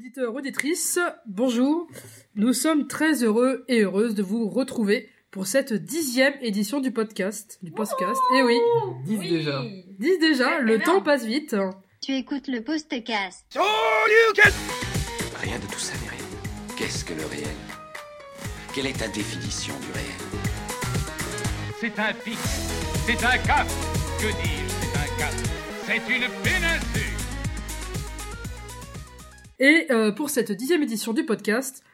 Auditeurs, auditrices, bonjour. Nous sommes très heureux et heureuses de vous retrouver pour cette 10e édition du podcast. Eh oui. 10 oui. déjà. 10 déjà, le temps passe vite. Tu écoutes le podcast. Rien de tout ça n'est réel. Qu'est-ce que le réel? Quelle est ta définition du réel? C'est un pic, c'est un cap. Que dis-je, c'est un cap. C'est une péninsule. Et pour cette 10e édition du podcast,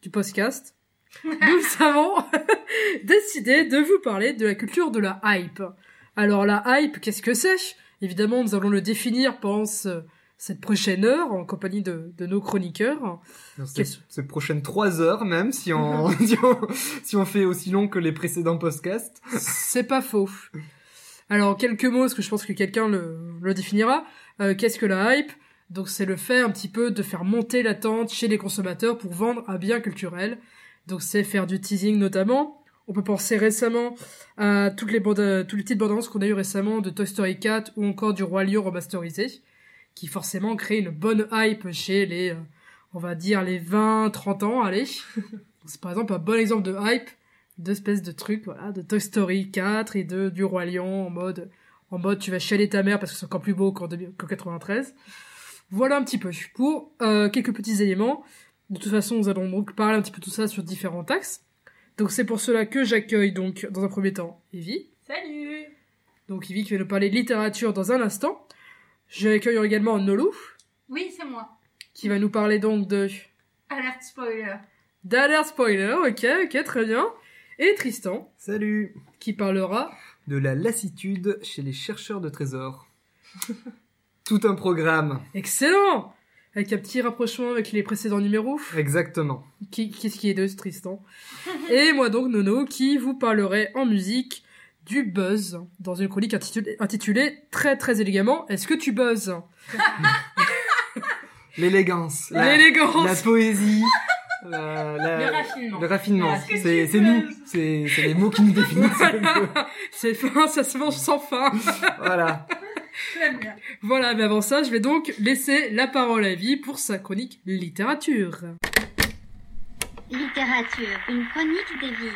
nous avons décidé de vous parler de la culture de la hype. Alors la hype, qu'est-ce que c'est? Évidemment, nous allons le définir pendant cette prochaine heure en compagnie de nos chroniqueurs. Ces prochaines 3 heures même, si on fait aussi long que les précédents podcasts. C'est pas faux. Alors, en quelques mots, parce que je pense que quelqu'un le définira. Qu'est-ce que la hype? Donc, c'est le fait un petit peu de faire monter l'attente chez les consommateurs pour vendre un bien culturel. Donc, c'est faire du teasing notamment. On peut penser récemment à tous les petites bandes annonces qu'on a eu récemment de Toy Story 4 ou encore du Roi Lion remasterisé, qui forcément crée une bonne hype chez les, on va dire, les 20-30 ans, allez. C'est par exemple un bon exemple de hype, d'espèce de truc, voilà, de Toy Story 4 et du Roi Lion en mode tu vas chialer ta mère parce que c'est encore plus beau qu'en 93. Voilà un petit peu pour quelques petits éléments. De toute façon, nous allons donc parler un petit peu de tout ça sur différents axes. Donc c'est pour cela que j'accueille donc dans un premier temps Evie. Salut. Donc Evie qui va nous parler de littérature dans un instant. J'accueille également Nolou. Oui, c'est moi. Qui va nous parler donc de... Alerte spoiler. D'alerte spoiler, ok, très bien. Et Tristan. Salut. Qui parlera... de la lassitude chez les chercheurs de trésors. Tout un programme. Excellent. Avec un petit rapprochement avec les précédents numéros. Exactement. Qu'est-ce qui est de Tristan. Et moi donc, Nono, qui vous parlerai en musique du buzz, dans une chronique intitulée très très élégamment, est-ce que tu buzzes? L'élégance. L'élégance. La poésie. Le raffinement. Est-ce que C'est nous. C'est les mots qui nous définissent. Voilà. C'est fin, ça se mange sans fin. Voilà. J'aime bien. Voilà, mais avant ça, je vais donc laisser la parole à Evie pour sa chronique littérature. Littérature, une chronique d'Evie.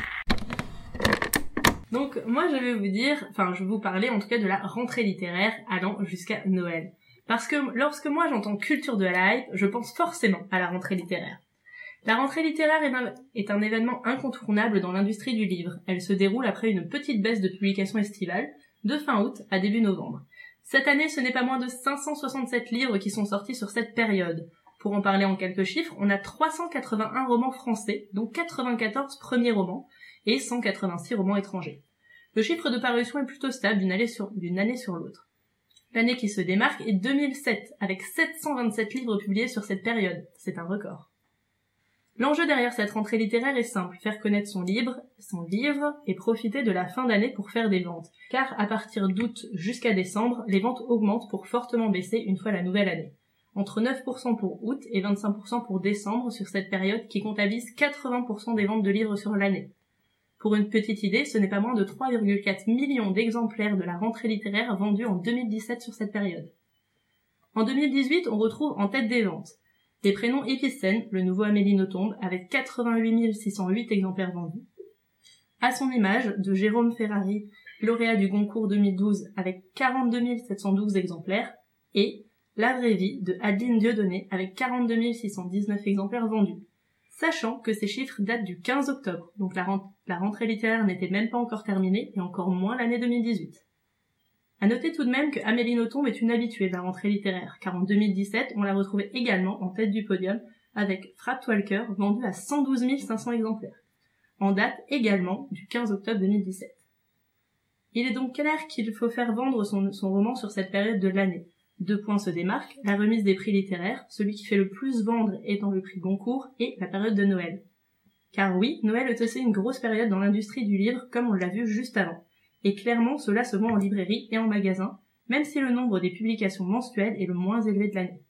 Donc, moi, je vais vous parler en tout cas de la rentrée littéraire allant jusqu'à Noël. Parce que lorsque moi j'entends culture de la hype, je pense forcément à la rentrée littéraire. La rentrée littéraire est un événement incontournable dans l'industrie du livre. Elle se déroule après une petite baisse de publication estivale, de fin août à début novembre. Cette année, ce n'est pas moins de 567 livres qui sont sortis sur cette période. Pour en parler en quelques chiffres, on a 381 romans français, dont 94 premiers romans, et 186 romans étrangers. Le chiffre de parution est plutôt stable d'une année sur l'autre. L'année qui se démarque est 2007, avec 727 livres publiés sur cette période. C'est un record. L'enjeu derrière cette rentrée littéraire est simple, faire connaître son livre et profiter de la fin d'année pour faire des ventes. Car à partir d'août jusqu'à décembre, les ventes augmentent pour fortement baisser une fois la nouvelle année. Entre 9% pour août et 25% pour décembre sur cette période qui comptabilise 80% des ventes de livres sur l'année. Pour une petite idée, ce n'est pas moins de 3,4 millions d'exemplaires de la rentrée littéraire vendus en 2017 sur cette période. En 2018, on retrouve en tête des ventes les prénoms Épicène, le nouveau Amélie Nothomb, avec 88 608 exemplaires vendus. À son image, de Jérôme Ferrari, lauréat du Goncourt 2012, avec 42 712 exemplaires, et La vraie vie, de Adeline Dieudonné, avec 42 619 exemplaires vendus. Sachant que ces chiffres datent du 15 octobre, donc la rentrée littéraire n'était même pas encore terminée, et encore moins l'année 2018. À noter tout de même que Amélie Nothomb est une habituée de la rentrée littéraire, car en 2017, on la retrouvait également en tête du podium avec Frappe-toi le cœur, vendu à 112 500 exemplaires, en date également du 15 octobre 2017. Il est donc clair qu'il faut faire vendre son roman sur cette période de l'année. 2 points se démarquent, la remise des prix littéraires, celui qui fait le plus vendre étant le prix Goncourt, et la période de Noël. Car oui, Noël est aussi une grosse période dans l'industrie du livre, comme on l'a vu juste avant. Et clairement, cela se vend en librairie et en magasin, même si le nombre des publications mensuelles est le moins élevé de l'année.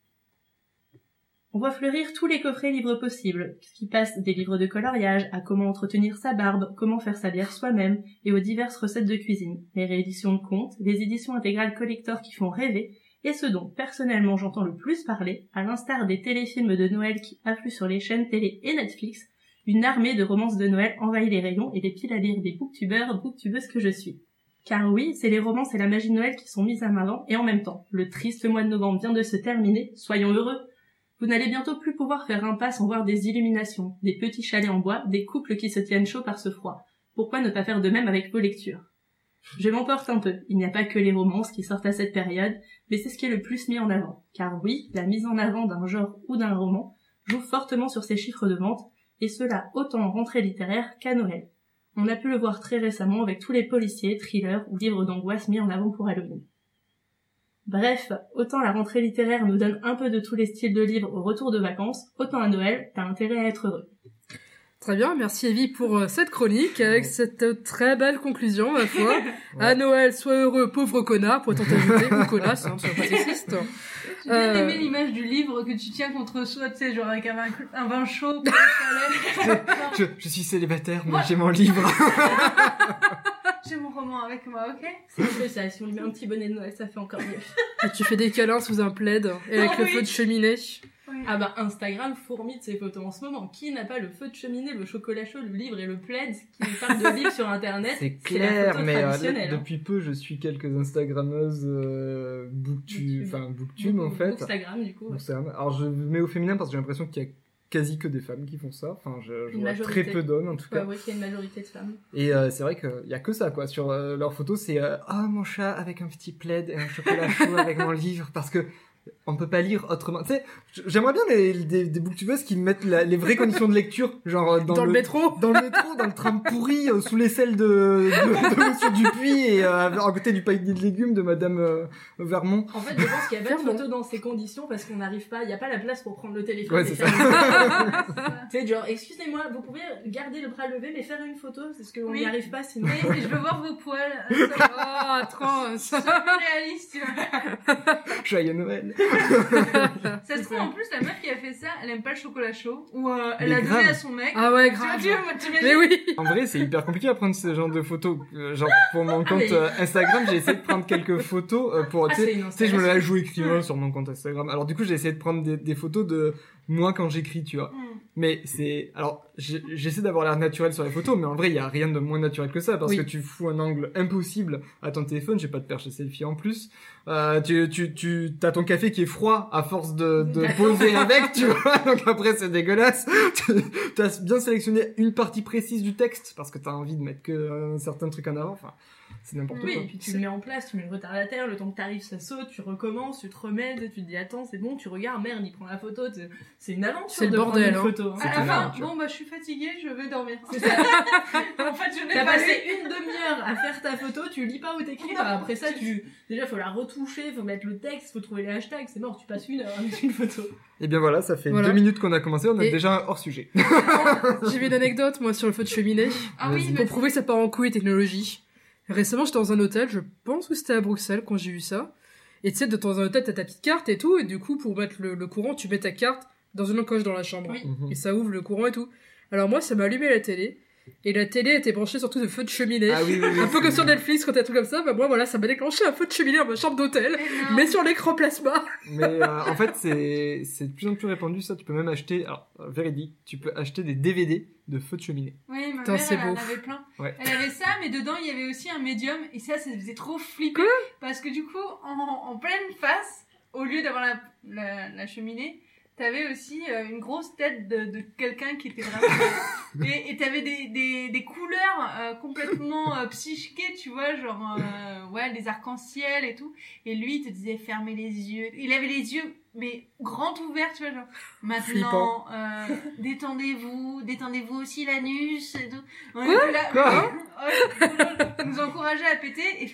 On voit fleurir tous les coffrets livres possibles, qui passent des livres de coloriage à comment entretenir sa barbe, comment faire sa bière soi-même, et aux diverses recettes de cuisine, les rééditions de contes, les éditions intégrales collector qui font rêver, Et ce dont, personnellement, j'entends le plus parler, à l'instar des téléfilms de Noël qui affluent sur les chaînes télé et Netflix, une armée de romances de Noël envahit les rayons et les piles à lire des booktubeurs, booktubeuses que je suis. Car oui, c'est les romances et la magie de Noël qui sont mises en avant, et en même temps, le triste mois de novembre vient de se terminer, soyons heureux. Vous n'allez bientôt plus pouvoir faire un pas sans voir des illuminations, des petits chalets en bois, des couples qui se tiennent chaud par ce froid. Pourquoi ne pas faire de même avec vos lectures? Je m'emporte un peu, il n'y a pas que les romances qui sortent à cette période, mais c'est ce qui est le plus mis en avant. Car oui, la mise en avant d'un genre ou d'un roman joue fortement sur ses chiffres de vente, et cela autant en rentrée littéraire qu'à Noël. On a pu le voir très récemment avec tous les policiers, thrillers ou livres d'angoisse mis en avant pour Halloween. Bref, autant la rentrée littéraire nous donne un peu de tous les styles de livres au retour de vacances, autant à Noël, t'as intérêt à être heureux. Très bien, merci Evie pour cette chronique, avec cette très belle conclusion, ma foi. À Noël, sois heureux, pauvre connard, pourrait-on t'ajouter, ou connasse, sois pas sexiste. J'ai bien aimé l'image du livre que tu tiens contre soi, tu sais, genre avec un vin chaud, pour le chalet. Je suis célibataire, mais j'ai mon livre. J'ai mon roman avec moi, ok? C'est un peu ça, si on lui met un petit bonnet de Noël, ça fait encore mieux. Et tu fais des câlins sous un plaid, et avec le feu de cheminée. Oui. Ah bah Instagram fourmille de ses photos en ce moment. Qui n'a pas le feu de cheminée, le chocolat chaud, le livre et le plaid qui parlent de livres sur internet? C'est la clair, photo mais traditionnelle, hein. depuis peu, je suis quelques Instagrammeuses booktube en fait. Instagram du coup. Ouais. Alors je mets au féminin parce que j'ai l'impression qu'il y a quasi que des femmes qui font ça. Enfin, je vois très majorité. peu d'hommes en tout cas. Ouais, qu'il y a une majorité de femmes. Et c'est vrai qu'il y a que ça quoi. Sur leurs photos, c'est mon chat avec un petit plaid et un chocolat chaud avec mon livre parce que on peut pas lire autrement. Tu sais, j'aimerais bien des booktubeuses qui mettent les vraies conditions de lecture, genre Dans le métro. dans le tram pourri, sous l'aisselle de Monsieur Dupuis et à côté du panier de légumes de Madame Vermont. En fait, je pense qu'il y a pas de photos dans ces conditions parce qu'on n'arrive pas, il y a pas la place pour prendre le téléphone. Ouais, et c'est faire tu sais, genre, excusez-moi, vous pouvez garder le bras levé mais faire une photo, c'est ce qu'on n'y arrive pas sinon. Mais je veux voir vos poils. Ah, trop, C'est plus réaliste, tu vois. Joyeux Noël. Ça se trouve, en plus, la meuf qui a fait ça, elle aime pas le chocolat chaud, ou elle Mais a grave. donné à son mec. Ah ouais, Tu vois, grave. t'imagines? Mais oui. En vrai, c'est hyper compliqué à prendre ce genre de photos. Genre pour mon compte mais- Instagram, j'ai essayé de prendre quelques photos pour Ah, tu sais, c'est une tu sais, je me la installation. joue écrivain sur mon compte Instagram. Alors du coup, j'ai essayé de prendre des photos de moi quand j'écris, tu vois. Mais c'est alors j'essaie d'avoir l'air naturel sur les photos, mais en vrai, il y a rien de moins naturel que ça parce Oui. que tu fous un angle impossible à ton téléphone, j'ai pas de perche à selfie en plus. Tu t'as ton café qui est froid à force de poser avec, tu vois. Donc après c'est dégueulasse. Tu as bien sélectionné une partie précise du texte parce que t'as envie de mettre que un certain truc en avant. Enfin, c'est n'importe Oui, quoi. et puis tu le mets en place, tu mets le retardataire, le temps que t'arrives, ça saute, tu recommences, tu te remets, tu te dis attends, c'est bon, tu regardes, merde, il prend la photo, c'est une aventure C'est le de bordel, prendre hein. une photo. Hein. C'est À la une fin, aventure. bon, bah, je suis fatiguée, je vais dormir. C'est ça. En fait, je n'ai T'as pas passé lu. une demi-heure à faire ta photo, tu lis pas où t'écris, bah, après ça, déjà, faut la retoucher, faut mettre le texte, faut trouver les hashtags, c'est mort, tu passes une heure avec une photo. Et bien voilà, ça fait Voilà. 2 minutes qu'on a commencé, on est Et- déjà hors sujet. J'ai vu une anecdote, moi, sur le feu de cheminée. Ah oui, Vas-y. mais Pour prouver que ça part en couille technologie. Récemment, j'étais dans un hôtel, je pense que c'était à Bruxelles quand j'ai eu ça. Et tu sais, dans un hôtel, t'as ta petite carte et tout, et du coup, pour mettre le courant, tu mets ta carte dans une encoche dans la chambre. Oui. Mhm. Et ça ouvre le courant et tout. Alors moi, ça m'a allumé la télé. Et la télé était branchée surtout de feu de cheminée. Ah oui, oui, oui, Un peu comme sur Netflix quand t'as un truc comme ça, bah moi voilà, ça m'a déclenché un feu de cheminée dans ma chambre d'hôtel, mais sur l'écran plasma. Mais en fait, c'est de plus en plus répandu ça. Tu peux même acheter, alors véridique, tu peux acheter des DVD de feu de cheminée. Oui, ma Putain, mère, c'est elle en beau. avait plein. Ouais. Elle avait ça, mais dedans, il y avait aussi un médium, et ça faisait trop flipper. Parce que du coup, en pleine face, au lieu d'avoir la cheminée, t'avais aussi une grosse tête de quelqu'un qui était vraiment... et t'avais des couleurs complètement psychiquées, tu vois, genre, ouais, les arcs-en-ciel et tout. Et lui, il te disait fermez les yeux. Il avait les yeux, mais grands ouverts, tu vois, genre, maintenant, détendez-vous aussi l'anus et tout. On était là, Quoi il nous encourageait à péter, et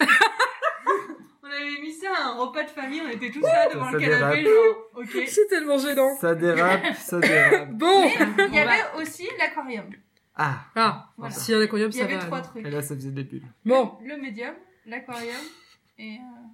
on avait mis ça à un repas de famille, on était tous là devant Ça le canapé, dérape. genre, ok. C'est tellement gênant. Ça dérape, ça dérape. Bon. Mais il y avait aussi l'aquarium. Ah, Ah, Voilà. si un aquarium, Il y ça avait va. 3 alors. trucs. et là ça faisait des bulles. Bon, Le médium, l'aquarium et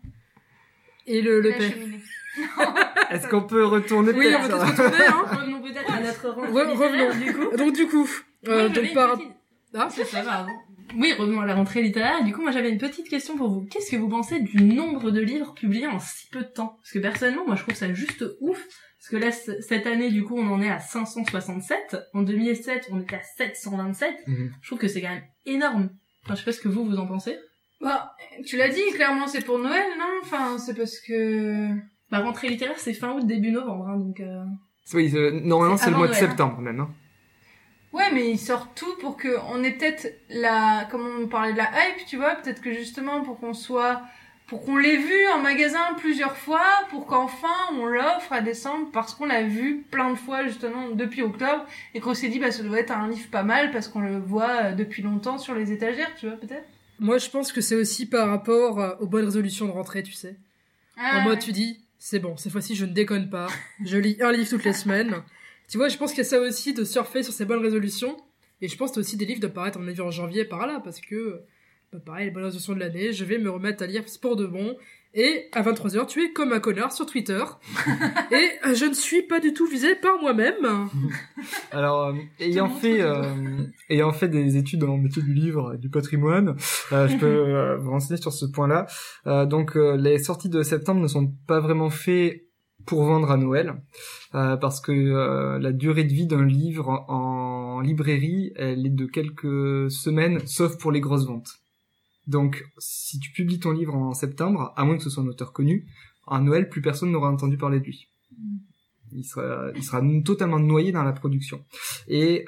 et le la père. cheminée. Est-ce qu'on peut retourner Oui, on peut-être va sur- peut-être retourner, hein. Revenons peut-être à notre rentrée Revenons. littéraire, du coup. Donc du coup, Moi, j'avais donc une par... petite- Ah, C'est ça, pardon. Oui, revenons à la rentrée littéraire. Du coup, moi, j'avais une petite question pour vous. Qu'est-ce que vous pensez du nombre de livres publiés en si peu de temps? Parce que personnellement, moi, je trouve ça juste ouf. Parce que là, cette année, du coup, on en est à 567. En 2007, on était à 727. Je trouve que c'est quand même énorme. Enfin, je sais pas ce que vous en pensez. Bah, tu l'as dit, clairement, c'est pour Noël, non? Enfin, c'est parce que... Bah, rentrée littéraire, c'est fin août, début novembre, hein, donc... Oui, normalement, c'est le avant mois de Noël, hein. septembre, même, hein. Ouais, mais ils sortent tout pour que on ait peut-être comme on parlait de la hype, tu vois, peut-être que justement pour qu'on l'ait vu en magasin plusieurs fois, pour qu'enfin on l'offre à décembre parce qu'on l'a vu plein de fois justement depuis octobre et qu'on s'est dit bah ça doit être un livre pas mal parce qu'on le voit depuis longtemps sur les étagères, tu vois, peut-être. Moi, je pense que c'est aussi par rapport aux bonnes résolutions de rentrée, tu sais. En mode, tu dis, c'est bon, cette fois-ci, je ne déconne pas. Je lis un livre toutes les semaines. Tu vois, je pense qu'il y a ça aussi de surfer sur ces bonnes résolutions. Et je pense que aussi des livres de paraître en janvier par là, parce que, bah pareil, les bonnes résolutions de l'année, je vais me remettre à lire pour de bon. Et à 23h, tu es comme un connard sur Twitter. Et je ne suis pas du tout visé par moi-même. Alors, ayant fait des études en métier du livre et du patrimoine, je peux vous renseigner sur ce point-là. Donc, les sorties de septembre ne sont pas vraiment faites pour vendre à Noël, parce que la durée de vie d'un livre en librairie, elle est de quelques semaines, sauf pour les grosses ventes. Donc, si tu publies ton livre en septembre, à moins que ce soit un auteur connu, à Noël, plus personne n'aura entendu parler de lui. Il sera totalement noyé dans la production. Et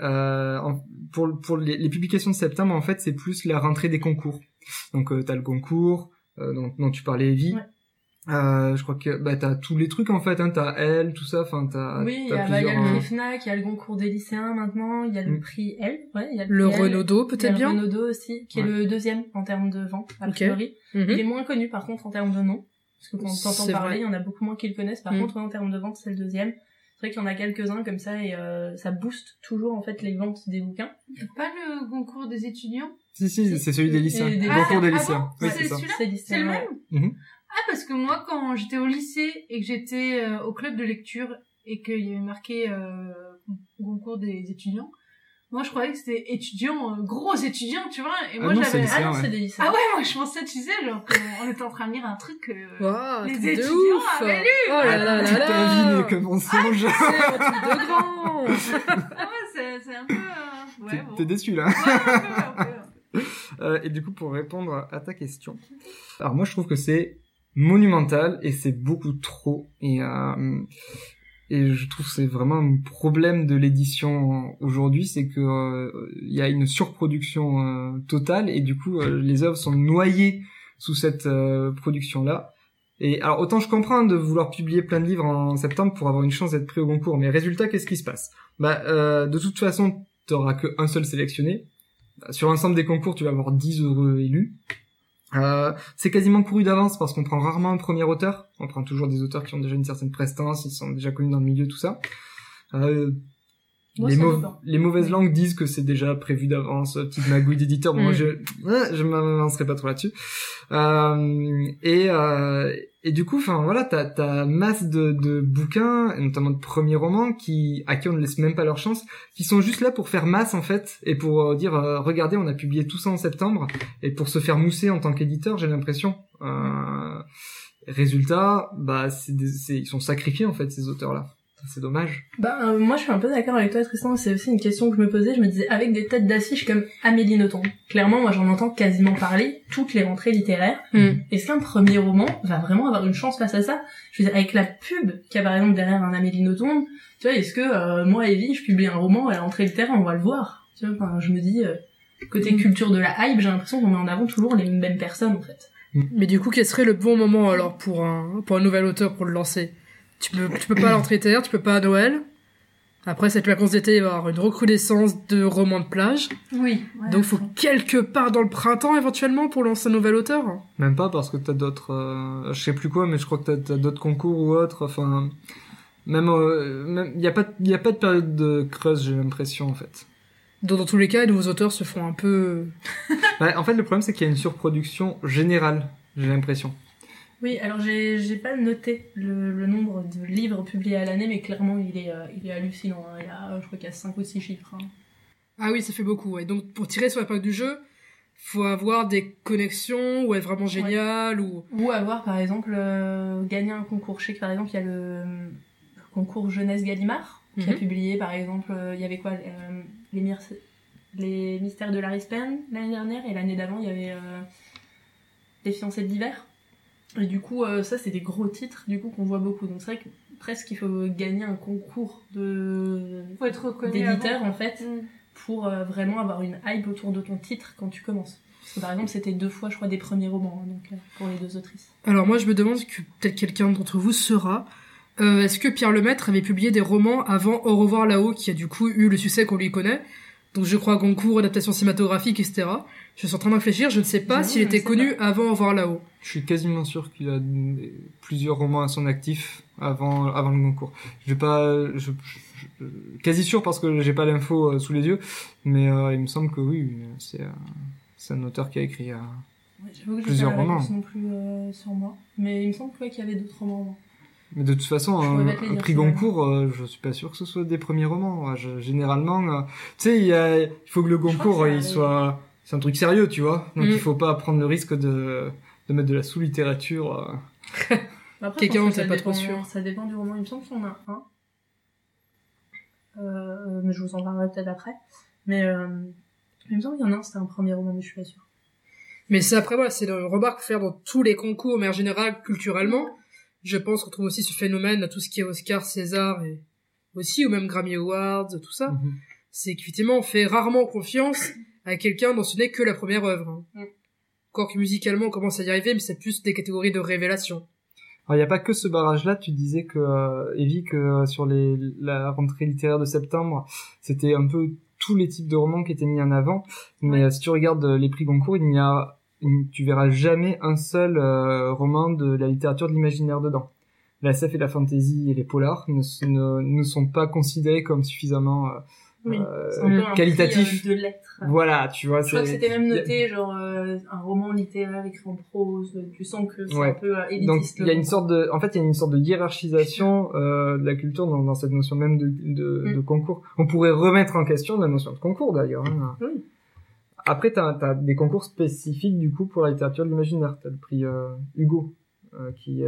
pour les publications de septembre, en fait, c'est plus la rentrée des concours. Donc, t'as le concours dont tu parlais, Evie. Ouais. Je crois que t'as tous les trucs en fait, hein, t'as Elle, tout ça, enfin t'as. Oui, il y a le prix Fnac, il y a le concours des lycéens maintenant, il y a le prix Elle, ouais, il y a le Renaudot peut-être bien. Le Renaudot aussi, qui est le deuxième en termes de vente a priori. Il est moins connu par contre en termes de nom, parce que quand on t'entend parler, il y en a beaucoup moins qui le connaissent. Par contre, en termes de vente, c'est le deuxième. C'est vrai qu'il y en a quelques-uns comme ça et ça booste toujours en fait les ventes des bouquins. Il y a pas le concours des étudiants? Si, c'est celui des lycéens. Le concours des lycéens. Oui, c'est celui-là. C'est le même. Ah, parce que moi, quand j'étais au lycée et que j'étais au club de lecture et qu'il y avait marqué concours des étudiants, moi je croyais que c'était gros étudiants, tu vois. Et moi j'avais c'est des lycéens. Ah ouais, moi je pensais, tu sais, genre qu'on était en train de lire un truc les étudiants ouf. avaient lu. Oh là là là là. Ta vie n'est que mensonge. C'est un truc de grand. Ah ouais, c'est un peu... Ouais, T'es déçu là. Ouais, un peu. Et du coup, pour répondre à ta question, alors moi je trouve que c'est monumental et c'est beaucoup trop et je trouve que c'est vraiment un problème de l'édition aujourd'hui, c'est que il y a une surproduction totale et du coup les œuvres sont noyées sous cette production là. Et alors autant je comprends de vouloir publier plein de livres en septembre pour avoir une chance d'être pris au concours, mais résultat qu'est-ce qui se passe? De toute façon t'auras qu'un seul sélectionné. Sur l'ensemble des concours tu vas avoir 10 heureux élus. C'est quasiment couru d'avance parce qu'on prend rarement un premier auteur. On prend toujours des auteurs qui ont déjà une certaine prestance, ils sont déjà connus dans le milieu, tout ça. Les mauvaises langues disent que c'est déjà prévu d'avance, petite magouille d'éditeur. Bon, moi, je m'avancerai pas trop là-dessus. Et du coup, enfin voilà, t'as masse de bouquins, et notamment de premiers romans à qui on ne laisse même pas leur chance, qui sont juste là pour faire masse en fait, et pour dire regardez, on a publié tout ça en septembre, et pour se faire mousser en tant qu'éditeur, j'ai l'impression. Résultat, ils sont sacrifiés en fait ces auteurs-là. C'est dommage. Moi je suis un peu d'accord avec toi Tristan, c'est aussi une question que je me posais, je me disais avec des têtes d'affiche comme Amélie Nothomb, clairement moi j'en entends quasiment parler toutes les rentrées littéraires. Est-ce qu'un premier roman va vraiment avoir une chance face à ça? Je veux dire avec la pub qu'il y a par exemple derrière un Amélie Nothomb, tu vois, est-ce que moi Evie je publie un roman à la rentrée littéraire, on va le voir, tu vois, enfin je me dis côté culture de la hype, j'ai l'impression qu'on met en avant toujours les mêmes personnes en fait. Mais du coup quel serait le bon moment alors pour un nouvel auteur pour le lancer? Tu peux pas à l'entrée littéraire, tu peux pas à Noël. Après, cette vacances d'été, il va y avoir une recrudescence de romans de plage. Oui. Ouais, donc, faut quelque part dans le printemps, éventuellement, pour lancer un nouvel auteur. Même pas, parce que t'as d'autres, je sais plus quoi, mais je crois que t'as d'autres concours ou autres, enfin, même, y a pas de période de creuse, j'ai l'impression, en fait. Donc, dans tous les cas, les nouveaux auteurs se font un peu... En fait, le problème, c'est qu'il y a une surproduction générale, j'ai l'impression. Oui, alors j'ai pas noté le nombre de livres publiés à l'année, mais clairement il est hallucinant. Hein. Je crois qu'il y a 5 ou 6 chiffres. Hein. Ah oui, ça fait beaucoup. Ouais. Donc pour tirer sur la page du jeu, faut avoir des connexions ou être vraiment génial Ou avoir, par exemple, gagné un concours. Je sais que, par exemple, il y a le concours Jeunesse Gallimard, qui a publié, par exemple, il y avait quoi les mystères de Larry Spen l'année dernière, et l'année d'avant, il y avait Les fiancés de l'hiver. Et du coup, ça, c'est des gros titres, du coup, qu'on voit beaucoup. Donc c'est vrai que presque il faut gagner un concours Faut être reconnu d'éditeur, avant. en fait, pour vraiment avoir une hype autour de ton titre quand tu commences. Parce que par exemple, c'était 2 fois, je crois, des premiers romans, hein, donc pour les 2 autrices. Alors moi, je me demande que peut-être quelqu'un d'entre vous saura. Est-ce que Pierre Lemaitre avait publié des romans avant Au revoir là-haut, qui a du coup eu le succès qu'on lui connaît? Donc je crois Goncourt, adaptation cinématographique, etc. Je suis en train de réfléchir, je ne sais pas s'il était connu avant Au revoir là-haut. Je suis quasiment sûr qu'il a plusieurs romans à son actif avant le Goncourt. Quasi sûr parce que j'ai pas l'info sous les yeux, mais il me semble que oui, c'est un auteur qui a écrit J'avoue que plusieurs j'ai pas la romans. réponse non plus sur moi. Mais il me semble qu'il y avait d'autres romans avant. Mais de toute façon, Je pourrais pas te les un dire, prix c'est vrai. Goncourt, je suis pas sûr que ce soit des premiers romans. Généralement, tu sais, il faut que le Goncourt, que ça c'est un truc sérieux, tu vois. Donc Mm. il faut pas prendre le risque de mettre de la sous-littérature. Après, Quelqu'un, je pense on que n'est pas ça trop dépend- sûr. Ça dépend du roman. Il me semble qu'il y en a un. Mais je vous en parlerai peut-être après. Mais il me semble qu'il y en a un, c'était un premier roman, mais je suis pas sûre. Mais c'est après, voilà, c'est une remarque à faire dans tous les concours, mais en général, culturellement. Je pense qu'on trouve aussi ce phénomène à tout ce qui est Oscar, César, et aussi, ou même Grammy Awards, tout ça. Mhm. C'est qu'effectivement, on fait rarement confiance à quelqu'un dont ce n'est que la première œuvre. Encore que musicalement, on commence à y arriver, mais c'est plus des catégories de révélation. Alors il y a pas que ce barrage-là. Tu disais que Evie, que sur la rentrée littéraire de septembre, c'était un peu tous les types de romans qui étaient mis en avant. Mais si tu regardes les prix Goncourt, tu verras jamais un seul roman de la littérature de l'imaginaire dedans. La SF et la fantasy et les polars ne sont pas considérés comme suffisamment C'est un peu un qualitatifs. prix, de lettres. Voilà, tu vois. Je crois que c'était même noté, genre, un roman littéraire écrit en prose. Tu sens que c'est Ouais. un peu élitiste. Donc il y a le une sorte de, en fait, il y a une sorte de hiérarchisation de la culture dans cette notion même de concours. On pourrait remettre en question la notion de concours d'ailleurs. Hein. Oui. Après, t'as des concours spécifiques du coup pour la littérature de l'imaginaire. T'as le prix Hugo, qui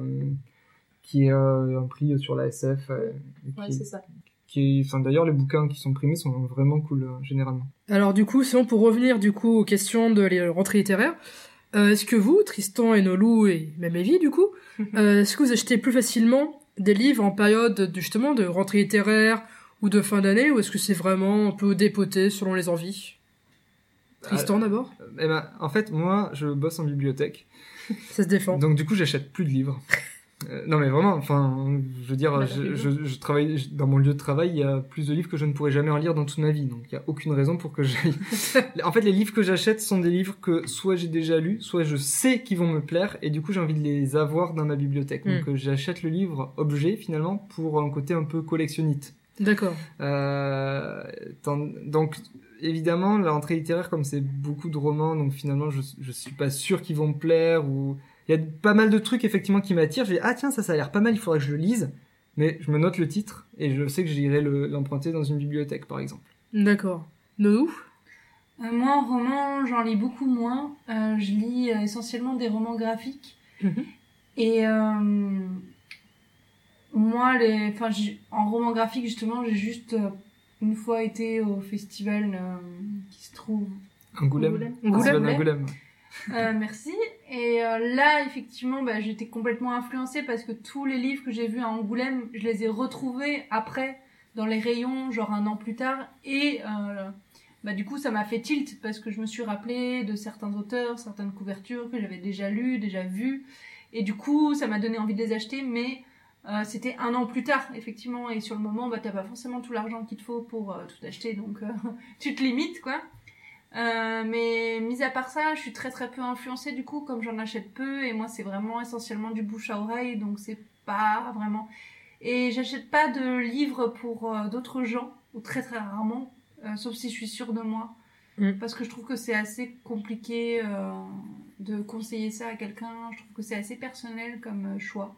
est un prix sur la SF. Ouais, c'est ça. Enfin d'ailleurs, les bouquins qui sont primés sont vraiment cool généralement. Alors du coup, sinon pour revenir du coup aux questions de les rentrées littéraires, est-ce que vous, Tristan et Nolou et même Evie du coup, est-ce que vous achetez plus facilement des livres en période justement de rentrée littéraire ou de fin d'année, ou est-ce que c'est vraiment un peu dépoté selon les envies? Tristan d'abord? Eh ben, en fait, moi, je bosse en bibliothèque, Ça se défend. donc du coup, j'achète plus de livres. Non mais vraiment, enfin, je veux dire, Bah, je travaille dans mon lieu de travail, il y a plus de livres que je ne pourrais jamais en lire dans toute ma vie, donc il y a aucune raison pour que j'aille. En fait, les livres que j'achète sont des livres que soit j'ai déjà lus, soit je sais qu'ils vont me plaire, et du coup j'ai envie de les avoir dans ma bibliothèque. Donc j'achète le livre objet finalement pour un côté un peu collectionnite. D'accord. Donc évidemment, la rentrée littéraire, comme c'est beaucoup de romans, donc finalement je suis pas sûr qu'ils vont me plaire, ou il y a pas mal de trucs effectivement qui m'attirent. Je dis ah tiens, ça a l'air pas mal, il faudrait que je le lise, mais je me note le titre et je sais que j'irai l'emprunter dans une bibliothèque par exemple. D'accord. Nolou? Moi, en roman, j'en lis beaucoup moins. Je lis essentiellement des romans graphiques. Et moi, en roman graphique, justement, j'ai juste une fois été au festival qui se trouve... Angoulême. Angoulême. Merci. Et là, effectivement, j'étais complètement influencée parce que tous les livres que j'ai vus à Angoulême, je les ai retrouvés après dans les rayons, genre 1 an plus tard. Et du coup, ça m'a fait tilt parce que je me suis rappelée de certains auteurs, certaines couvertures que j'avais déjà lues, déjà vues. Et du coup, ça m'a donné envie de les acheter, mais c'était 1 an plus tard, effectivement. Et sur le moment, t'as pas forcément tout l'argent qu'il te faut pour tout acheter, donc tu te limites, quoi. Mais mis à part ça, je suis très très peu influencée du coup, comme j'en achète peu, et moi c'est vraiment essentiellement du bouche à oreille, donc c'est pas vraiment... Et j'achète pas de livres pour d'autres gens, ou très très rarement, sauf si je suis sûre de moi, parce que je trouve que c'est assez compliqué de conseiller ça à quelqu'un. Je trouve que c'est assez personnel comme choix.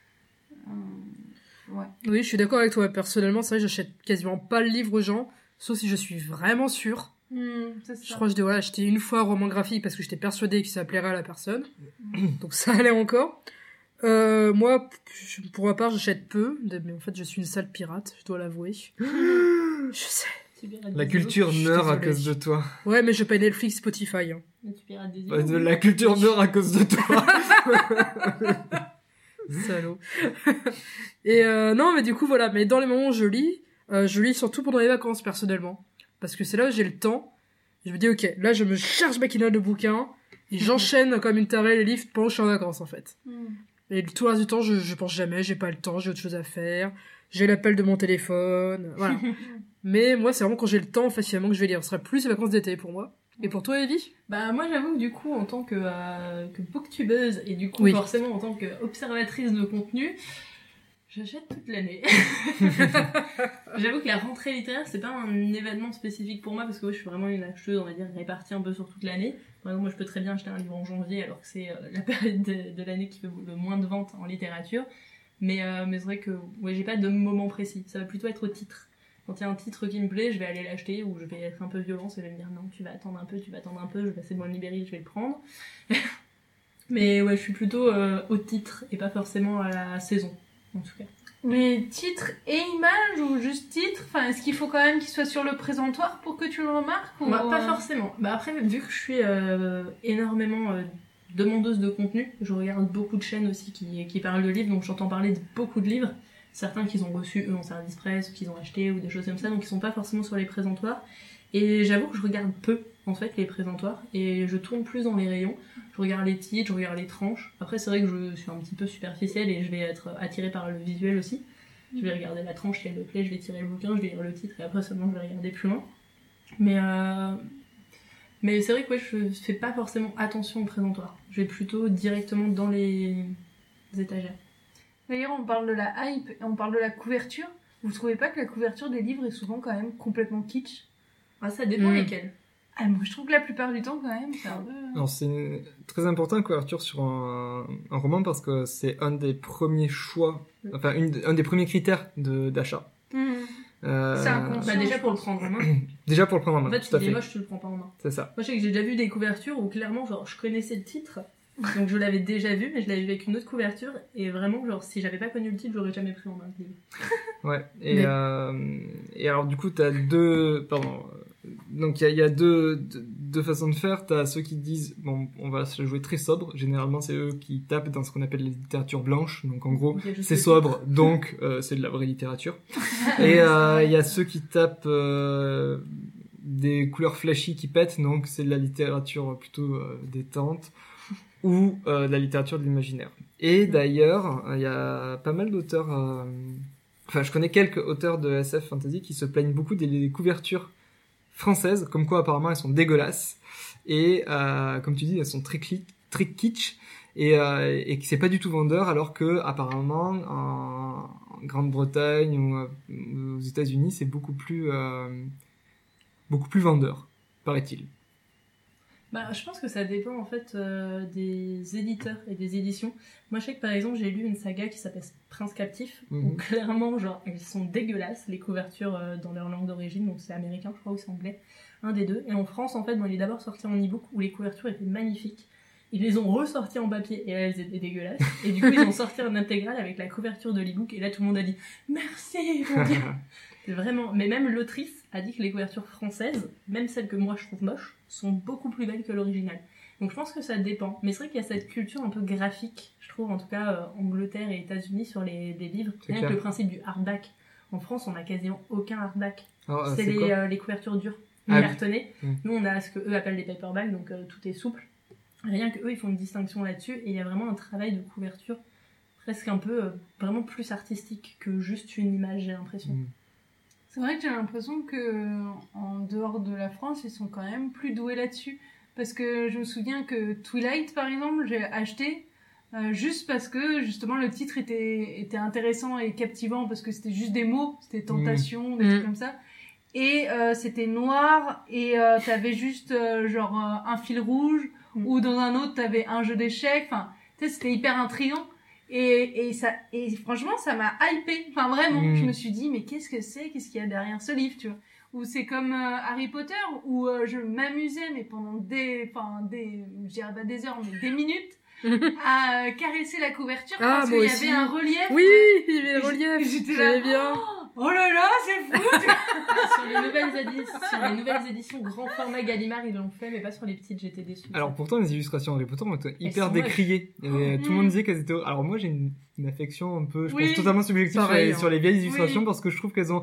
Ouais. Oui, je suis d'accord avec toi. Personnellement, c'est vrai que j'achète quasiment pas le livre aux gens, sauf si je suis vraiment sûre. C'est ça. Je crois que je devrais acheter une fois un roman graphique parce que j'étais persuadée que ça plairait à la personne. Donc ça allait encore. Moi, pour ma part, j'achète peu, mais en fait, je suis une sale pirate, je dois l'avouer. Je sais. La culture Je suis meurt à désolée. cause de toi. Ouais, mais je paye Netflix, Spotify. Hein. Tu pirates des Ouais, îles. la culture meurt à cause de toi. Salaud. Et non, mais du coup, voilà. Mais dans les moments où je lis surtout pendant les vacances, personnellement. Parce que c'est là où j'ai le temps. Je me dis, ok, là, je me charge ma quinoa de bouquins. Et j'enchaîne comme une tarée les livres pendant que je suis en vacances, en fait. Et tout le reste du temps, je pense jamais, j'ai pas le temps, j'ai autre chose à faire. J'ai l'appel de mon téléphone, voilà. Mais moi, c'est vraiment quand j'ai le temps, facilement, que je vais lire. Ce serait plus les vacances d'été pour moi. Et pour toi, Evie? Bah moi j'avoue que du coup en tant que booktubeuse et du coup Oui. forcément en tant qu'observatrice de contenu, j'achète toute l'année. J'avoue que la rentrée littéraire c'est pas un événement spécifique pour moi parce que je suis vraiment une acheteuse on va dire répartie un peu sur toute l'année. Par exemple moi je peux très bien acheter un livre en janvier alors que c'est la période de l'année qui fait le moins de ventes en littérature. Mais c'est vrai que ouais, j'ai pas de moment précis, ça va plutôt être au titre. Quand il y a un titre qui me plaît, je vais aller l'acheter ou je vais être un peu violente et je vais me dire non, tu vas attendre un peu, je vais passer devant une librairie, je vais le prendre. Mais ouais, je suis plutôt au titre et pas forcément à la saison, en tout cas. Mais titre et image ou juste titre? Enfin, est-ce qu'il faut quand même qu'il soit sur le présentoir pour que tu le remarques ou... Bah, pas forcément. Bah après, vu que je suis énormément demandeuse de contenu, je regarde beaucoup de chaînes aussi qui parlent de livres, donc j'entends parler de beaucoup de livres. Certains qu'ils ont reçus eux en service presse ou qu'ils ont acheté ou des choses comme ça, donc ils sont pas forcément sur les présentoirs. Et j'avoue que je regarde peu en fait les présentoirs et je tourne plus dans les rayons. Je regarde les titres, je regarde les tranches. Après c'est vrai que je suis un petit peu superficielle et je vais être attirée par le visuel aussi. Je vais regarder la tranche si elle me plaît, je vais tirer le bouquin, je vais lire le titre et après seulement je vais regarder plus loin. Mais c'est vrai que ouais, je fais pas forcément attention au présentoir. Je vais plutôt directement dans les étagères. D'ailleurs, on parle de la hype et on parle de la couverture. Vous trouvez pas que la couverture des livres est souvent quand même complètement kitsch? Ah, ça dépend lesquels. Ah, moi je trouve que la plupart du temps quand même, c'est un peu... Alors c'est très important la couverture sur un roman parce que c'est un des premiers choix, enfin un des premiers critères d'achat. C'est inconscient. Bah déjà pour le prendre en main. Déjà pour le prendre en main, En fait, tout à s'il fait. est moche, tu le prends pas en main. C'est ça. Moi, je sais que j'ai déjà vu des couvertures où clairement, genre, je connaissais le titre, donc je l'avais déjà vu, mais je l'avais vu avec une autre couverture, et vraiment, genre, si j'avais pas connu le titre, j'aurais jamais pris en main le livre. Ouais. Et alors du coup t'as deux, donc il y a deux façons de faire. T'as ceux qui disent bon, on va se jouer très sobre. Généralement c'est eux qui tapent dans ce qu'on appelle la littérature blanche. Donc en gros Ok, je c'est sais. sobre, donc c'est de la vraie littérature. Et il y a ceux qui tapent des couleurs flashy qui pètent, donc c'est de la littérature plutôt détente ou de la littérature de l'imaginaire. Et d'ailleurs il y a pas mal d'auteurs. Enfin, je connais quelques auteurs de SF fantasy qui se plaignent beaucoup des couvertures françaises, comme quoi apparemment elles sont dégueulasses et comme tu dis elles sont très kitsch et que c'est pas du tout vendeur, alors que apparemment en Grande-Bretagne ou aux États-Unis c'est beaucoup plus vendeur, paraît-il. Bah, je pense que ça dépend en fait des éditeurs et des éditions. Moi, je sais que par exemple, j'ai lu une saga qui s'appelle Prince Captif, où clairement, genre, elles sont dégueulasses, les couvertures dans leur langue d'origine, donc c'est américain, je crois, ou c'est anglais, un des deux. Et en France, en fait, bon, il est d'abord sorti en e-book, où les couvertures étaient magnifiques. Ils les ont ressorties en papier, et elles étaient dégueulasses. Et du coup, ils ont sorti en intégrale avec la couverture de l'e-book, et là, tout le monde a dit « Merci, mon Dieu !» C'est vraiment... Mais même l'autrice a dit que les couvertures françaises, même celles que moi je trouve moches, sont beaucoup plus belles que l'original. Donc je pense que ça dépend. Mais c'est vrai qu'il y a cette culture un peu graphique, je trouve, en tout cas Angleterre et États-Unis sur des livres. C'est Rien clair. que le principe du hardback. En France, on a quasiment aucun hardback. Alors, c'est quoi les couvertures dures, Ah oui. cartonnées. Mm. Nous, on a ce que eux appellent des paperbacks, donc tout est souple. Rien que eux, ils font une distinction là-dessus. Et il y a vraiment un travail de couverture presque un peu vraiment plus artistique que juste une image, j'ai l'impression. Mm. C'est vrai que j'ai l'impression que en dehors de la France, ils sont quand même plus doués là-dessus. Parce que je me souviens que Twilight, par exemple, j'ai acheté juste parce que justement le titre était intéressant et captivant, parce que c'était juste des mots, c'était tentation, des trucs comme ça. Et c'était noir et t'avais juste genre un fil rouge, ou dans un autre t'avais un jeu d'échecs. Enfin, tu sais, c'était hyper intriguant. Et franchement, ça m'a hypé. Enfin, vraiment, Mm. je me suis dit, mais qu'est-ce que c'est? Qu'est-ce qu'il y a derrière ce livre, tu vois? Ou c'est comme Harry Potter, où je m'amusais, mais pendant je dirais pas des heures, mais des minutes, à caresser la couverture Ah, parce moi qu'il y aussi. avait un relief. Oui, il y avait le relief. J'étais J'aimais là, bien. Oh là là, c'est fou! tu vois. Sur les nouvelles éditions grand format Gallimard, ils l'ont fait, mais pas sur les petites, j'étais déçue. Alors pourtant les illustrations Harry Potter ont été hyper sont décriées. Tout le monde disait qu'elles étaient. Alors moi j'ai une affection un peu, je Oui. pense totalement subjective Pareil, sur les vieilles illustrations Oui. parce que je trouve qu'elles ont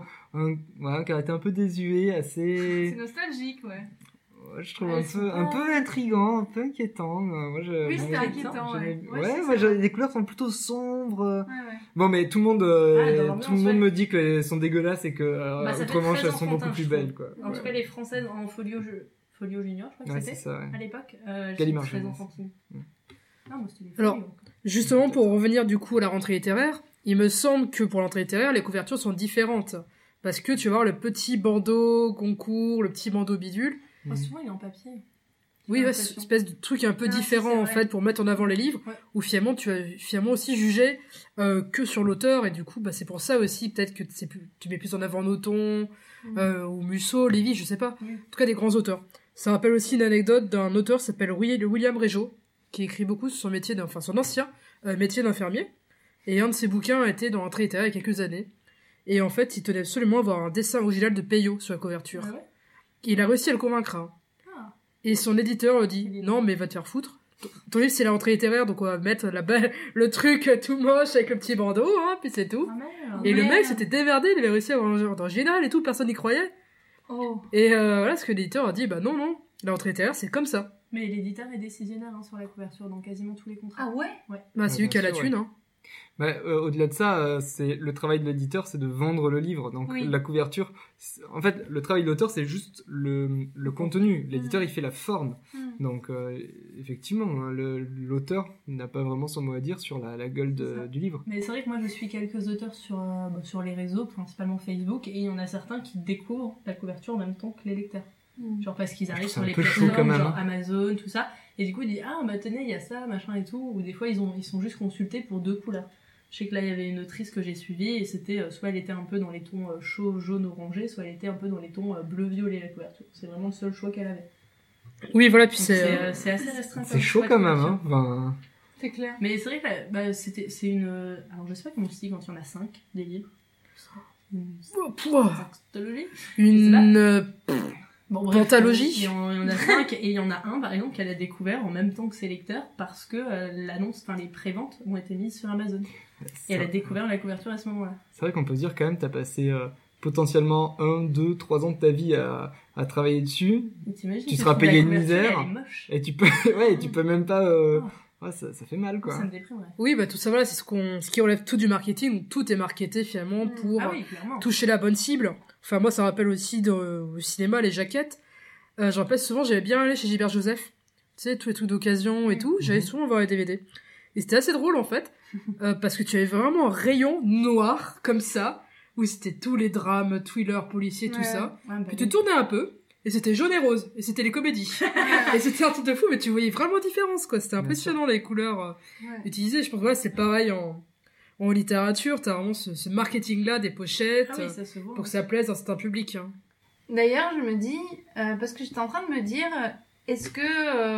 un caractère un peu désuet, assez. C'est nostalgique, ouais. Ouais, je trouve Elles un sont peu, pas- un peu intriguant, un peu inquiétant. Oui, c'était moi, inquiétant, ouais. Ouais, les couleurs sont plutôt sombres. Ouais, ouais. Bon, mais tout le monde, dans l'ambiance, tout le monde ouais. me dit qu'elles sont dégueulasses et que Bah, ça fait autrement très elles sont enfantin, beaucoup plus je belles, trouve. quoi. En tout cas, les françaises en folio junior, je crois que Ouais, c'est c'était, ça. Ouais. à l'époque, elles Gallimard sont très jeunesse. enfantines. Mm. Non, moi, c'était les Alors, folios. Justement, pour revenir du coup à la rentrée littéraire, il me semble que pour la rentrée littéraire, les couvertures sont différentes. Parce que tu vas voir le petit bandeau concours, le petit bandeau bidule. Ah, souvent, il est en papier. Oui, J'ai ouais, c'est une l'impression. espèce de truc un peu Ah, si, différent c'est en vrai. fait pour mettre en avant les livres, Ouais. où finalement tu vas finalement aussi juger que sur l'auteur, et du coup bah, c'est pour ça aussi peut-être que tu mets plus en avant Nothomb, ou Musso, Lévy, je sais pas. Oui. En tout cas des grands auteurs. Ça rappelle aussi une anecdote d'un auteur qui s'appelle William Régeau, qui écrit beaucoup sur son métier, son ancien métier d'infirmier, et un de ses bouquins a été dans un trait littéraire il y a quelques années. Et en fait, il tenait absolument à avoir un dessin original de Peyo sur la couverture. Ah ouais. Il a réussi à le convaincre. Hein. Ah. Et son éditeur lui dit Il est non mais va te faire foutre. Ton livre c'est la rentrée littéraire donc on va mettre le truc tout moche avec le petit bandeau hein puis c'est tout. Ah, merde. Et le merde. mec s'était démerdé, il avait réussi à avoir un genre original et tout, personne n'y croyait. Oh. Et voilà parce que l'éditeur a dit bah non la rentrée littéraire c'est comme ça. Mais l'éditeur est décisionnaire sur la couverture dans quasiment tous les contrats. Ah ouais? Bah c'est Ouais, lui qui a la bien sûr, thune hein. Bah, au-delà de ça, c'est le travail de l'éditeur, c'est de vendre le livre. Donc Oui. la couverture, en fait, le travail de l'auteur, c'est juste le contenu. L'éditeur, il fait la forme. Donc effectivement, hein, l'auteur n'a pas vraiment son mot à dire sur la gueule C'est ça. du livre. Mais c'est vrai que moi je suis quelques auteurs sur les réseaux, principalement Facebook, et il y en a certains qui découvrent la couverture en même temps que les lecteurs. Genre parce qu'ils arrivent trouve sur ça les un peu chaud plateformes, quand même, genre hein. Amazon, tout ça, et du coup ils disent ah bah tenez il y a ça, machin et tout, ou des fois ils sont juste consultés pour 2 couleurs. Je sais que là il y avait une autrice que j'ai suivie et c'était soit elle était un peu dans les tons chaud, jaune, orangé, soit elle était un peu dans les tons bleu-violet la couverture. C'est vraiment le seul choix qu'elle avait. Oui voilà puis Donc, c'est c'est assez restreint. C'est comme chaud choix de quand même, couverture. hein. Enfin, C'est clair. Mais c'est vrai que bah, c'est une. Alors je sais pas comment on se dit quand il y en a 5 des livres. Une sextologie. une Bon, bref, Pentalogie. Il y en a 5 et il y en a un par exemple qu'elle a découvert en même temps que ses lecteurs parce que l'annonce, enfin les préventes ont été mises sur Amazon. Et elle a découvert la couverture à ce moment-là. c'est vrai qu'on peut se dire quand même, t'as passé potentiellement 1, 2, 3 ans de ta vie à travailler dessus, Et t'imagines, Tu tu seras trouves la payé une couverture, misère. Elle est moche. et tu peux, ouais, tu peux même pas, ouais, ça fait mal, quoi. Ça me déprimerait. oui bah tout ça voilà c'est ce qui relève tout du marketing où tout est marketé finalement pour Ah oui, clairement. toucher la bonne cible. Enfin, moi, ça rappelle aussi au cinéma les jaquettes. J'en rappelle souvent, j'avais bien allé chez Gilbert Joseph. Tu sais, tous les trucs d'occasion et tout. J'allais souvent voir les DVD. Et c'était assez drôle, en fait. Parce que tu avais vraiment un rayon noir, comme ça, où c'était tous les drames, thrillers, policiers, tout Ouais. ça. Ouais, bah Puis tu oui. tournais un peu, et c'était jaune et rose. Et c'était les comédies. Et c'était un truc de fou, mais tu voyais vraiment la différence, quoi. C'était Bien impressionnant, les couleurs Ouais. utilisées. Je pense que ouais, c'est pareil en littérature. T'as vraiment ce marketing-là des pochettes. Ah oui, ça se voit. Pour que ça plaise à un certain public. Hein. D'ailleurs, je me dis, parce que j'étais en train de me dire, est-ce que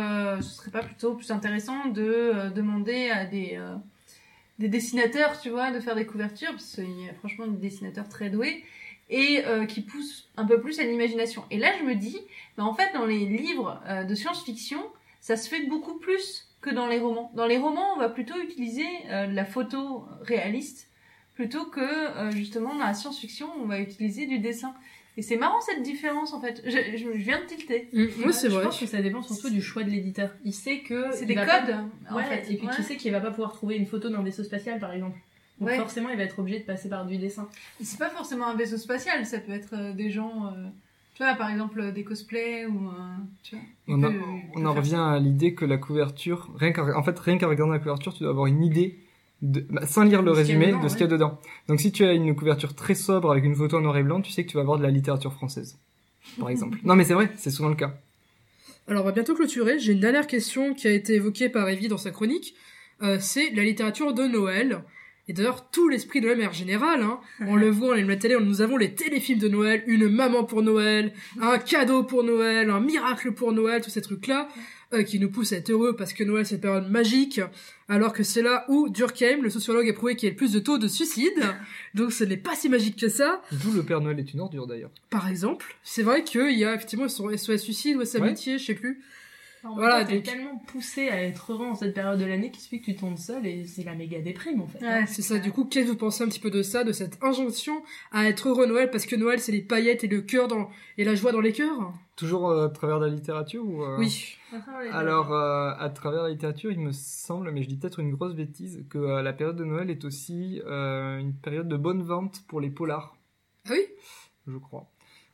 ce serait pas plutôt plus intéressant de demander à des dessinateurs, tu vois, de faire des couvertures, parce qu'il y a franchement des dessinateurs très doués, et qui poussent un peu plus à l'imagination. Et là, je me dis, bah, en fait, dans les livres de science-fiction, ça se fait beaucoup plus que dans les romans. Dans les romans, on va plutôt utiliser la photo réaliste, plutôt que, justement, dans la science-fiction, on va utiliser du dessin. Et c'est marrant cette différence en fait. Je viens de tilter. Oui, c'est Je vrai. pense que ça dépend surtout du choix de l'éditeur. Il sait que C'est il des va codes pas- en Ouais, fait. et puis Ouais. tu sais qu'il va pas pouvoir trouver une photo d'un vaisseau spatial par exemple. Donc Ouais. forcément il va être obligé de passer par du dessin. Et c'est pas forcément un vaisseau spatial, ça peut être des gens, tu vois, par exemple des cosplays ou tu vois. On en revient à l'idée que la couverture, rien qu'à regarder la couverture, tu dois avoir une idée sans lire le De ce qu'il y a résumé dedans, de ce qu'il y a dedans. Donc si tu as une couverture très sobre avec une photo en noir et blanc, tu sais que tu vas avoir de la littérature française, par exemple. Non mais c'est vrai, c'est souvent le cas. Alors, on va bientôt clôturer. J'ai une dernière question qui a été évoquée par Evie dans sa chronique. c'est la littérature de Noël. Et d'ailleurs, tout l'esprit de Noël, en général, hein, on le voit, on allume la télé, nous avons les téléfilms de Noël, une maman pour Noël, un cadeau pour Noël, un miracle pour Noël, tous ces trucs-là, qui nous poussent à être heureux parce que Noël, c'est une période magique, alors que c'est là où Durkheim, le sociologue, a prouvé qu'il y a le plus de taux de suicide, donc ce n'est pas si magique que ça. D'où le Père Noël est une ordure, d'ailleurs. Par exemple, c'est vrai qu'il y a effectivement SOS suicide ou SOS amitié, je sais plus. Voilà, t'es tellement poussé à être heureux en cette période de l'année qu'il suffit que tu tombes seul et c'est la méga déprime en fait. Ouais, c'est ça. Du coup, qu'est-ce que vous pensez un petit peu de ça, de cette injonction à être heureux Noël, parce que Noël c'est les paillettes et le cœur et la joie dans les cœurs? Toujours à travers la littérature ou Oui. Alors, à travers la littérature, il me semble, mais je dis peut-être une grosse bêtise, que la période de Noël est aussi une période de bonne vente pour les polars. Ah oui? Je crois.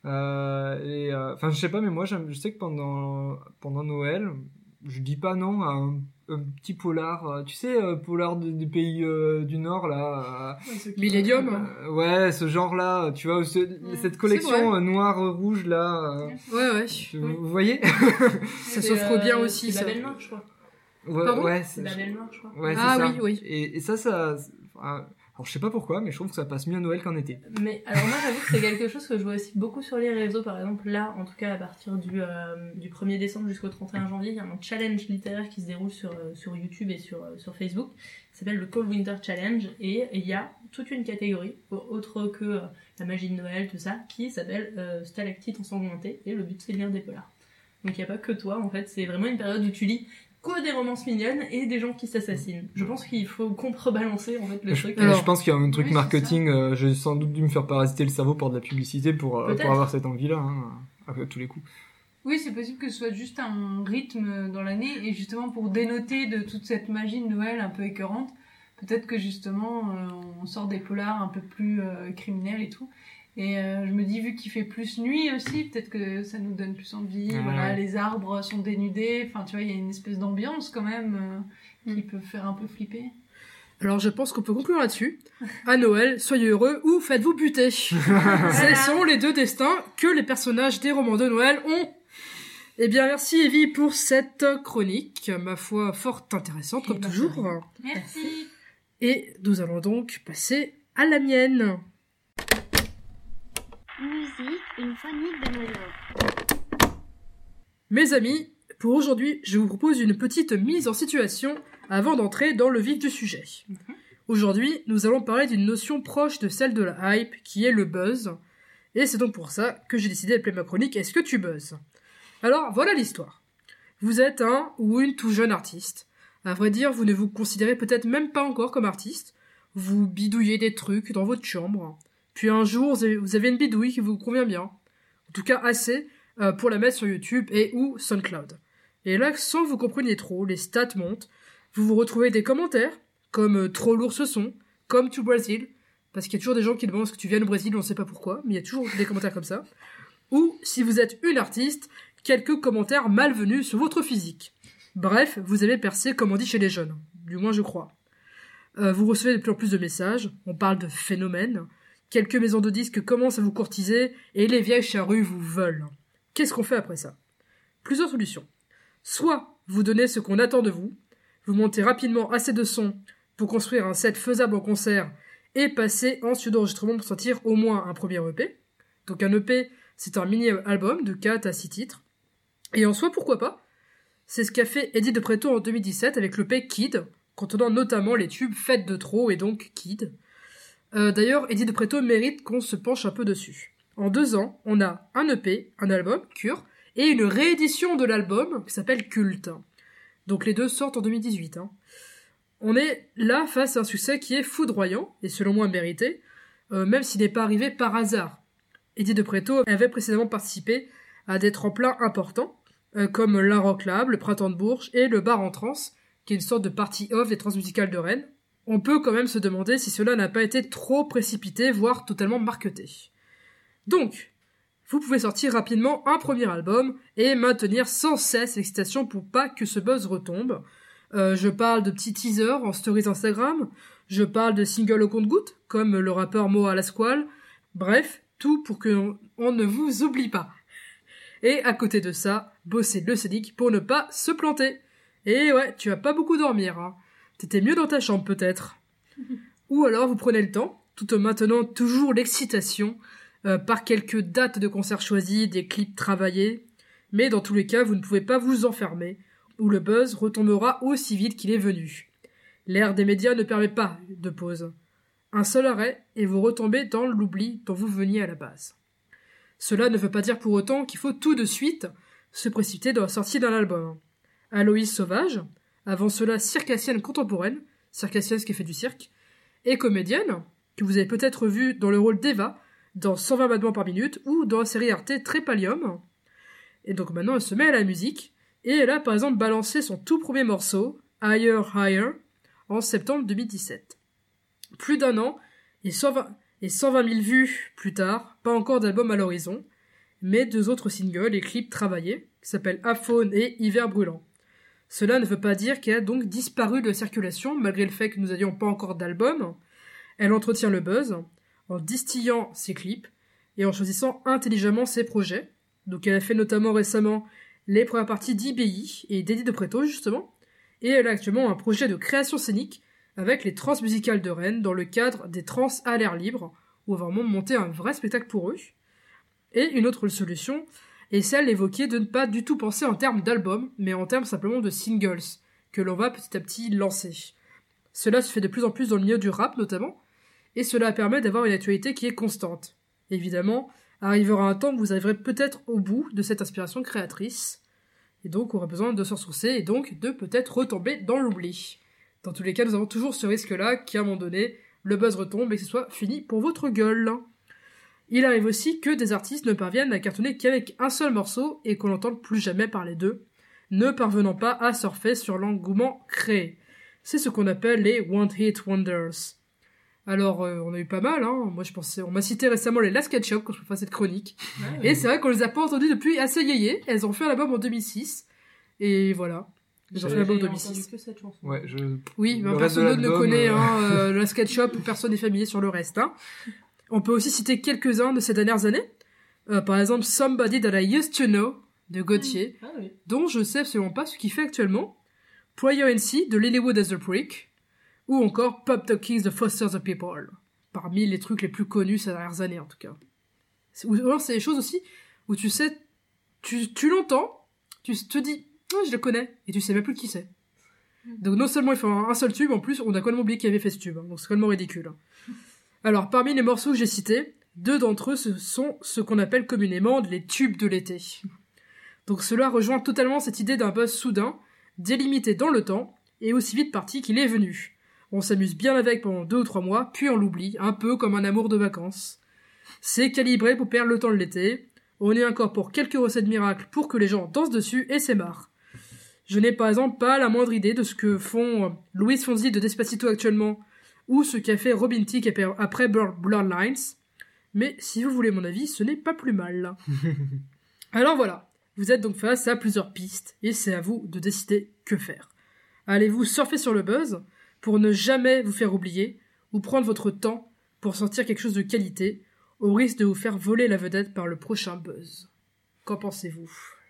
Enfin, je sais pas, mais moi, je sais que pendant Noël, je dis pas non à un petit polar, tu sais, polar des pays du Nord, là. Millennium. Ouais, ce genre-là, tu vois, cette collection noir-rouge, là. Ouais. Vous voyez? Ça s'offre bien aussi, ça. ça. C'est la belle marque, je crois. Ouais, c'est la belle marque, je crois. Ouais, c'est ça. Oui. Et ça, alors, je sais pas pourquoi, mais je trouve que ça passe mieux à Noël qu'en été. Mais alors moi, j'avoue que c'est quelque chose que je vois aussi beaucoup sur les réseaux. Par exemple, là, en tout cas, à partir du 1er décembre jusqu'au 31 janvier, il y a un challenge littéraire qui se déroule sur YouTube et sur Facebook. Ça s'appelle le Cold Winter Challenge. Et il y a toute une catégorie, autre que la magie de Noël, tout ça, qui s'appelle Stalactite ensanglantée. Et le but, c'est de lire des polars. Donc il n'y a pas que toi, en fait. C'est vraiment une période où tu lis que des romances mignonnes et des gens qui s'assassinent. Je pense qu'il faut contrebalancer en fait le truc. Alors, je pense qu'il y a un truc marketing, j'ai sans doute dû me faire parasiter le cerveau par de la publicité pour avoir cette envie-là, hein, à tous les coups. Oui, c'est possible que ce soit juste un rythme dans l'année et justement pour dénoter de toute cette magie de Noël un peu écœurante, peut-être que justement on sort des polars un peu plus criminels et tout. Et je me dis, vu qu'il fait plus nuit aussi, peut-être que ça nous donne plus envie. Voilà, les arbres sont dénudés. Enfin, tu vois, il y a une espèce d'ambiance quand même qui peut faire un peu flipper. Alors, je pense qu'on peut conclure là-dessus. À Noël, soyez heureux ou faites-vous buter. Ce sont les deux destins que les personnages des romans de Noël ont. Eh bien, merci Evie pour cette chronique, ma foi, fort intéressante, comme toujours. Merci. Et nous allons donc passer à la mienne. Musique, une phonique de Molo. Mes amis, pour aujourd'hui, je vous propose une petite mise en situation avant d'entrer dans le vif du sujet. Aujourd'hui, nous allons parler d'une notion proche de celle de la hype, qui est le buzz. Et c'est donc pour ça que j'ai décidé d'appeler ma chronique « Est-ce que tu buzzes ?» Alors, voilà l'histoire. Vous êtes un ou une tout jeune artiste. À vrai dire, vous ne vous considérez peut-être même pas encore comme artiste. Vous bidouillez des trucs dans votre chambre. Puis un jour, vous avez une bidouille qui vous convient bien. En tout cas, assez pour la mettre sur YouTube et ou SoundCloud. Et là, sans que vous compreniez trop, les stats montent. Vous vous retrouvez des commentaires, comme « trop lourd ce son », comme « to Brazil », parce qu'il y a toujours des gens qui demandent ce que tu viens du Brésil, on ne sait pas pourquoi, mais il y a toujours des commentaires comme ça. Ou, si vous êtes une artiste, quelques commentaires malvenus sur votre physique. Bref, vous avez percé comme on dit chez les jeunes. Du moins, je crois. Vous recevez de plus en plus de messages, on parle de phénomènes. Quelques maisons de disques commencent à vous courtiser et les vieilles charrues vous veulent. Qu'est-ce qu'on fait après ça? Plusieurs solutions. Soit vous donnez ce qu'on attend de vous, vous montez rapidement assez de sons pour construire un set faisable en concert et passer en studio d'enregistrement pour sortir au moins un premier EP. Donc un EP, c'est un mini-album de 4 à 6 titres. Et en soi, pourquoi pas? C'est ce qu'a fait Eddie de Pretto en 2017 avec l'EP Kid, contenant notamment les tubes Fête de trop et donc Kid. D'ailleurs, Eddie de Pretto mérite qu'on se penche un peu dessus. En 2 ans, on a un EP, un album, Cure, et une réédition de l'album qui s'appelle Culte. Donc les deux sortent en 2018. On est là face à un succès qui est foudroyant, et selon moi mérité, même s'il n'est pas arrivé par hasard. Eddie de Pretto avait précédemment participé à des tremplins importants, comme l'Inrock Lab, le Printemps de Bourges et le Bar en Trance, qui est une sorte de party-off des transmusicales de Rennes. On peut quand même se demander si cela n'a pas été trop précipité, voire totalement marketé. Donc, vous pouvez sortir rapidement un premier album et maintenir sans cesse l'excitation pour pas que ce buzz retombe. Je parle de petits teasers en stories Instagram, je parle de singles au compte-gouttes, comme le rappeur Mo à la Squale. Bref, tout pour qu'on ne vous oublie pas. Et à côté de ça, bosser le scénic pour ne pas se planter. Et ouais, tu vas pas beaucoup dormir, T'étais mieux dans ta chambre peut-être. Ou alors vous prenez le temps, tout en maintenant toujours l'excitation, par quelques dates de concerts choisies, des clips travaillés, mais dans tous les cas vous ne pouvez pas vous enfermer, ou le buzz retombera aussi vite qu'il est venu. L'ère des médias ne permet pas de pause. Un seul arrêt et vous retombez dans l'oubli dont vous veniez à la base. Cela ne veut pas dire pour autant qu'il faut tout de suite se précipiter dans la sortie d'un album. Aloïs Sauvage, avant cela circassienne contemporaine, circassienne ce qui fait du cirque, et comédienne, que vous avez peut-être vue dans le rôle d'Eva dans 120 battements par minute ou dans la série Arte Trépalium. Et donc maintenant elle se met à la musique, et elle a par exemple balancé son tout premier morceau, Higher Higher, en septembre 2017. Plus d'un an et 120 000 vues plus tard, pas encore d'album à l'horizon, mais 2 autres singles et clips travaillés, qui s'appellent Aphone et Hiver brûlant. Cela ne veut pas dire qu'elle a donc disparu de la circulation, malgré le fait que nous n'avions pas encore d'album. Elle entretient le buzz, en distillant ses clips, et en choisissant intelligemment ses projets. Donc elle a fait notamment récemment les premières parties d'IBI et d'Eddie de Pretto, justement, et elle a actuellement un projet de création scénique avec les Transmusicales de Rennes dans le cadre des Trans à l'air libre, où on va vraiment monter un vrai spectacle pour eux. Et une autre solution est celle évoquée de ne pas du tout penser en termes d'album, mais en termes simplement de singles, que l'on va petit à petit lancer. Cela se fait de plus en plus dans le milieu du rap notamment, et cela permet d'avoir une actualité qui est constante. Évidemment, arrivera un temps où vous arriverez peut-être au bout de cette inspiration créatrice, et donc on aura besoin de se ressourcer, et donc de peut-être retomber dans l'oubli. Dans tous les cas, nous avons toujours ce risque-là, qu'à un moment donné, le buzz retombe et que ce soit fini pour votre gueule. Il arrive aussi que des artistes ne parviennent à cartonner qu'avec un seul morceau et qu'on n'entende plus jamais parler d'eux, ne parvenant pas à surfer sur l'engouement créé. C'est ce qu'on appelle les One Hit Wonders. Alors, on a eu pas mal, hein. Moi, on m'a cité récemment les Last Ketchup quand je faisais cette chronique. Ouais. Et c'est vrai qu'on les a pas entendus depuis assez yéyé. Elles ont fait un album en 2006. Et voilà. Elles ont fait un album en 2006. Que cette chanson. Ouais, oui, mais personne d'autre ne connaît, Last Ketchup ou personne n'est familier sur le reste, hein. On peut aussi citer quelques-uns de ces dernières années. Par exemple, Somebody That I Used to Know de Gauthier, dont je sais absolument pas ce qu'il fait actuellement. Prior NC de Lilywood as the Prick, ou encore Pop Talkies de Foster the People, parmi les trucs les plus connus ces dernières années en tout cas. Ou alors c'est des choses aussi où tu sais, tu l'entends, tu te dis je le connais, et tu sais même plus qui c'est. Donc non seulement il faut un seul tube, en plus on a complètement oublié qu'il avait fait ce tube, donc c'est complètement ridicule. Alors parmi les morceaux que j'ai cités, 2 d'entre eux sont ce qu'on appelle communément les tubes de l'été. Donc cela rejoint totalement cette idée d'un buzz soudain, délimité dans le temps, et aussi vite parti qu'il est venu. On s'amuse bien avec pendant 2 ou 3 mois, puis on l'oublie, un peu comme un amour de vacances. C'est calibré pour perdre le temps de l'été, on est encore pour quelques recettes miracles pour que les gens dansent dessus, et c'est marre. Je n'ai par exemple pas la moindre idée de ce que font Luis Fonsi de Despacito actuellement, ou ce qu'a fait Robin Thicke après Bloodlines, mais si vous voulez mon avis, ce n'est pas plus mal. Alors voilà, vous êtes donc face à plusieurs pistes, et c'est à vous de décider que faire. Allez-vous surfer sur le buzz, pour ne jamais vous faire oublier, ou prendre votre temps pour sortir quelque chose de qualité, au risque de vous faire voler la vedette par le prochain buzz. Qu'en pensez-vous ?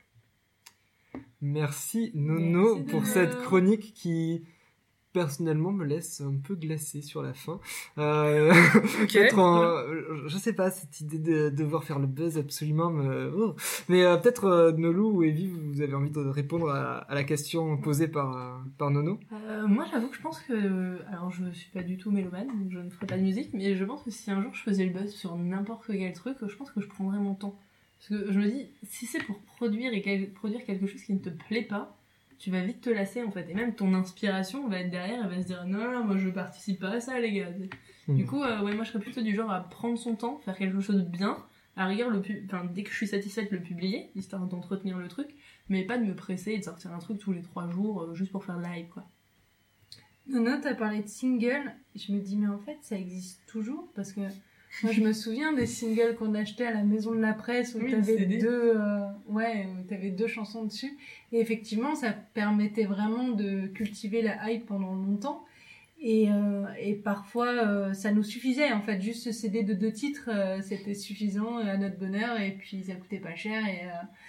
Merci Nono pour cette chronique qui personnellement me laisse un peu glacé sur la fin. Okay. Je sais pas, cette idée de devoir faire le buzz absolument mais peut-être Nolou ou Evie, vous avez envie de répondre à la question posée par Nono. Moi j'avoue que je pense que, alors je suis pas du tout mélomane, donc je ne ferai pas de musique, mais je pense que si un jour je faisais le buzz sur n'importe quel truc, je pense que je prendrais mon temps. Parce que je me dis, si c'est pour produire quelque chose qui ne te plaît pas, tu vas vite te lasser en fait, et même ton inspiration va être derrière, elle va se dire non, moi je participe pas à ça les gars. Du coup, moi je serais plutôt du genre à prendre son temps, faire quelque chose de bien, à rigueur dès que je suis satisfaite le publier, histoire d'entretenir le truc, mais pas de me presser et de sortir un truc tous les 3 jours juste pour faire le live quoi. Non, t'as parlé de single, je me dis mais en fait ça existe toujours, parce que moi je me souviens des singles qu'on achetait à la maison de la presse où t'avais t'avais 2 chansons dessus, et effectivement ça permettait vraiment de cultiver la hype pendant longtemps, et parfois ça nous suffisait en fait, juste ce CD de 2 titres c'était suffisant à notre bonheur, et puis ça coûtait pas cher,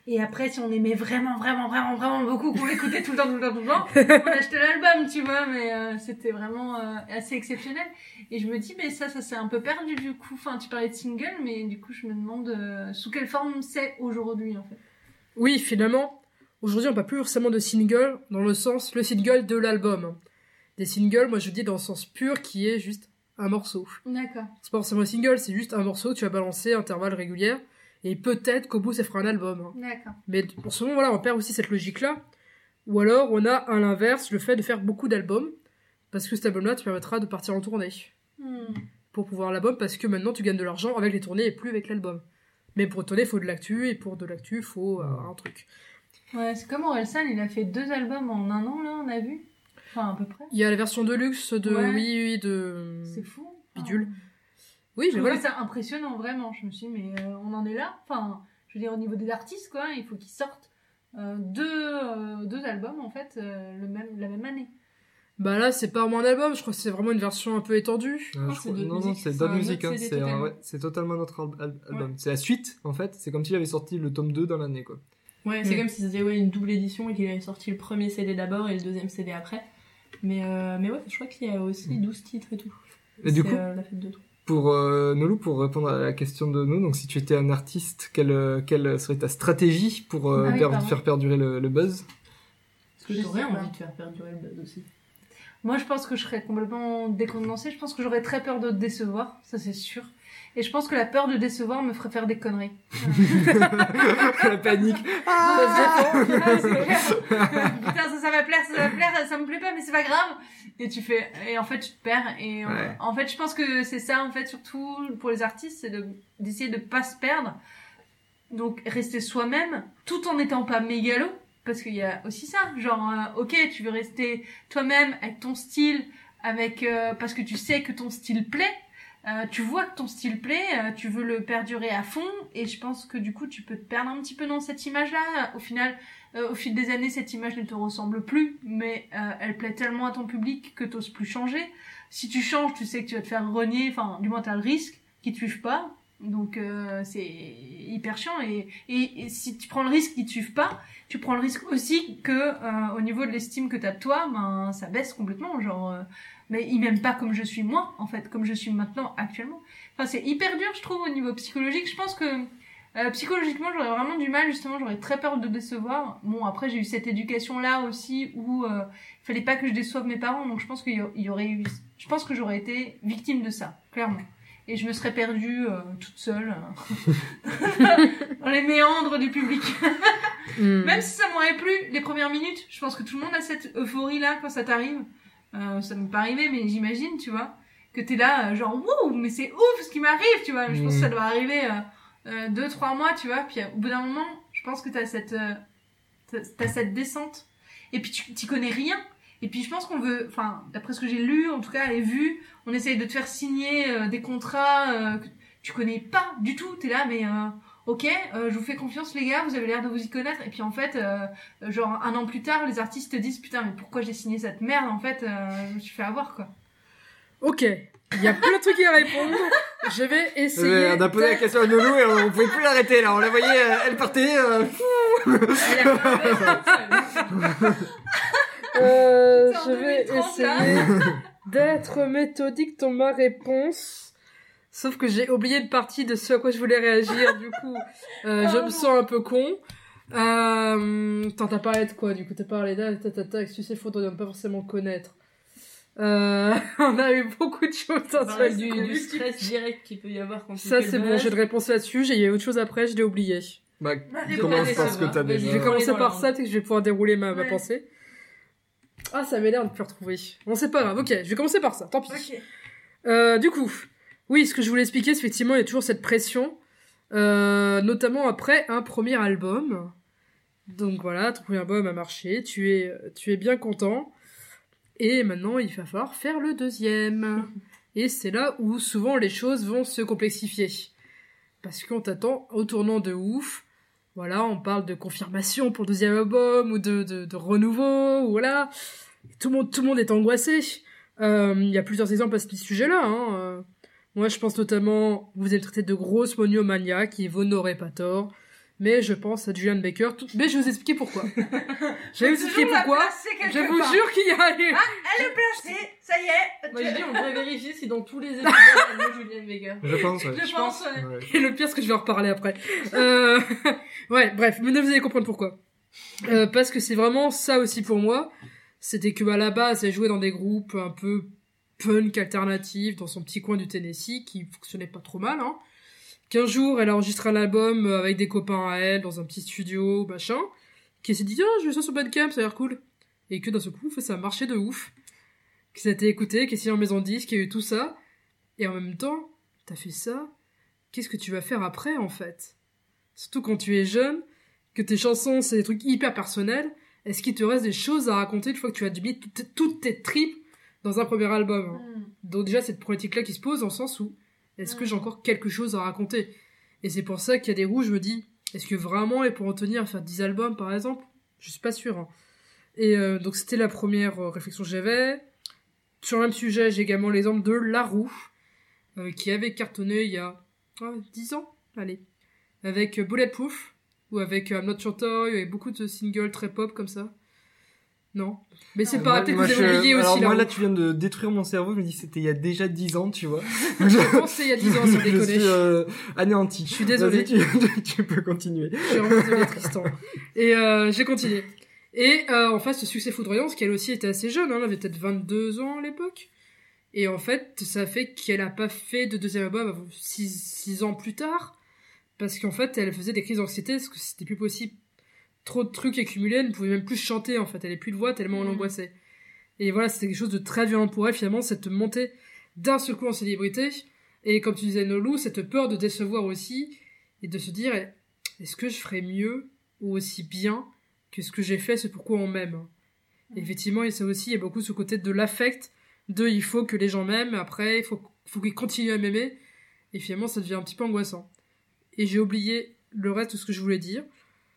Et après, si on aimait vraiment beaucoup, qu'on l'écoutait tout le temps, on achetait l'album, tu vois, mais c'était vraiment assez exceptionnel. Et je me dis, mais ça s'est un peu perdu du coup. Enfin, tu parlais de single, mais du coup, je me demande sous quelle forme c'est aujourd'hui, en fait. Oui, finalement, aujourd'hui, on parle plus forcément de single dans le sens, le single de l'album. Des singles, moi je dis dans le sens pur qui est juste un morceau. D'accord. C'est pas forcément un single, c'est juste un morceau que tu vas balancer à intervalles réguliers. Et peut-être qu'au bout, ça fera un album. D'accord. Mais en ce moment, voilà, on perd aussi cette logique-là. Ou alors, on a à l'inverse le fait de faire beaucoup d'albums. Parce que cet album-là te permettra de partir en tournée. Pour pouvoir l'album, parce que maintenant, tu gagnes de l'argent avec les tournées et plus avec l'album. Mais pour tourner, il faut de l'actu. Et pour de l'actu, il faut un truc. Ouais, c'est comme Orelsan, il a fait 2 albums en un an, là, on a vu. Enfin, à peu près. Il y a la version de luxe de... Ouais. Oui, de... C'est fou. Bidule. Ah. Oui, Je mais trouvais voilà. ça impressionnant, vraiment. Je me suis dit, mais on en est là. Enfin, je veux dire, au niveau des artistes, quoi, il faut qu'ils sortent 2 albums, en fait, la même année. Bah là, c'est pas vraiment un album, je crois que c'est vraiment une version un peu étendue. c'est d'autres Non, musiques, c'est c'est d'autres un musiques. autre Hein, CD c'est totalement. c'est totalement notre album. C'est la suite, en fait. C'est comme s'il avait sorti le tome 2 dans l'année, quoi. Ouais, c'est comme si c'était une double édition et qu'il avait sorti le premier CD d'abord et le deuxième CD après. Mais ouais, je crois qu'il y a aussi 12 titres et tout. Et du C'est, coup, la fête de tout. pour Nolou, pour répondre à la question de nous, donc si tu étais un artiste, quelle serait ta stratégie pour faire perdurer le buzz? Parce que Je t'aurais sais pas. envie de faire perdurer le buzz aussi. Moi, je pense que je serais complètement décontenancée. Je pense que j'aurais très peur de décevoir, ça c'est sûr. Et je pense que la peur de décevoir me ferait faire des conneries. La panique. Putain, ça va plaire, ça me plaît pas, mais c'est pas grave. Et en fait, tu te perds. Et Ouais. en fait, je pense que c'est ça, en fait, surtout pour les artistes, c'est d'essayer de pas se perdre. Donc, rester soi-même, tout en n'étant pas mégalo. Parce qu'il y a aussi ça, genre, ok, tu veux rester toi-même avec ton style, parce que tu sais que ton style plaît, tu vois que ton style plaît, tu veux le perdurer à fond, et je pense que du coup, tu peux te perdre un petit peu dans cette image-là. Au final, au fil des années, cette image ne te ressemble plus, mais elle plaît tellement à ton public que t'oses plus changer. Si tu changes, tu sais que tu vas te faire renier, enfin, du moins t'as le risque qu'ils te suivent pas. Donc c'est hyper chiant et si tu prends le risque qu'ils te suivent pas, tu prends le risque aussi que au niveau de l'estime que t'as de toi, ben ça baisse complètement, genre mais ils m'aiment pas comme je suis moi en fait, comme je suis maintenant actuellement. Enfin c'est hyper dur je trouve au niveau psychologique. Je pense que psychologiquement j'aurais vraiment du mal, justement j'aurais très peur de décevoir. Bon après j'ai eu cette éducation là aussi où il fallait pas que je déçoive mes parents, donc je pense je pense que j'aurais été victime de ça, clairement. Et je me serais perdue toute seule dans les méandres du public. Même si ça m'aurait plu les premières minutes, je pense que tout le monde a cette euphorie-là quand ça t'arrive. Ça m'est pas arrivé, mais j'imagine, tu vois, que t'es là, genre, wouh, mais c'est ouf ce qui m'arrive, tu vois. Je pense que ça doit arriver 2-3 mois, tu vois. Puis au bout d'un moment, je pense que t'as cette descente. Et puis t'y connais rien. Et puis je pense qu'on veut, enfin, d'après ce que j'ai lu, en tout cas, et vu, on essaye de te faire signer des contrats que tu connais pas du tout. T'es là, mais ok, je vous fais confiance les gars, vous avez l'air de vous y connaître. Et puis en fait, genre 1 an plus tard, les artistes te disent putain, mais pourquoi j'ai signé cette merde? En fait, je me suis fait avoir quoi. Ok, il y a plein de trucs à répondre. Je vais essayer. On a posé la question à Nolou et on pouvait plus l'arrêter là. On la voyait, elle partait. Je vais essayer d'être méthodique dans ma réponse. Sauf que j'ai oublié une partie de ce à quoi je voulais réagir, du coup, je me sens un peu con. T'as parlé de quoi, du coup? T'as parlé que tu sais, faudrait ne pas forcément connaître. On a eu beaucoup de choses dans ce du stress direct qu'il peut y avoir quand tu Ça, fais c'est le bon, buzz. j'ai de réponse là-dessus, j'ai eu autre chose après, je l'ai oublié. Bah, de commence pas par ce que t'as décevoir. déjà. Je vais commencer Voilà. par ça, peut-être que je vais pouvoir dérouler ma Ouais. pensée. Ah, ça m'énerve de plus retrouver. Bon, c'est pas grave, ok, je vais commencer par ça, tant pis. Ok. Du coup, oui, ce que je voulais expliquer, c'est effectivement, il y a toujours cette pression, notamment après un premier album. Donc voilà, ton premier album a marché, tu es bien content, et maintenant il va falloir faire le deuxième. Et c'est là où souvent les choses vont se complexifier. Parce qu'on t'attend au tournant de ouf. Voilà, on parle de confirmation pour le deuxième album, ou de renouveau, ou voilà. Tout le monde est angoissé. Il y a plusieurs exemples à ce sujet-là. Moi, je pense notamment, vous êtes traité de grosse monomania, qui vous n'aurez pas tort. mais je pense à Julian Baker. Mais je vais vous expliquer pourquoi. Je vais vous expliquer Toujours la pourquoi. placer quelque Je vous part. jure qu'il y a... Elle est placée, ça y est. Moi, je dis, on devrait vérifier si dans tous les épisodes, il y a Julian Baker. Je pense, ouais. Je pense, ouais. Ouais. Et le pire, c'est que je vais en reparler après. Ouais, bref, mais vous allez comprendre pourquoi. Parce que c'est vraiment ça aussi pour moi. C'était que à la base, elle jouait dans des groupes un peu punk alternatif dans son petit coin du Tennessee qui fonctionnait pas trop mal, hein. Qu'un jour, elle a enregistré un album avec des copains à elle dans un petit studio, machin, qui s'est dit, je vais ça sur Bandcamp, ça a l'air cool. Et que d'un seul coup, ça a marché de ouf. Que ça a été écouté, qu'il y a signé en maison de disque, qu'il y a eu tout ça. Et en même temps, t'as fait ça, qu'est-ce que tu vas faire après, en fait? Surtout quand tu es jeune, que tes chansons, c'est des trucs hyper personnels, est-ce qu'il te reste des choses à raconter une fois que tu as mis toutes tes tripes dans un premier album, hein. Donc déjà, cette problématique-là qui se pose dans le sens où est-ce que j'ai encore quelque chose à raconter? Et c'est pour ça qu'il y a des roues, je me dis, est-ce que vraiment elle pourrait en tenir à faire 10 albums, par exemple? Je suis pas sûr, hein. Et donc c'était la première réflexion que j'avais. Sur le même sujet, j'ai également l'exemple de La Roux, qui avait cartonné il y a 10 ans, allez, avec Bulletproof, ou avec I'm Not Your Toy, avec beaucoup de singles très pop comme ça. Non. Mais c'est pas, peut-être que vous avez oublié aussi, moi, La là, Roux. tu viens de détruire mon cerveau. Je me dis, c'était il y a déjà 10 ans, tu vois. Je pensais il y a 10 ans, sans Je déconner. suis anéanti. Je suis désolé. Vas-y, tu peux continuer. Je suis vraiment désolée, Tristan. Et j'ai continué. Et en face, ce succès foudroyant, parce qu'elle aussi était assez jeune, hein, elle avait peut-être 22 ans à l'époque. Et en fait, ça fait qu'elle a pas fait de deuxième album avant 6 ans plus tard. Parce qu'en fait, elle faisait des crises d'anxiété, parce que c'était plus possible. Trop de trucs accumulés, elle ne pouvait même plus chanter, en fait. Elle avait plus de voix tellement elle angoissait. Et voilà, c'était quelque chose de très violent pour elle, finalement, cette montée d'un seul coup en célébrité. Et comme tu disais, Nolou, cette peur de décevoir aussi, et de se dire, est-ce que je ferais mieux, ou aussi bien, que ce que j'ai fait, c'est pourquoi on m'aime. Et effectivement, et ça aussi, il y a beaucoup ce côté de l'affect, il faut que les gens m'aiment, après, il faut qu'ils continuent à m'aimer, et finalement, ça devient un petit peu angoissant. Et j'ai oublié le reste de ce que je voulais dire.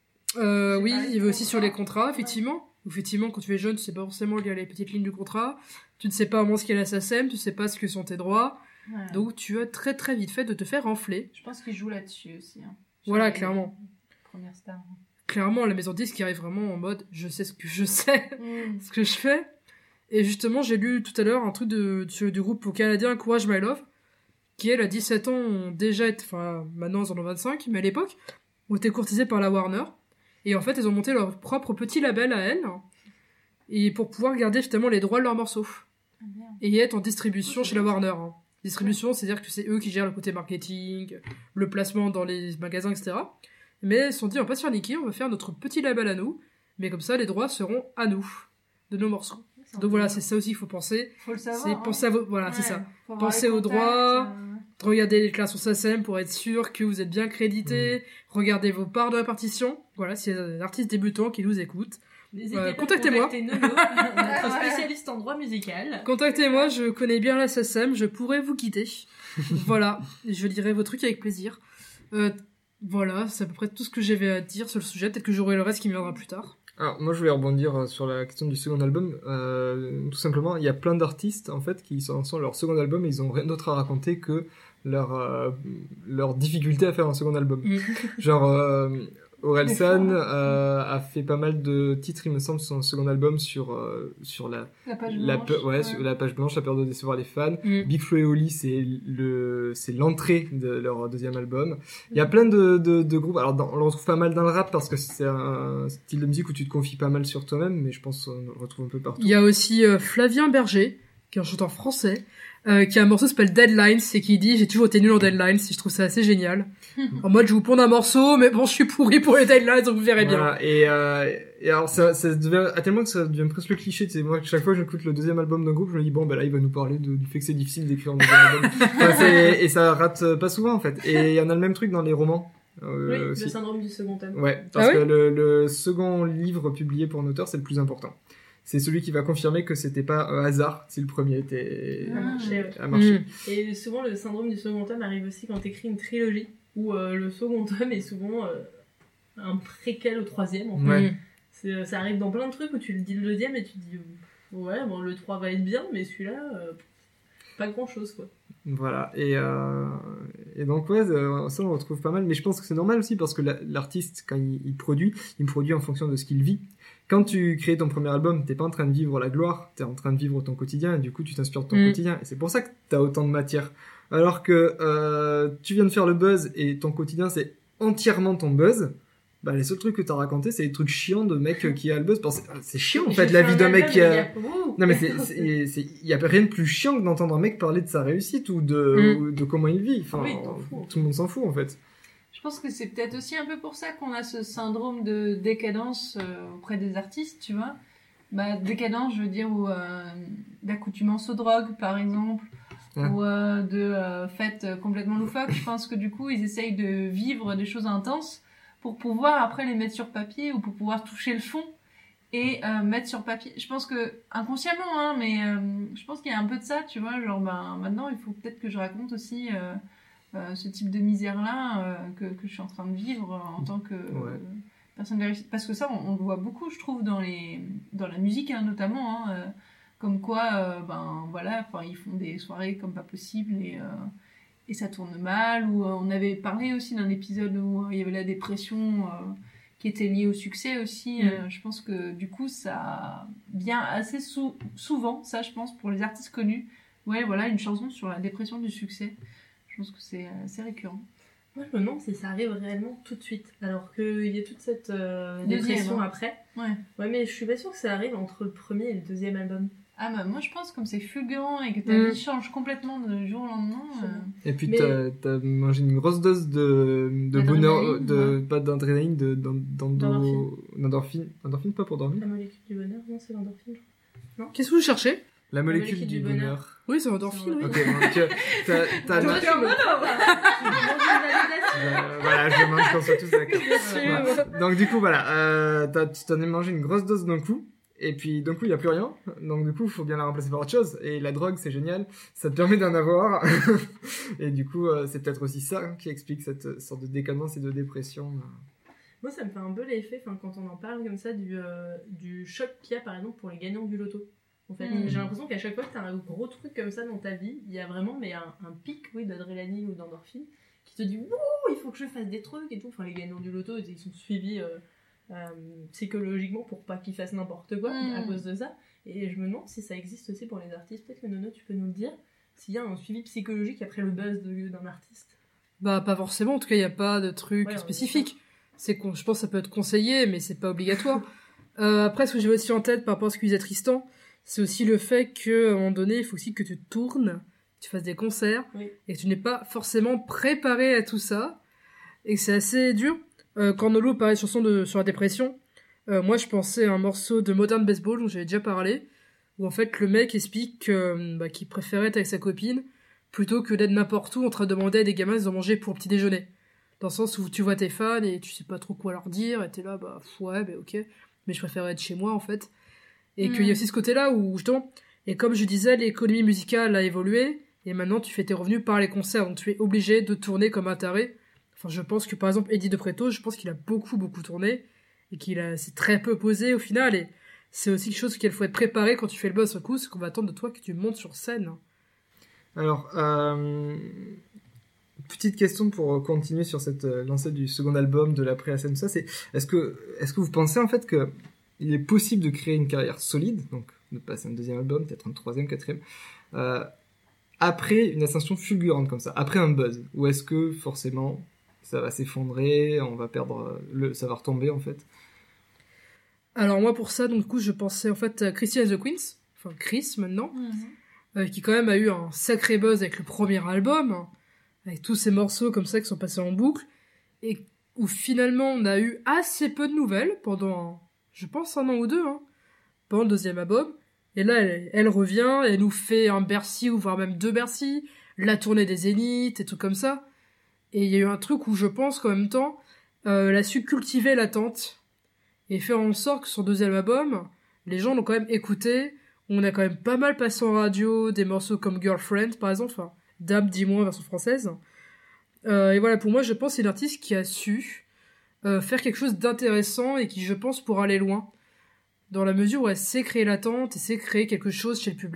Oui, il y avait aussi sur les contrats, effectivement. Effectivement, quand tu es jeune, tu sais pas forcément lire les petites lignes du contrat, tu ne sais pas vraiment ce qu'est la SACEM, tu sais pas ce que sont tes droits, donc tu as très très vite fait de te faire renfler. Je pense qu'il joue là-dessus aussi. Hein. Voilà, clairement. Première star. Clairement, la maison de disques qui arrive vraiment en mode je sais ce que je sais, ce que je fais. Et justement, j'ai lu tout à l'heure un truc du groupe canadien Courage My Love, qui elle, à 17 ans, ont déjà été, enfin maintenant ils en ont 25, mais à l'époque, ont été courtisés par la Warner. Et en fait, ils ont monté leur propre petit label à elles, et pour pouvoir garder justement les droits de leurs morceaux. Et être en distribution chez la Warner. Hein. Distribution, c'est-à-dire que c'est eux qui gèrent le côté marketing, le placement dans les magasins, etc. Mais ils se sont dit, on va pas se faire niquer, on va faire notre petit label à nous, mais comme ça, les droits seront à nous, de nos morceaux. Donc voilà, c'est ça aussi qu'il faut penser. Faut le savoir. C'est penser à vos... Voilà, Ouais, c'est ça. faut avoir Pensez les aux contacts, droits, regardez les déclarations SACEM pour être sûr que vous êtes bien crédité, regardez vos parts de répartition. Voilà, s'il y a des artistes débutants qui nous écoutent, N'hésitez pas à contactez-moi. contacter Nono, notre spécialiste en droit musical. Contactez-moi, je connais bien la SACEM, je pourrais vous guider. Voilà, je lirai vos trucs avec plaisir. Voilà, c'est à peu près tout ce que j'avais à dire sur le sujet. Peut-être que j'aurai le reste qui me viendra plus tard. Alors, moi, je voulais rebondir sur la question du second album. Tout simplement, il y a plein d'artistes, en fait, qui sont leur second album et ils ont rien d'autre à raconter que leur difficulté à faire un second album. Genre, Orelsan a fait pas mal de titres, il me semble, sur son second album sur la page blanche. sur la page blanche, la peur de décevoir les fans. Big Flo et Oli, c'est l'entrée de leur deuxième album. Il y a plein de groupes. Alors, on le retrouve pas mal dans le rap parce que c'est un style de musique où tu te confies pas mal sur toi-même, mais je pense qu'on le retrouve un peu partout. Il y a aussi Flavien Berger, qui est un chanteur français, qui a un morceau qui s'appelle Deadlines et qui dit j'ai toujours été nul en Deadlines et je trouve ça assez génial. En mode je vous pondre un morceau mais bon je suis pourri pour les Deadlines donc vous verrez bien. Voilà, et alors ça devient à tellement que ça devient presque le cliché, tu sais, moi chaque fois que j'écoute le deuxième album d'un groupe je me dis bon bah là il va nous parler du fait que c'est difficile d'écrire un deuxième album. Enfin, et ça rate pas souvent en fait, et il y en a le même truc dans les romans. Oui, aussi. le syndrome du second tome. Ouais, parce Ah que le second livre publié pour un auteur c'est le plus important. C'est celui qui va confirmer que c'était pas un hasard si le premier était a marché. Et souvent, le syndrome du second tome arrive aussi quand t'écris une trilogie, où le second tome est souvent un préquel au troisième. En fait. Ouais. Ça arrive dans plein de trucs où tu le dis le deuxième et tu te dis ouais, bon, le 3 va être bien, mais celui-là... pas grand chose quoi. Voilà, et donc ouais, ça on le retrouve pas mal, mais je pense que c'est normal aussi parce que l'artiste, quand il produit en fonction de ce qu'il vit. Quand tu crées ton premier album, t'es pas en train de vivre la gloire, t'es en train de vivre ton quotidien, et du coup tu t'inspires de ton quotidien, et c'est pour ça que t'as autant de matière. Alors que tu viens de faire le buzz, et ton quotidien c'est entièrement ton buzz, bah les seuls trucs que t'as raconté c'est des trucs chiants de mec qui a le buzz, parce que c'est chiant en fait la vie d'un mec qui a... Non mais il y a rien de plus chiant que d'entendre un mec parler de sa réussite ou de comment il vit. Enfin, oui, t'en fous. Tout le monde s'en fout en fait. Je pense que c'est peut-être aussi un peu pour ça qu'on a ce syndrome de décadence auprès des artistes, tu vois. Bah, décadence, je veux dire, ou d'accoutumance aux drogues, par exemple, ou de fêtes complètement loufoques. Je pense que du coup, ils essayent de vivre des choses intenses pour pouvoir après les mettre sur papier ou pour pouvoir toucher le fond et mettre sur papier. Je pense que inconsciemment, hein, mais je pense qu'il y a un peu de ça, tu vois. Genre, ben maintenant, il faut peut-être que je raconte aussi ce type de misère-là que je suis en train de vivre en tant que personne de réussite. Parce que ça, on le voit beaucoup, je trouve, dans la musique, hein, notamment. Hein, comme quoi, ben voilà, ils font des soirées comme pas possible et ça tourne mal. Ou on avait parlé aussi d'un épisode où il y avait la dépression qui était liée au succès aussi. Je pense que du coup, ça vient assez souvent, ça, je pense, pour les artistes connus. Ouais, voilà, une chanson sur la dépression du succès. Je pense que c'est assez récurrent. Moi, je me demande si ça arrive réellement tout de suite, alors qu'il y a toute cette dépression après. Ouais, mais je suis pas sûre que ça arrive entre le premier et le deuxième album. Ah bah moi je pense comme c'est fulgurant et que ta vie change complètement de jour au lendemain. Et puis t'as mangé une grosse dose de bonheur, pas d'adrénaline, d'endorphine. Endorphine pas pour dormir. La molécule du bonheur, non c'est l'endorphine. Non. Qu'est-ce que vous cherchez? La molécule du bonheur. Oui, c'est l'endorphine. Oui. Ok, donc t'as voilà, je demande qu'on soit tous d'accord. Voilà. Donc du coup voilà, t'en as mangé une grosse dose d'un coup. Et puis, d'un coup, il n'y a plus rien. Donc, du coup, il faut bien la remplacer par autre chose. Et la drogue, c'est génial. Ça te permet d'en avoir. Et du coup, c'est peut-être aussi ça qui explique cette sorte de décadence et de dépression. Moi, ça me fait un peu l'effet, quand on en parle comme ça, du choc qu'il y a, par exemple, pour les gagnants du loto. En fait, j'ai l'impression qu'à chaque fois que tu as un gros truc comme ça dans ta vie, il y a vraiment un pic d'adrénaline ou d'endorphine qui te dit « Wouh, il faut que je fasse des trucs » et tout. Enfin, les gagnants du loto, ils sont suivis... psychologiquement pour pas qu'ils fassent n'importe quoi à cause de ça, et je me demande si ça existe aussi pour les artistes. Peut-être que Nono tu peux nous le dire s'il y a un suivi psychologique après le buzz d'un artiste. Bah pas forcément, en tout cas il n'y a pas de truc spécifique. Je pense que ça peut être conseillé mais c'est pas obligatoire. Après ce que j'ai aussi en tête par rapport à ce que disait Tristan, c'est aussi le fait qu'à un moment donné il faut aussi que tu tournes, que tu fasses des concerts et que tu n'es pas forcément préparé à tout ça et que c'est assez dur. Quand Nolo parlait de chanson sur la dépression, moi je pensais à un morceau de Modern Baseball dont j'avais déjà parlé, où en fait le mec explique qu'il préférait être avec sa copine plutôt que d'être n'importe où en train de demander à des gamins de manger pour le petit déjeuner. Dans le sens où tu vois tes fans et tu sais pas trop quoi leur dire, et t'es là, ok, mais je préférais être chez moi en fait. Et qu'il y a aussi ce côté-là où justement, et comme je disais, l'économie musicale a évolué, et maintenant tu fais tes revenus par les concerts, donc tu es obligé de tourner comme un taré. Enfin, je pense que, par exemple, Eddie De Pretto, je pense qu'il a beaucoup tourné, et s'est très peu posé, au final, et c'est aussi quelque chose qu'il faut être préparé quand tu fais le buzz un coup, c'est qu'on va attendre de toi que tu montes sur scène. Alors, petite question pour continuer sur cette lancée du second album, de l'après-scène, ça, c'est, est-ce que vous pensez, en fait, que il est possible de créer une carrière solide, donc, de passer un deuxième album, peut-être un troisième, quatrième, après une ascension fulgurante comme ça, après un buzz, ou est-ce que, forcément, ça va s'effondrer, on va perdre ça va retomber en fait. Alors moi pour ça, donc du coup je pensais en fait à Chrissy and the Queens, enfin Chris maintenant, qui quand même a eu un sacré buzz avec le premier album, avec tous ces morceaux comme ça qui sont passés en boucle, et où finalement on a eu assez peu de nouvelles pendant, je pense, 1 an ou 2, pendant le deuxième album, et là elle revient, et elle nous fait un Bercy, ou voire même 2 Bercy, la tournée des Zéniths et tout comme ça. Et il y a eu un truc où je pense qu'en même temps, elle a su cultiver l'attente et faire en sorte que son deuxième album, les gens l'ont quand même écouté. On a quand même pas mal passé en radio des morceaux comme Girlfriend, par exemple, enfin, Dame, dis-moi, version française. Et voilà, pour moi, je pense que c'est une artiste qui a su faire quelque chose d'intéressant et qui, je pense, pourra aller loin. Dans la mesure où elle sait créer l'attente et sait créer quelque chose chez le public.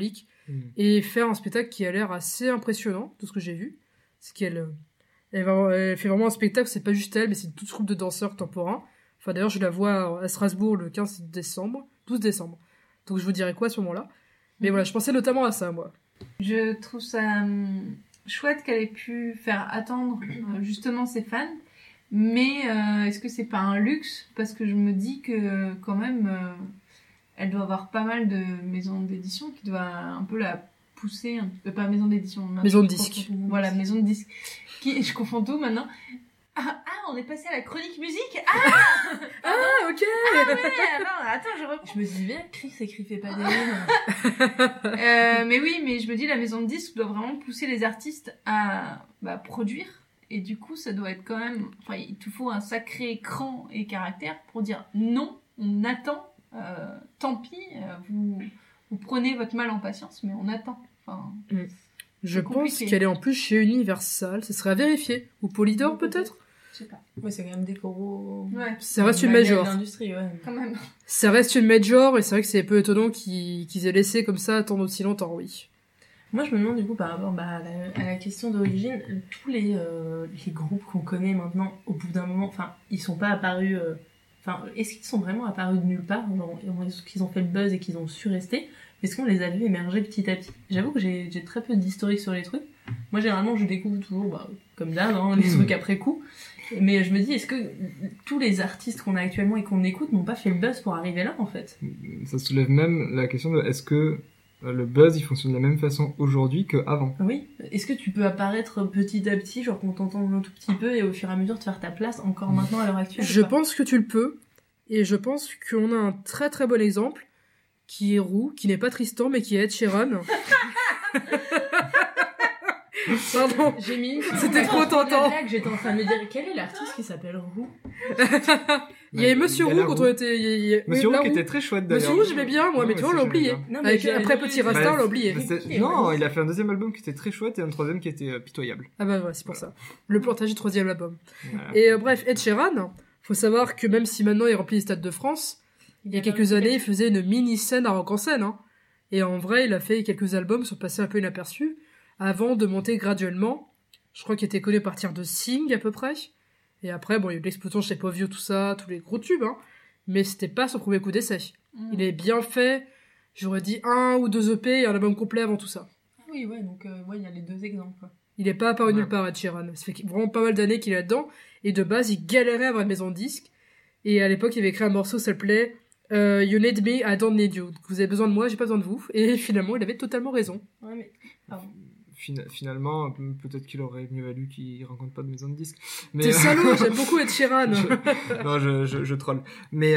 et faire un spectacle qui a l'air assez impressionnant, tout ce que j'ai vu. C'est qu'elle elle fait vraiment un spectacle, c'est pas juste elle, mais c'est une toute troupe de danseurs contemporains. Enfin, d'ailleurs, je la vois à Strasbourg le 12 décembre. Donc, je vous dirai quoi à ce moment-là. Mais voilà, je pensais notamment à ça, moi. Je trouve ça chouette qu'elle ait pu faire attendre justement ses fans. Mais est-ce que c'est pas un luxe? Parce que je me dis que quand même, elle doit avoir pas mal de maisons d'édition qui doivent un peu la pousser. Pas maison d'édition. Maison de disque. Voilà, maison de disque. Je confonds tout maintenant. Ah, on est passé à la chronique musique. Ah, ok. Ah ouais, alors, attends, je reprends. Je me dis bien, Chris fait pas des rimes. Mais oui, mais je me dis, la maison de disques doit vraiment pousser les artistes à produire. Et du coup, ça doit être quand même... Enfin, il te faut un sacré cran et caractère pour dire non, on attend. Tant pis, vous prenez votre mal en patience, mais on attend. Enfin, je pense qu'elle est en plus chez Universal. Ce serait à vérifier. Ou Polydor, peut-être. Je sais pas. Ouais, c'est quand même des coraux. Ouais. Ça reste une major. L'industrie, ouais. Quand même. Ça reste une major, et c'est vrai que c'est un peu étonnant qu'ils aient laissé comme ça attendre aussi longtemps, oui. Moi, je me demande du coup par rapport à la question d'origine, tous les groupes qu'on connaît maintenant, au bout d'un moment, enfin, ils sont pas apparus. Enfin, est-ce qu'ils sont vraiment apparus de nulle part, genre, est-ce qu'ils ont fait le buzz et qu'ils ont su rester? Est-ce qu'on les a vus émerger petit à petit? J'avoue que j'ai très peu d'historique sur les trucs. Moi, généralement, je découvre toujours, comme d'hab, hein, les trucs après coup. Mais je me dis, est-ce que tous les artistes qu'on a actuellement et qu'on écoute n'ont pas fait le buzz pour arriver là, en fait? Ça soulève même la question de est-ce que le buzz, il fonctionne de la même façon aujourd'hui qu'avant? Oui. Est-ce que tu peux apparaître petit à petit, genre qu'on t'entende un tout petit peu et au fur et à mesure te faire ta place encore maintenant à l'heure actuelle? Je pense que tu le peux. Et je pense qu'on a un très très bon exemple qui est Roux, qui n'est pas Tristan mais qui est Ed Sheeran. Pardon. J'ai mis C'était trop tentant. J'étais en train de me dire quel est l'artiste qui s'appelle Roux? Il y avait Monsieur Roux quand on était. Monsieur Roux qui était très chouette d'ailleurs. Monsieur Roux j'aimais bien moi, mais tu vois on l'a oublié. Après Petit Rasta on l'a oublié. Non, il a fait un deuxième album qui était très chouette et un troisième qui était pitoyable. Ah bah ouais, c'est pour ça. Le plantage du troisième album. Voilà. Et bref, Ed Sheeran, faut savoir que même si maintenant il remplit les stades de France, il y a quelques années il faisait une mini scène à Rock en scène. Hein. Et en vrai il a fait quelques albums sont passés un peu inaperçus avant de monter graduellement. Je crois qu'il était connu à partir de Sing à peu près. Et après, bon, il y a eu l'explosion chez Shape of You, tout ça, tous les gros tubes, hein. Mais c'était pas son premier coup d'essai. Il est bien fait, j'aurais dit 1 ou 2 EP et un album complet avant tout ça. Ah oui, ouais, donc il y a les deux exemples. Quoi. Il est pas apparu nulle part, Ed Sheeran. Ça fait vraiment pas mal d'années qu'il est là-dedans. Et de base, il galérait à avoir une maison de disques. Et à l'époque, il avait écrit un morceau qui s'appelait You Need Me, I Don't Need You. Vous avez besoin de moi, j'ai pas besoin de vous. Et finalement, il avait totalement raison. Ouais, mais... Pardon. Finalement, peut-être qu'il aurait mieux valu qu'il rencontre pas de maison de disques. Mais t'es salaud, j'aime beaucoup Ed Sheeran. Non, je troll. Mais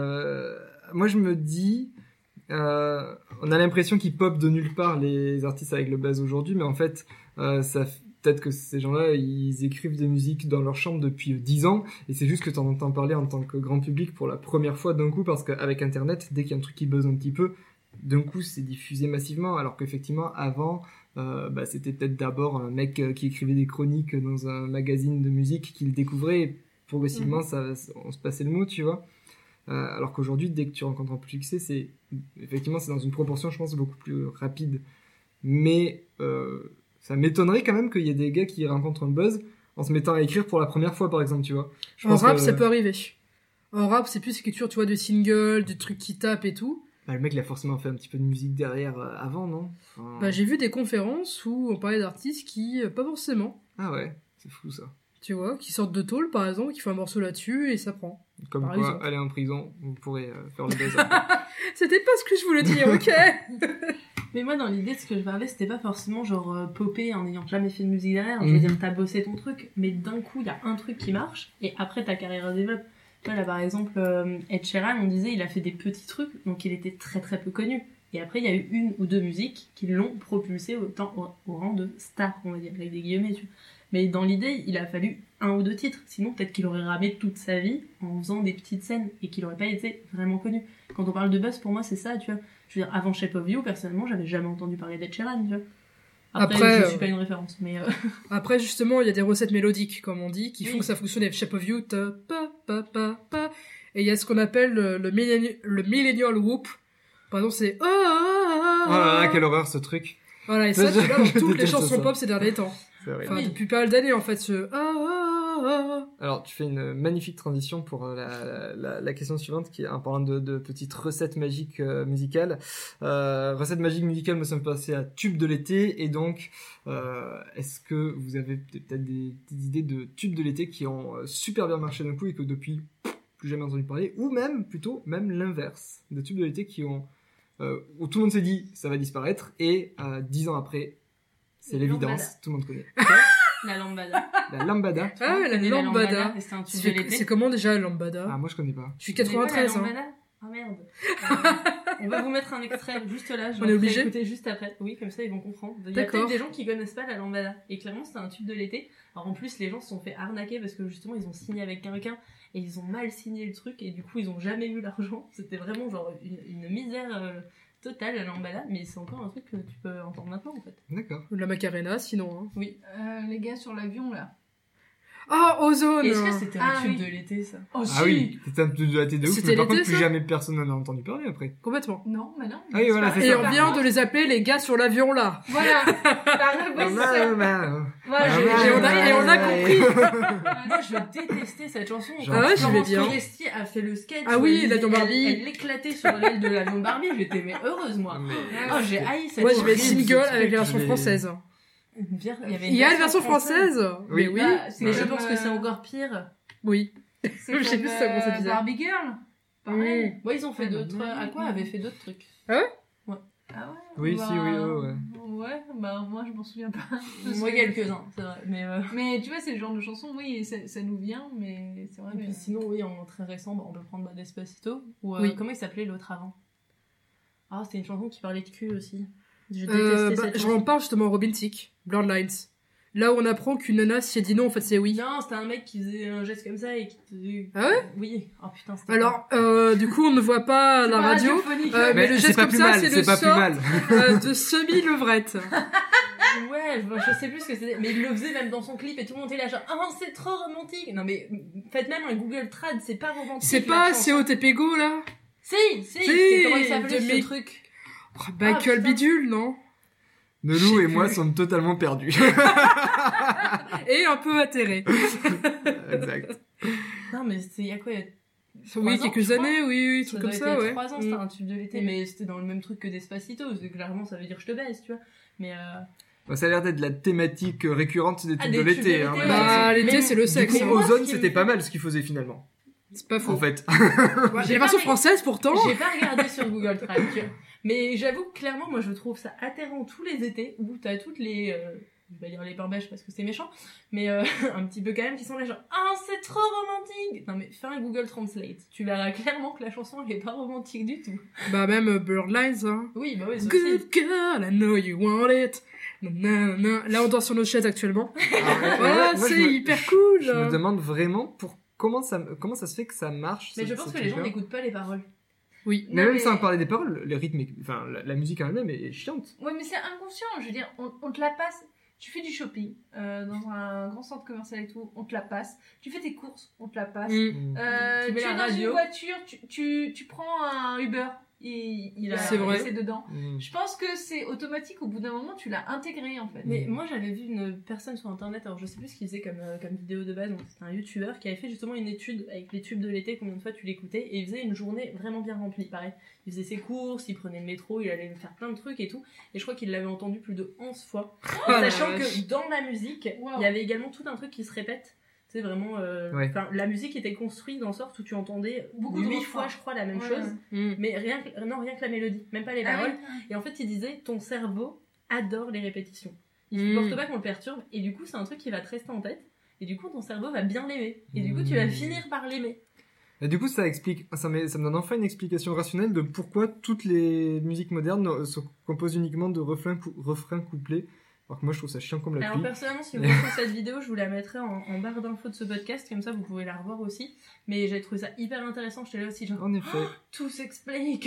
moi, je me dis, on a l'impression qu'ils pop de nulle part les artistes avec le buzz aujourd'hui, mais en fait, peut-être que ces gens-là, ils écrivent des musiques dans leur chambre depuis 10 ans, et c'est juste que t'en entends parler en tant que grand public pour la première fois d'un coup, parce qu'avec Internet, dès qu'il y a un truc qui buzz un petit peu, d'un coup, c'est diffusé massivement, alors qu'effectivement, avant, c'était peut-être d'abord un mec qui écrivait des chroniques dans un magazine de musique qui le découvrait, et progressivement, on se passait le mot, tu vois. Alors qu'aujourd'hui, dès que tu rencontres un peu de succès, c'est dans une proportion, je pense, beaucoup plus rapide. Mais ça m'étonnerait quand même qu'il y ait des gars qui rencontrent un buzz en se mettant à écrire pour la première fois, par exemple, tu vois. En rap, ça peut arriver. En rap, c'est plus l'écriture, tu vois, de singles, du truc qui tape et tout. Le mec, il a forcément fait un petit peu de musique derrière avant, non? J'ai vu des conférences où on parlait d'artistes qui, pas forcément. Ah ouais, c'est fou ça. Tu vois, qui sortent de tôle, par exemple, qui font un morceau là-dessus et ça prend. Comme par quoi, aller en prison, vous pourrez faire le buzz. C'était pas ce que je voulais dire, ok. Mais moi, dans l'idée, ce que je parlais, c'était pas forcément genre popper en n'ayant jamais fait de musique derrière. Je veux dire, t'as bossé ton truc, mais d'un coup, il y a un truc qui marche et après ta carrière se développe. Tu vois, là, par exemple, Ed Sheeran, on disait, il a fait des petits trucs, donc il était très très peu connu. Et après, il y a eu 1 ou 2 musiques qui l'ont propulsé au rang de star, on va dire, avec des guillemets, tu vois. Mais dans l'idée, il a fallu 1 ou 2 titres. Sinon, peut-être qu'il aurait ramé toute sa vie en faisant des petites scènes et qu'il aurait pas été vraiment connu. Quand on parle de buzz, pour moi, c'est ça, tu vois. Je veux dire, avant Shape of You, personnellement, j'avais jamais entendu parler d'Ed Sheeran, tu vois. Après je suis pas une référence, mais... Après, justement, il y a des recettes mélodiques, comme on dit, qui font que ça fonctionne avec Shape of You, et il y a ce qu'on appelle le millennial whoop. Par exemple, c'est Oh là là, quelle horreur ce truc. Voilà, et ça, tu l'as dans toutes les déteste chansons ça. pop ces derniers temps. C'est vrai. Enfin, depuis pas mal d'années, en fait, ce Alors, tu fais une magnifique transition pour la question suivante, qui est en parlant de petites recettes magiques musicales. Recettes magiques musicales, nous sommes passés à tubes de l'été, et donc, est-ce que vous avez peut-être des idées de tubes de l'été qui ont super bien marché d'un coup et que depuis, plus jamais entendu parler, ou même, plutôt, même l'inverse, de tubes de l'été qui ont, où tout le monde s'est dit, ça va disparaître, et 10 ans après, c'est Les l'évidence, lambada. tout le monde connaît. La lambada. La lambada. Ah ouais, la Connais lambada. et c'était un tube de C'est l'été. comment déjà la lambada? Ah, moi je connais pas. Je suis Vous avez pas 93, la hein. lambada Ah merde. On va vous mettre un extrait juste là. Je On est obligé écouter juste après. Oui, comme ça ils vont comprendre. Il y a D'accord. peut-être des gens qui connaissent pas la lambada. Et clairement, c'était un tube de l'été. Alors en plus, les gens se sont fait arnaquer parce que justement, ils ont signé avec quelqu'un et ils ont mal signé le truc et du coup, ils ont jamais eu l'argent. C'était vraiment genre une misère totale la lambada. Mais c'est encore un truc que tu peux entendre maintenant en fait. D'accord. Ou de la Macarena, sinon, hein. Les gars sur l'avion là. Ah, Ozone! Est-ce que c'était un Ah, tube oui. de l'été ça Oh, Ah oui, c'était un peu de la télé de ouf, C'était mais par l'été, contre, plus ça jamais personne n'en a entendu parler après. Complètement. Non, mais non. Ah oui, voilà, c'est Et ça. on vient de les appeler les gars sur l'avion, là. Voilà. Voilà, Et on a compris. Moi, je détestais cette chanson. Genre, Ah ouais, j'aimais Florence bien. Foresti a fait le sketch. Ah où oui, elle- l'avion Barbie. Elle éclatait sur l'aile de l'avion Barbie. J'étais mais heureuse moi. Oh, j'ai haï cette Moi, je vais horrible single truc. avec la version je vais- française. Il y avait Il y a une version française? Oui. Mais oui. Bah, c'est Mais je comme, pense que c'est encore pire. Oui. C'est Je sais comme, plus ça, comment ça disait. Barbie Girl. Pareil. Bon, ils ont fait Ah, d'autres. non, Aqua non. avait fait d'autres trucs. Ah ouais? Oui, Bah, si, oui, ouais. Ouais, bah moi je m'en souviens pas. Moi, quelques-uns, c'est vrai. Mais tu vois, c'est le genre de chanson, oui, ça nous vient, mais c'est vrai Et que... puis sinon, oui, en très récent, on peut prendre Despacito. Ou Oui. comment il s'appelait l'autre avant? Ah, c'était une chanson qui parlait de cul aussi. Je détestais cette Je chanson. en parle justement au Robin Thicke, Bloodlines. Là où on apprend qu'une nana, si elle dit non, en fait, c'est oui. Non, c'était un mec qui faisait un geste comme ça et qui te... Ah ouais? Oui. Oh putain, c'était... Alors, du coup, on ne voit pas la radio. radiophonique. Mais le geste pas comme plus ça, mal, c'est le c'est pas plus sort mal. de semi-levrette. Ouais, je sais plus ce que c'était, mais il le faisait même dans son clip et tout le monde était là genre oh c'est trop romantique. Non mais faites même un Google Trad, c'est pas romantique. C'est la pas chanson. COTP Go, là? Si, Si, c'est comment il s'appelait de ce mes- truc? Oh, Michael putain. Bidule, non? Nelou Je sais et moi plus. sommes totalement perdus. Et un peu atterré. Exact. Non mais c'était il y a quoi? Il y a Oui, 3 ans, quelques je crois. années, oui, Ça truc doit comme être ça, il y a ouais. 3 ans, c'était un tube de l'été, Mm. mais c'était dans le même truc que Despacito, parce que clairement ça veut dire je te baise, tu vois. Mais Bah, ça a l'air d'être la thématique récurrente des Ah, tubes des de tubes de l'été. Hein, l'été, mais- ouais. Bah, l'été, Mais- c'est le Du sexe. coup, hein. moi, Ozone, ce qui c'était me- pas mal ce qu'il faisait finalement. C'est pas faux. En fait. Ouais, J'ai la version pas- française, pourtant. j'ai pas regardé sur Google Trad, tu vois. Mais j'avoue que clairement, moi je trouve ça atterrant tous les étés où t'as toutes les. Je vais pas dire les pains bêches parce que c'est méchant, mais un petit peu quand même qui sont là genre ah c'est trop romantique. Non mais fais un Google Translate, tu verras clairement que la chanson elle est pas romantique du tout. Bah, même Birdlines, hein. Oui bah oui ça Good aussi. girl, I know you want it. Nanana. Là, on dort sur nos chaises actuellement. Ah, Ah, moi, c'est je me- hyper cool. Je me demande vraiment comment ça se fait que ça marche. Mais je pense que les gens truc-là. n'écoutent pas les paroles. Oui. Mais Non, même mais- sans parler des paroles, les rythmes, enfin la musique en elle-même est chiante. Ouais, mais c'est inconscient, je veux dire, on te la passe. Tu fais du shopping dans un grand centre commercial et tout, on te la passe. Tu fais tes courses, on te la passe. Mm. Tu mets Tu la es dans radio. une voiture, tu prends un Uber, il a C'est vrai. c'est dedans. Mm. Je pense que c'est automatique, au bout d'un moment, tu l'as intégré en fait. Mais moi j'avais vu une personne sur internet, alors je sais plus ce qu'il faisait comme vidéo de base, donc c'était un youtubeur qui avait fait justement une étude avec les tubes de l'été, combien de fois tu l'écoutais, et il faisait une journée vraiment bien remplie, pareil. Il faisait ses courses, il prenait le métro, il allait faire plein de trucs et tout, et je crois qu'il l'avait entendu plus de 11 fois. Oh la Sachant vache. que dans la musique, Wow. il y avait également tout un truc qui se répète. C'est vraiment. Ouais. Enfin, la musique était construite dans sorte où tu entendais Beaucoup de 8 refrains. fois, je crois, la même Ouais. chose. Mm. Mais rien que la mélodie, même pas les Ah paroles. oui. Et en fait, il disait ton cerveau adore les répétitions. Il Mm. supporte pas qu'on le perturbe. Et du coup, c'est un truc qui va te rester en tête. Et du coup, ton cerveau va bien l'aimer. Et du coup, tu vas finir par l'aimer. Et du coup, ça me donne enfin une explication rationnelle de pourquoi toutes les musiques modernes se composent uniquement de refrains couplés. Alors que moi, je trouve ça chiant comme la Alors pluie. personnellement, si vous voulez cette vidéo, je vous la mettrai en barre d'infos de ce podcast. Comme ça, vous pouvez la revoir aussi. Mais j'ai trouvé ça hyper intéressant. J'étais là aussi genre, En effet. tout s'explique.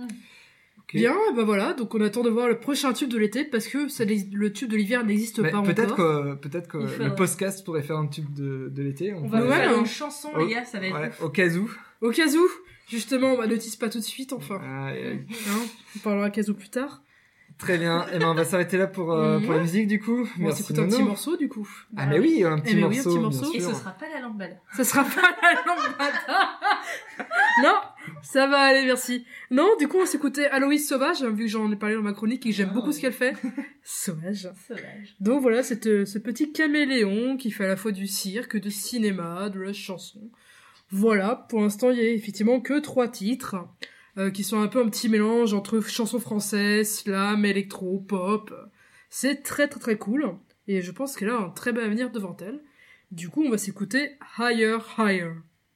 Ok. Bien, bah voilà, donc on attend de voir le prochain tube de l'été parce que le tube de l'hiver n'existe Mais pas peut-être encore. que Il faudrait. le podcast pourrait faire un tube de l'été. On va vous Ouais, faire hein. une chanson, les gars. Ça va être Ouais, ouf. au cas où. Au cas où, justement, bah ne tease pas tout de suite, enfin. Ah, Hein, on parlera cas où plus tard. Très bien. Et ben on va s'arrêter là pour la musique du coup. On va Merci s'écouter un Nono. petit morceau du coup. Ah mais oui, un petit Eh ben oui, morceau. un petit morceau. bien Et sûr. ce sera pas la lambada. Ça sera pas la lambada. Non, ça va aller, merci. Non, du coup, on s'écoutait Aloïs Sauvage, vu que j'en ai parlé dans ma chronique et que j'aime beaucoup ce qu'elle fait. Sauvage. Sauvage. Donc voilà, ce petit caméléon qui fait à la fois du cirque, du cinéma, de la chanson. Voilà, pour l'instant, il y a effectivement que 3 titres, qui sont un peu un petit mélange entre chansons françaises, slam, électro, pop. C'est très très très cool, et je pense qu'elle a un très bel avenir devant elle. Du coup, on va s'écouter Higher, Higher.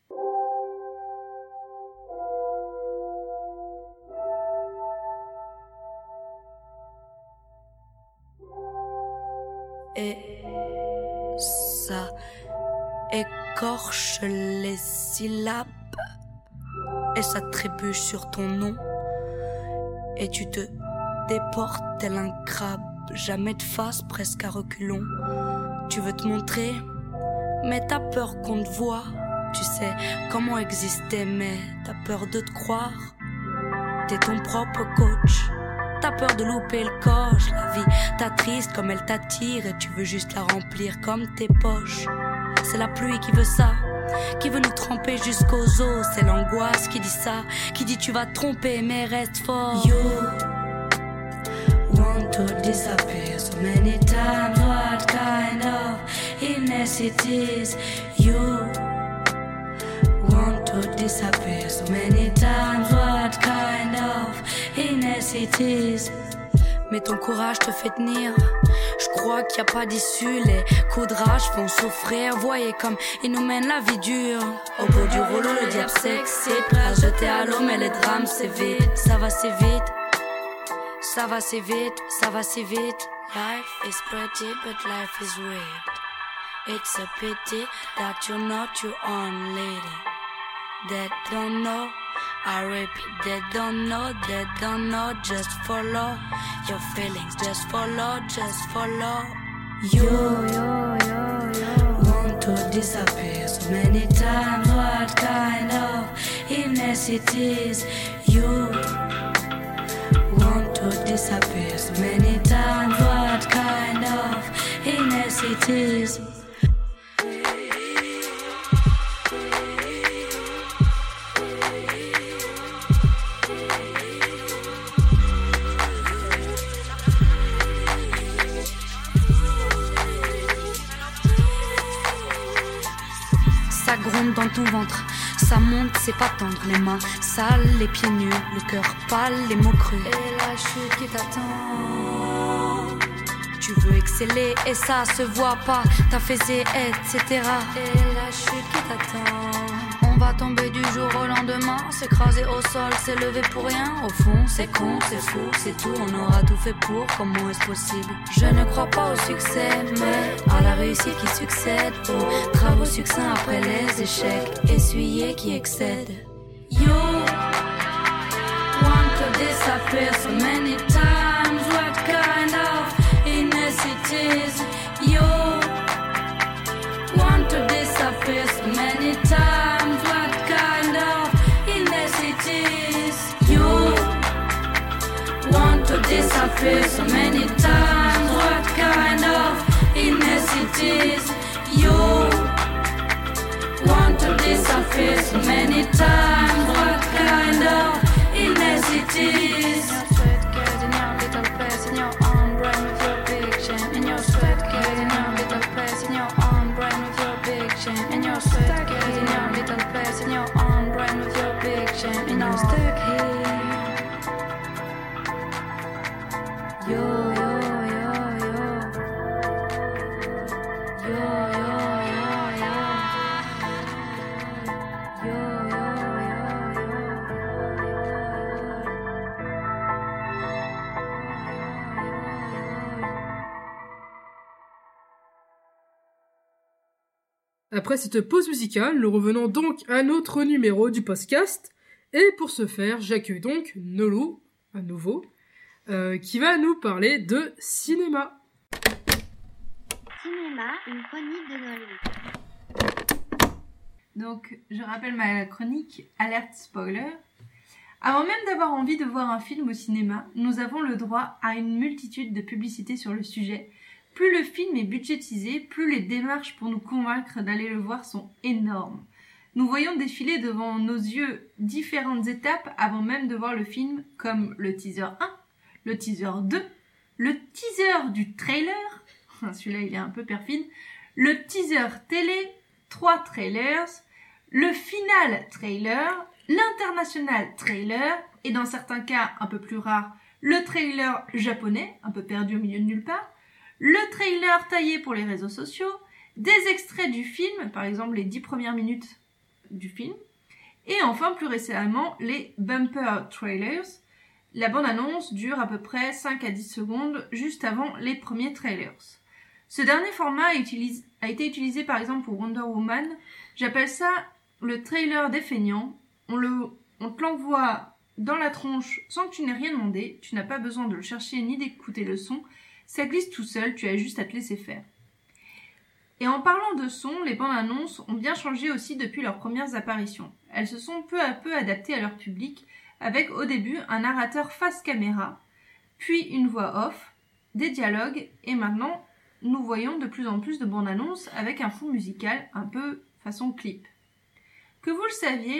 Et ça écorche les syllabes et ça trébuche sur ton nom et tu te déportes tel un crabe, jamais de face, presque à reculons. Tu veux te montrer, mais t'as peur qu'on te voie. Tu sais comment exister, mais t'as peur de te croire. T'es ton propre coach. T'as peur de louper le coche. La vie t'attriste comme elle t'attire et tu veux juste la remplir comme tes poches. C'est la pluie qui veut ça, qui veut nous tremper jusqu'aux os. C'est l'angoisse qui dit ça, qui dit tu vas te tromper mais reste fort. You want to disappear so many times. What kind of illness it is? You want to disappear so many times. What kind of illness it is? Mais ton courage te fait tenir. Je crois qu'il n'y a pas d'issue. Les coups de rage font souffrir. Voyez comme il nous mène la vie dure. Au bout du rouleau, le diable s'excite. Prêt à jeter à l'eau, mais les drames c'est vite. Ça va si vite. Ça va si vite. Ça va si vite. Life is pretty, but life is weird. It's a pity that you're not your own lady. They don't know. I repeat, they don't know, just follow your feelings, just follow. You want to disappear so many times, what kind of illness it is? You want to disappear so many times, what kind of illness it is? Ça gronde dans ton ventre, ça monte, c'est pas tendre. Les mains sales, les pieds nus, le cœur pâle, les mots crus. Et la chute qui t'attend. Tu veux exceller et ça se voit pas. T'as fait etc. Et la chute qui t'attend. On va tomber du jour au lendemain, s'écraser au sol, s'élever pour rien. Au fond, c'est con, c'est fou, c'est tout. On aura tout fait pour, comment est-ce possible? Je ne crois pas au succès, mais à la réussite qui succède. Aux travaux succincts après les échecs, essuyés qui excèdent. You want to disappear so many times. What kind of illness it is? You want to disappear so many times. What kind of illness it is? You want to disappear so many times. What kind of illness it is? You want to disappear so many times. What kind of illness it is? In your little place, in your own brain with your big shame. In your sweat, in your little place, in your own brain with your big shame. In your sweat, in your little place, in your own brain with your big shame. In your stuck here. Yo, yo, yo, yo. Yo, yo, yo, yo. Yo, yo, yo, yo. Après cette pause musicale, nous revenons donc à un autre numéro du podcast. Et pour ce faire, j'accueille donc Nolo, à nouveau, qui va nous parler de cinéma. Cinéma, une chronique de Nolwenn. Donc, je rappelle ma chronique alerte spoiler. Avant même d'avoir envie de voir un film au cinéma, nous avons le droit à une multitude de publicités sur le sujet. Plus le film est budgétisé, plus les démarches pour nous convaincre d'aller le voir sont énormes. Nous voyons défiler devant nos yeux différentes étapes avant même de voir le film, comme le teaser 1, le teaser 2, le teaser du trailer, celui-là il est un peu perfide, le teaser télé, 3 trailers, le final trailer, l'international trailer, et dans certains cas un peu plus rares, le trailer japonais, un peu perdu au milieu de nulle part, le trailer taillé pour les réseaux sociaux, des extraits du film, par exemple les 10 premières minutes du film, et enfin plus récemment les bumper trailers. La bande-annonce dure à peu près 5 à 10 secondes juste avant les premiers trailers. Ce dernier format a été utilisé par exemple pour Wonder Woman. J'appelle ça le trailer des feignants. On te l'envoie dans la tronche sans que tu n'aies rien demandé, tu n'as pas besoin de le chercher ni d'écouter le son, ça glisse tout seul, tu as juste à te laisser faire. Et en parlant de son, les bandes annonces ont bien changé aussi depuis leurs premières apparitions. Elles se sont peu à peu adaptées à leur public, avec au début un narrateur face caméra, puis une voix off, des dialogues, et maintenant nous voyons de plus en plus de bandes annonces avec un fond musical un peu façon clip. Que vous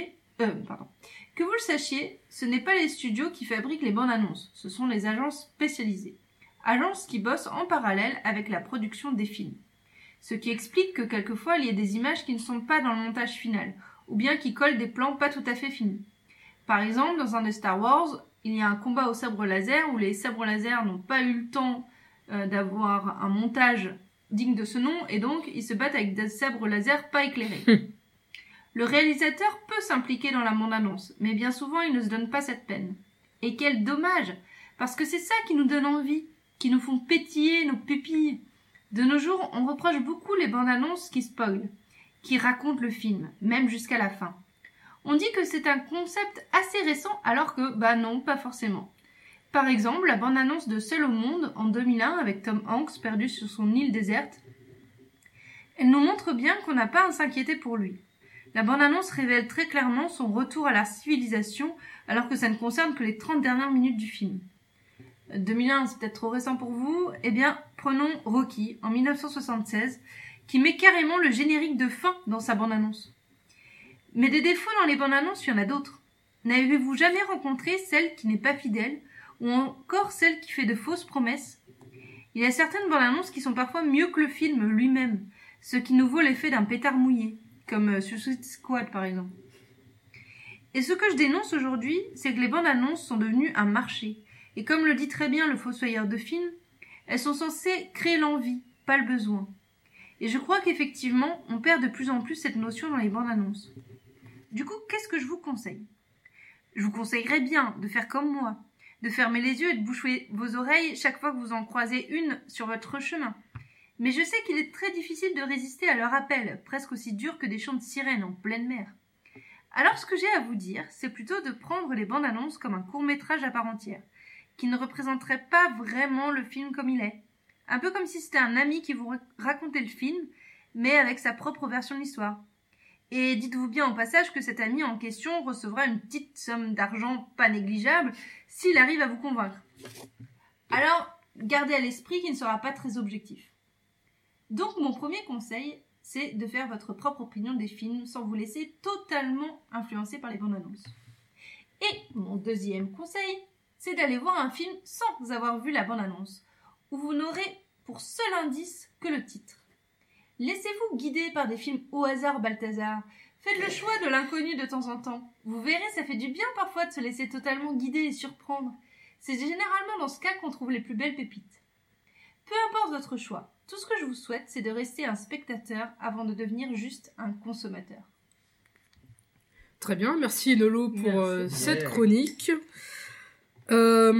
le sachiez, ce n'est pas les studios qui fabriquent les bandes annonces, ce sont les agences spécialisées. Agences qui bossent en parallèle avec la production des films. Ce qui explique que quelquefois il y a des images qui ne sont pas dans le montage final, ou bien qui collent des plans pas tout à fait finis. Par exemple, dans un des Star Wars, il y a un combat au sabre laser où les sabres laser n'ont pas eu le temps d'avoir un montage digne de ce nom, et donc ils se battent avec des sabres laser pas éclairés. Le réalisateur peut s'impliquer dans la bande-annonce, mais bien souvent il ne se donne pas cette peine. Et quel dommage, parce que c'est ça qui nous donne envie, qui nous font pétiller nos pupilles. De nos jours, on reproche beaucoup les bandes-annonces qui spoilent, qui racontent le film, même jusqu'à la fin. On dit que c'est un concept assez récent, alors que, non, pas forcément. Par exemple, la bande-annonce de Seul au monde, en 2001, avec Tom Hanks perdu sur son île déserte, elle nous montre bien qu'on n'a pas à s'inquiéter pour lui. La bande-annonce révèle très clairement son retour à la civilisation, alors que ça ne concerne que les 30 dernières minutes du film. 2001, c'est peut-être trop récent pour vous. Eh bien, prenons Rocky, en 1976, qui met carrément le générique de fin dans sa bande-annonce. Mais des défauts dans les bandes-annonces, il y en a d'autres. N'avez-vous jamais rencontré celle qui n'est pas fidèle, ou encore celle qui fait de fausses promesses ? Il y a certaines bandes-annonces qui sont parfois mieux que le film lui-même, ce qui nous vaut l'effet d'un pétard mouillé, comme Suicide Squad par exemple. Et ce que je dénonce aujourd'hui, c'est que les bandes-annonces sont devenues un marché. Et comme le dit très bien le fossoyeur de film, elles sont censées créer l'envie, pas le besoin. Et je crois qu'effectivement, on perd de plus en plus cette notion dans les bandes annonces. Du coup, qu'est-ce que je vous conseille ? Je vous conseillerais bien de faire comme moi, de fermer les yeux et de boucher vos oreilles chaque fois que vous en croisez une sur votre chemin. Mais je sais qu'il est très difficile de résister à leur appel, presque aussi dur que des chants de sirènes en pleine mer. Alors ce que j'ai à vous dire, c'est plutôt de prendre les bandes annonces comme un court-métrage à part entière, qui ne représenterait pas vraiment le film comme il est. Un peu comme si c'était un ami qui vous racontait le film, mais avec sa propre version de l'histoire. Et dites-vous bien au passage que cet ami en question recevra une petite somme d'argent pas négligeable s'il arrive à vous convaincre. Alors, gardez à l'esprit qu'il ne sera pas très objectif. Donc mon premier conseil, c'est de faire votre propre opinion des films sans vous laisser totalement influencer par les bandes annonces. Et mon deuxième conseil, c'est d'aller voir un film sans avoir vu la bande-annonce, où vous n'aurez pour seul indice que le titre. Laissez-vous guider par des films au hasard, Balthazar. Faites le choix de l'inconnu de temps en temps. Vous verrez, ça fait du bien parfois de se laisser totalement guider et surprendre. C'est généralement dans ce cas qu'on trouve les plus belles pépites. Peu importe votre choix, tout ce que je vous souhaite, c'est de rester un spectateur avant de devenir juste un consommateur. Très bien, merci Nolo pour cette chronique. J'ai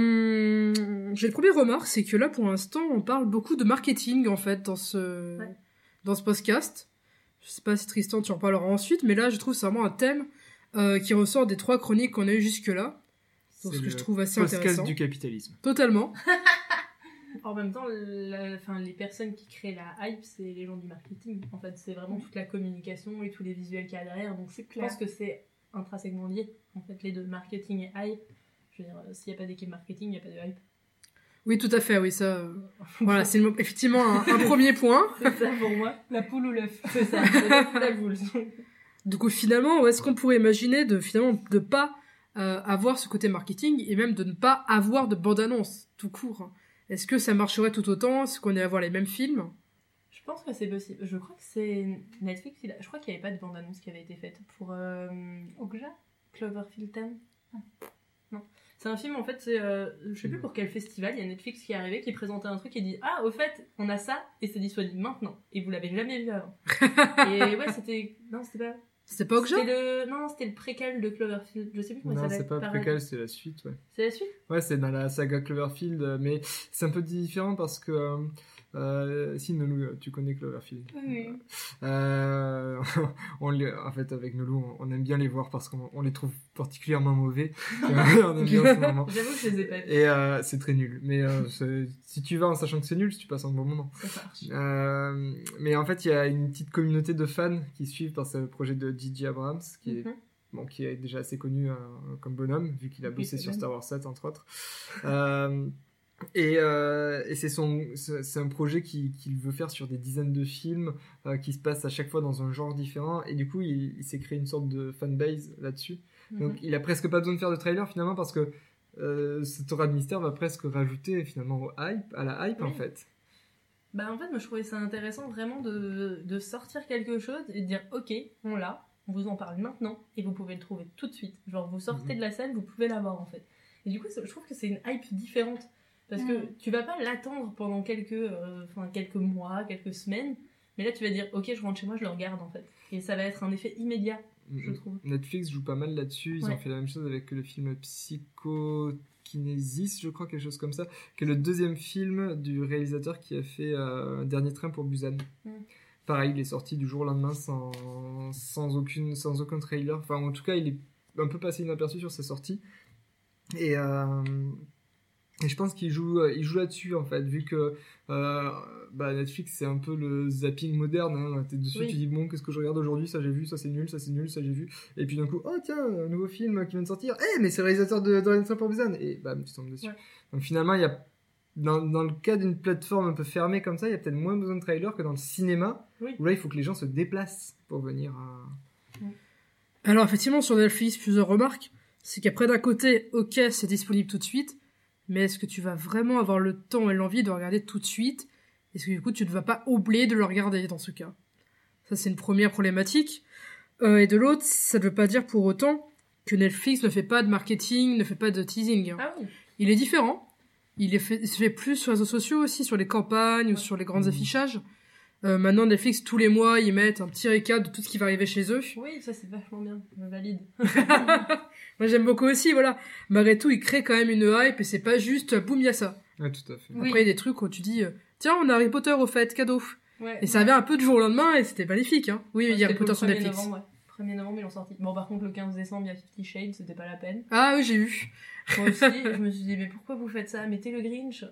une première remarque, c'est que là pour l'instant on parle beaucoup de marketing en fait dans ce podcast. Je sais pas si Tristan tu en parleras ensuite, mais là je trouve que c'est vraiment un thème qui ressort des 3 chroniques qu'on a eues jusque-là. Donc ce que je trouve assez intéressant. Podcast du capitalisme. Totalement. En même temps, les personnes qui créent la hype, c'est les gens du marketing. En fait, c'est vraiment toute la communication et tous les visuels qu'il y a derrière. Donc je pense que c'est intrinsèquement liés, en fait, les deux, marketing et hype. Je veux dire, s'il n'y a pas d'équipe marketing, il n'y a pas de hype. Oui, tout à fait, oui, ça... voilà, c'est effectivement un premier point. C'est ça pour moi. La poule ou l'œuf. C'est ça, c'est l'œuf ou la boule. Du coup, finalement, est-ce qu'on pourrait imaginer de pas avoir ce côté marketing et même de ne pas avoir de bande-annonce, tout court? Est-ce que ça marcherait tout autant? Est-ce qu'on est à voir les mêmes films? Je pense que c'est possible. Je crois que c'est Netflix. Je crois qu'il n'y avait pas de bande-annonce qui avait été faite pour Okja Cloverfield 10. Non. C'est un film, en fait, c'est... je sais plus pour quel festival, il y a Netflix qui est arrivé, qui présentait un truc et dit « Ah, au fait, on a ça, et c'est disponible maintenant. Et vous l'avez jamais vu avant. » Et ouais, c'était... Non, c'était pas... C'était pas Okja? Non, c'était le préquel de Cloverfield. Je sais plus comment ça Non, s'appelle. c'est pas préquel, c'est la suite, ouais. C'est la suite? Ouais, c'est dans la saga Cloverfield, mais c'est un peu différent parce que... si Nolou, tu connais Cloverfield. Oui. En fait, avec Nolou, on aime bien les voir parce qu'on les trouve particulièrement mauvais. On aime bien en ce moment. J'avoue que je les ai pas vus. Et c'est très nul. Mais si tu vas en sachant que c'est nul, tu passes un bon moment. Ça marche. Mais en fait, il y a une petite communauté de fans qui suivent par ce projet de J.J. Abrams, qui est bon, qui est déjà assez connu comme bonhomme, vu qu'il a bossé sur Star Wars 7, entre autres. Et c'est un projet qu'il veut faire sur des dizaines de films qui se passent à chaque fois dans un genre différent, et du coup il s'est créé une sorte de fanbase là-dessus. Donc il a presque pas besoin de faire de trailer finalement, parce que cette aura de mystère va presque rajouter finalement à la hype, en fait. Bah en fait moi je trouvais ça intéressant vraiment de sortir quelque chose et de dire ok, on l'a, on vous en parle maintenant et vous pouvez le trouver tout de suite. Genre vous sortez de la salle, vous pouvez l'avoir en fait. Et du coup je trouve que c'est une hype différente. Parce que tu vas pas l'attendre pendant quelques mois, quelques semaines, mais là tu vas dire ok, je rentre chez moi, je le regarde en fait. Et ça va être un effet immédiat, je trouve. Netflix joue pas mal là-dessus, ils ont fait la même chose avec le film Psychokinesis, je crois, quelque chose comme ça, qui est le deuxième film du réalisateur qui a fait Dernier train pour Busan. Pareil, il est sorti du jour au lendemain sans aucun trailer, enfin en tout cas il est un peu passé inaperçu sur sa sortie. Et je pense qu'il joue là-dessus, en fait, vu que Netflix, c'est un peu le zapping moderne. Hein. T'es dessus, tu dis, bon, qu'est-ce que je regarde aujourd'hui? Ça, j'ai vu, ça, c'est nul, ça, c'est nul, ça, j'ai vu. Et puis d'un coup, oh, tiens, un nouveau film qui vient de sortir. Mais c'est le réalisateur de Dernier train pour Busan. Et bam, tu tombes dessus. Ouais. Donc finalement, il y a, dans le cas d'une plateforme un peu fermée comme ça, il y a peut-être moins besoin de trailer que dans le cinéma, où là, il faut que les gens se déplacent pour venir à... Alors, effectivement, sur Netflix, plusieurs remarques. C'est qu'après, d'un côté, ok, c'est disponible tout de suite, mais est-ce que tu vas vraiment avoir le temps et l'envie de le regarder tout de suite? Est-ce que du coup tu ne vas pas oublier de le regarder dans ce cas? Ça, c'est une première problématique. Et de l'autre, ça ne veut pas dire pour autant que Netflix ne fait pas de marketing, ne fait pas de teasing. Ah oui. Il est différent. Il se fait plus sur les réseaux sociaux aussi, sur les campagnes ou sur les grands affichages. Maintenant, Netflix, tous les mois, ils mettent un petit récap de tout ce qui va arriver chez eux. Oui, ça c'est vachement bien, je valide. Moi, j'aime beaucoup aussi, voilà. Malgré tout, ils créent quand même une hype et c'est pas juste boum, y'a ça. Ouais, tout à fait. Après, il y a des trucs où tu dis, tiens, on a Harry Potter au fait, cadeau. Ouais, et ça avait un peu du jour au lendemain et c'était magnifique, hein. Oui, il y a Harry Potter sur Netflix. 1er novembre, ils l'ont sorti. Bon, par contre, le 15 décembre, il y a 50 Shades, c'était pas la peine. Ah oui, j'ai vu. Moi aussi, je me suis dit, mais pourquoi vous faites ça? Mettez le Grinch.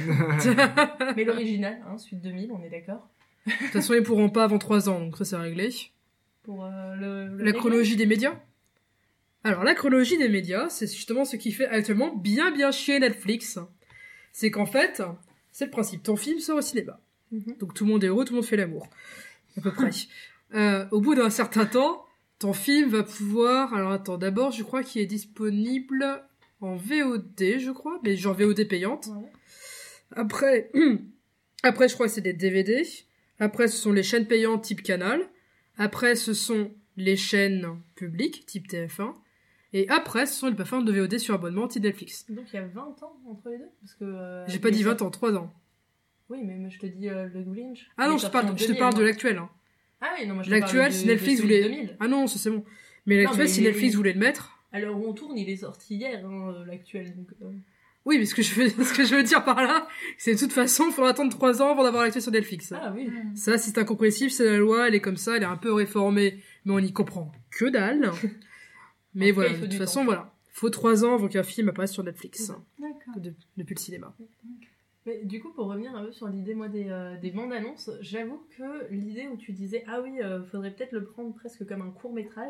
Mais l'original, hein, suite 2000, on est d'accord. De toute façon, ils pourront pas avant 3 ans, donc ça, c'est réglé. Pour la chronologie des médias. Alors, la chronologie des médias, c'est justement ce qui fait actuellement bien chier Netflix. C'est qu'en fait, c'est le principe. Ton film sort au cinéma. Donc tout le monde est heureux, tout le monde fait l'amour. À peu près. Au bout d'un certain temps, ton film va pouvoir... Alors attends, d'abord, je crois qu'il est disponible en VOD, je crois. Mais genre VOD payante. Ouais. Après, je crois que c'est des DVD. Après, ce sont les chaînes payantes type Canal. Après, ce sont les chaînes publiques type TF1. Et après, ce sont les plateformes de VOD sur abonnement type Netflix. Donc il y a 20 ans entre les deux? Parce que, j'ai pas dit 20 ans, 3 ans. Oui, mais je te dis le Grinch. Ah non, je te parle de l'actuel. Hein. Ah oui, non, moi je l'actuel, si Netflix voulait... 2000. Ah non, c'est bon. Mais l'actuel, si Netflix voulait le mettre... À l'heure où on tourne, il est sorti hier, hein, l'actuel. Donc, Oui, mais ce que je veux dire par là, c'est de toute façon, il faudra attendre 3 ans avant d'avoir l'actuel sur Netflix. Ah oui. Ça, c'est incompréhensible, c'est la loi, elle est comme ça, elle est un peu réformée, mais on n'y comprend que dalle. Mais voilà, de toute façon, voilà. Faut 3 ans avant qu'un film apparaisse sur Netflix. Depuis le cinéma. Mais du coup, pour revenir un peu sur l'idée, moi, des bandes annonces, j'avoue que l'idée où tu disais, ah oui, faudrait peut-être le prendre presque comme un court-métrage,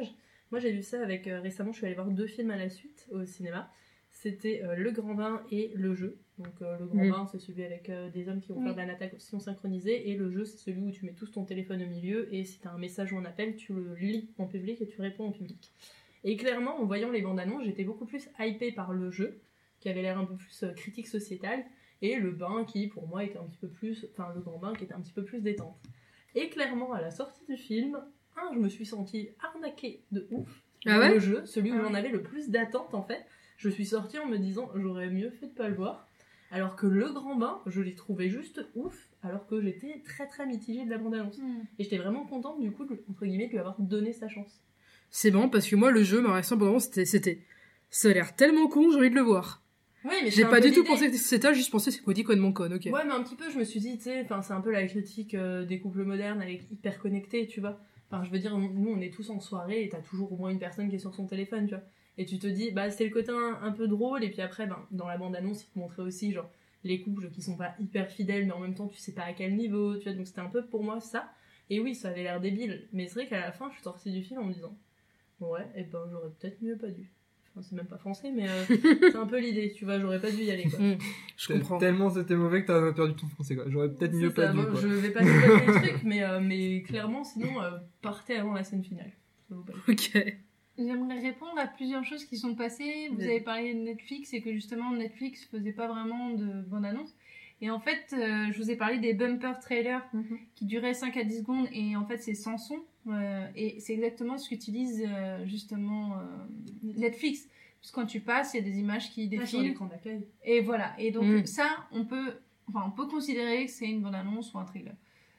Moi j'ai vu ça avec récemment, je suis allée voir 2 films à la suite au cinéma. C'était Le Grand Bain et Le Jeu. Donc Le Grand Bain, c'est celui avec des hommes qui vont faire de la natation synchronisée, et Le Jeu, c'est celui où tu mets tous ton téléphone au milieu, et si t'as un message ou un appel, tu le lis en public et tu réponds en public. Et clairement, en voyant les bandes annonces, j'étais beaucoup plus hypée par Le Jeu, qui avait l'air un peu plus critique sociétale, et Le Bain qui, pour moi, était un petit peu plus... Enfin, Le Grand Bain qui était un petit peu plus détente. Et clairement, à la sortie du film, je me suis sentie arnaquée de ouf. Le Jeu, celui où j'en avais le plus d'attente, en fait. Je suis sortie en me disant, j'aurais mieux fait de pas le voir. Alors que Le Grand Bain, je l'ai trouvé juste ouf, alors que j'étais très très mitigée de la bande-annonce. Et j'étais vraiment contente, du coup, entre guillemets, de lui avoir donné sa chance. C'est bon, parce que moi, Le Jeu, ma réaction pendant c'était... Ça a l'air tellement con, j'ai envie de le voir. Oui, mais j'ai pas du tout pensé que c'était ça, juste pensé c'est Cody complètement con, ok. Ouais, mais un petit peu, je me suis dit, tu sais, c'est un peu la critique des couples modernes avec hyper connectés, tu vois. Enfin, je veux dire, nous, on est tous en soirée et t'as toujours au moins une personne qui est sur son téléphone, tu vois. Et tu te dis, c'est le côté un peu drôle, et puis après, dans la bande-annonce, ils te montraient aussi, genre, les couples qui sont pas hyper fidèles, mais en même temps, tu sais pas à quel niveau, tu vois. Donc c'était un peu pour moi ça. Et oui, ça avait l'air débile. Mais c'est vrai qu'à la fin, je suis sortie du film en me disant, ouais, j'aurais peut-être mieux pas dû. Enfin, c'est même pas français, mais c'est un peu l'idée, tu vois, j'aurais pas dû y aller, quoi. Je comprends. Tellement c'était mauvais que t'as perdu ton français, quoi. J'aurais peut-être mieux pas dû, quoi. Je vais pas dire le truc, mais clairement, sinon, partez avant la scène finale. Ça vaut pas le coup. Ok. J'aimerais répondre à plusieurs choses qui sont passées. Vous avez parlé de Netflix et que justement Netflix faisait pas vraiment de bande-annonce. Et en fait, je vous ai parlé des bumper trailers qui duraient 5 à 10 secondes et en fait c'est sans son. Et c'est exactement ce qu'utilise justement Netflix. Parce que quand tu passes, il y a des images qui défilent. Sur l'écran d'accueil. Et voilà. Et donc ça, on peut considérer que c'est une bande-annonce ou un trailer.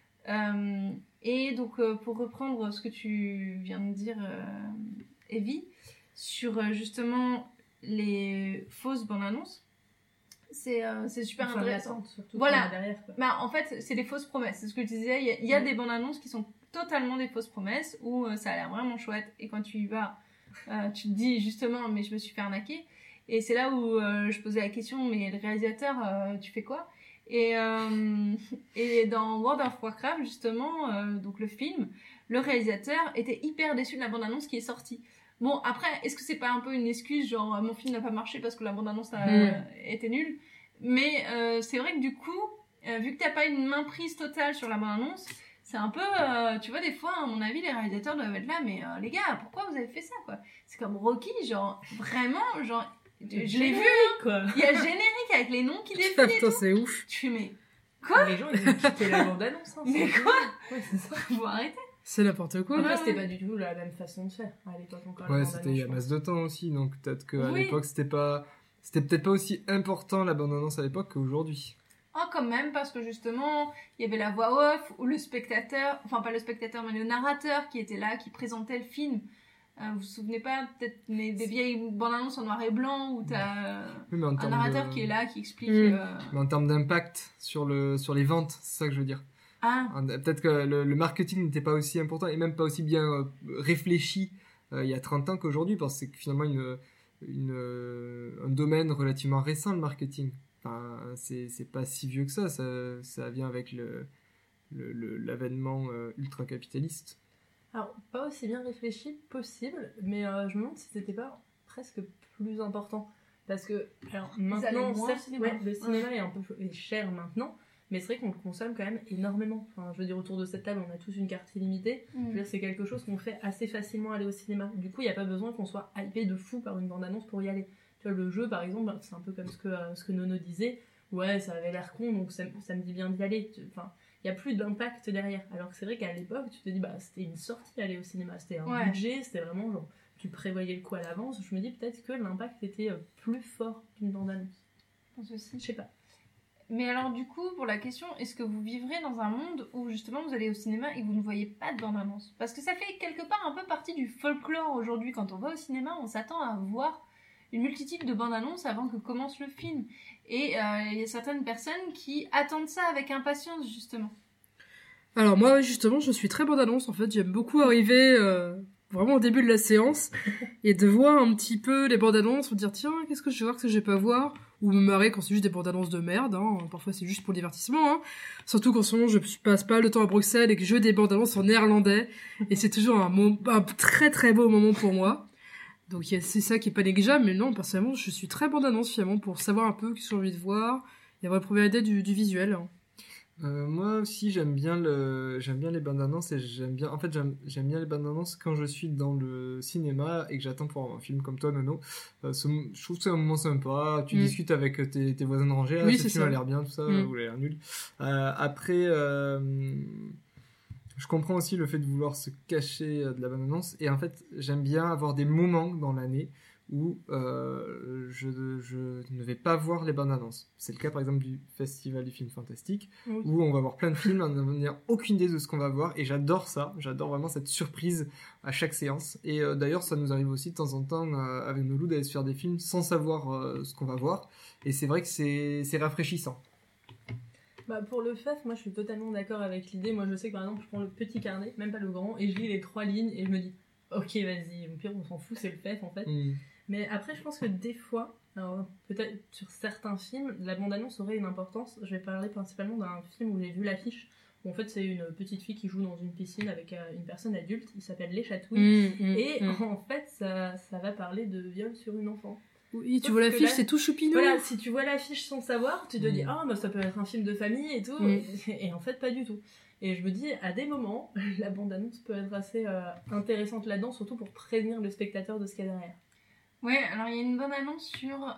Et donc pour reprendre ce que tu viens de dire, Evie, sur justement les fausses bandes annonces, c'est super intéressant. Surtout voilà. Derrière, quoi. En fait, c'est des fausses promesses. C'est ce que je disais. Il y a des bandes annonces qui sont totalement des fausses promesses où ça a l'air vraiment chouette. Et quand tu y vas, tu te dis justement, mais je me suis fait arnaquer. Et c'est là où je posais la question, mais le réalisateur, tu fais quoi ? Et dans World of Warcraft, justement, donc le film, le réalisateur était hyper déçu de la bande-annonce qui est sortie. Bon, après, est-ce que c'est pas un peu une excuse, genre mon film n'a pas marché parce que la bande-annonce était nulle ? Mais c'est vrai que du coup, vu que t'as pas une main prise totale sur la bande-annonce, c'est un peu, tu vois, des fois, à mon avis, les réalisateurs doivent être là, mais les gars, pourquoi vous avez fait ça, quoi ? C'est comme Rocky, genre, vraiment, genre, je l'ai vu, quoi. Il y a le générique avec les noms qui défilent et tout. C'est ouf. Tu fais, mais quoi ? Les gens, ils ont quitté la bande-annonce. Mais quoi ? Ouais, c'est ça. Faut arrêter. C'est n'importe quoi. Après, c'était pas du tout la même façon de faire à l'époque encore. Ouais, c'était il y a masse de temps aussi, donc peut-être qu'à l'époque, c'était peut-être pas aussi important la bande-annonce à l'époque qu'aujourd'hui. Quand même, parce que justement, il y avait la voix off, ou le spectateur, enfin pas le spectateur, mais le narrateur qui était là, qui présentait le film. Vous vous souvenez pas, peut-être des vieilles bandes annonces en noir et blanc, où t'as un narrateur qui est là, qui explique... Mais en termes d'impact sur les ventes, c'est ça que je veux dire. Peut-être que le marketing n'était pas aussi important, et même pas aussi bien réfléchi il y a 30 ans qu'aujourd'hui, parce que c'est finalement un domaine relativement récent, le marketing. Enfin, c'est pas si vieux que ça vient avec l'avènement ultra-capitaliste. Alors, pas aussi bien réfléchi possible, mais je me demande si c'était pas presque plus important. Parce que, alors maintenant, certes, le cinéma est un peu cher maintenant, mais c'est vrai qu'on le consomme quand même énormément. Enfin, je veux dire, autour de cette table, on a tous une carte illimitée. Je veux dire, c'est quelque chose qu'on fait assez facilement aller au cinéma. Du coup, il n'y a pas besoin qu'on soit hypé de fou par une bande-annonce pour y aller. Tu vois, le jeu, par exemple, c'est un peu comme ce que Nono disait. Ouais, ça avait l'air con, donc ça me dit bien d'y aller. Enfin, il n'y a plus d'impact derrière. Alors que c'est vrai qu'à l'époque, tu te dis, c'était une sortie aller au cinéma. C'était un budget, c'était vraiment genre, tu prévoyais le coup à l'avance. Je me dis peut-être que l'impact était plus fort qu'une bande-annonce. Je pense aussi. Je sais pas. Mais alors du coup, pour la question, est-ce que vous vivrez dans un monde où justement vous allez au cinéma et vous ne voyez pas de bande-annonce ? Parce que ça fait quelque part un peu partie du folklore aujourd'hui. Quand on va au cinéma, on s'attend à voir une multitude de bandes-annonces avant que commence le film. Et il y a certaines personnes qui attendent ça avec impatience, justement. Alors moi, justement, je suis très bande-annonce. En fait, j'aime beaucoup arriver vraiment au début de la séance et de voir un petit peu les bandes-annonces, me dire tiens, qu'est-ce que je vais voir, qu'est-ce que je vais pas voir, ou me marrer quand c'est juste des bandes annonces de merde, hein. Parfois c'est juste pour le divertissement, hein. Surtout qu'en ce moment je passe pas le temps à Bruxelles et que je veux des bandes annonces en néerlandais, et c'est toujours un très très beau moment pour moi. Donc c'est ça qui est pas négligeable, mais non, personnellement je suis très bande annonce finalement pour savoir un peu ce que j'ai envie de voir, et avoir une première idée du visuel, hein. Moi aussi j'aime bien les bandes annonces, et j'aime bien les bandes annonces quand je suis dans le cinéma et que j'attends pour voir un film comme toi, Nono. Je trouve que c'est un moment sympa, tu discutes avec tes voisins de rangée, oui, ce film a l'air bien, tout ça, ou il a l'air nul. Après je comprends aussi le fait de vouloir se cacher de la bande annonce, et en fait j'aime bien avoir des moments dans l'année où je ne vais pas voir les bandes annonces. C'est le cas par exemple du Festival du film fantastique, où on va voir plein de films, on n'a aucune idée de ce qu'on va voir, et j'adore ça, j'adore vraiment cette surprise à chaque séance. Et d'ailleurs ça nous arrive aussi de temps en temps avec nos loups d'aller se faire des films sans savoir ce qu'on va voir, et c'est vrai que c'est rafraîchissant. Bah pour le FEF, moi je suis totalement d'accord avec l'idée. Moi je sais que par exemple je prends le petit carnet, même pas le grand, et je lis les 3 lignes et je me dis ok vas-y, au pire on s'en fout, c'est le FEF en fait. Mais après je pense que des fois, alors peut-être sur certains films, la bande-annonce aurait une importance. Je vais parler principalement d'un film où j'ai vu l'affiche, où en fait c'est une petite fille qui joue dans une piscine avec une personne adulte, il s'appelle Les Chatouilles, en fait ça va parler de viol sur une enfant. Oui, tu vois l'affiche, c'est tout choupinou. Voilà, si tu vois l'affiche sans savoir, tu te dis ah bah ça peut être un film de famille et tout, et en fait pas du tout. Et je me dis à des moments, la bande-annonce peut être assez intéressante là-dedans, surtout pour prévenir le spectateur de ce qu'il y a derrière. Ouais, alors il y a une bande-annonce sur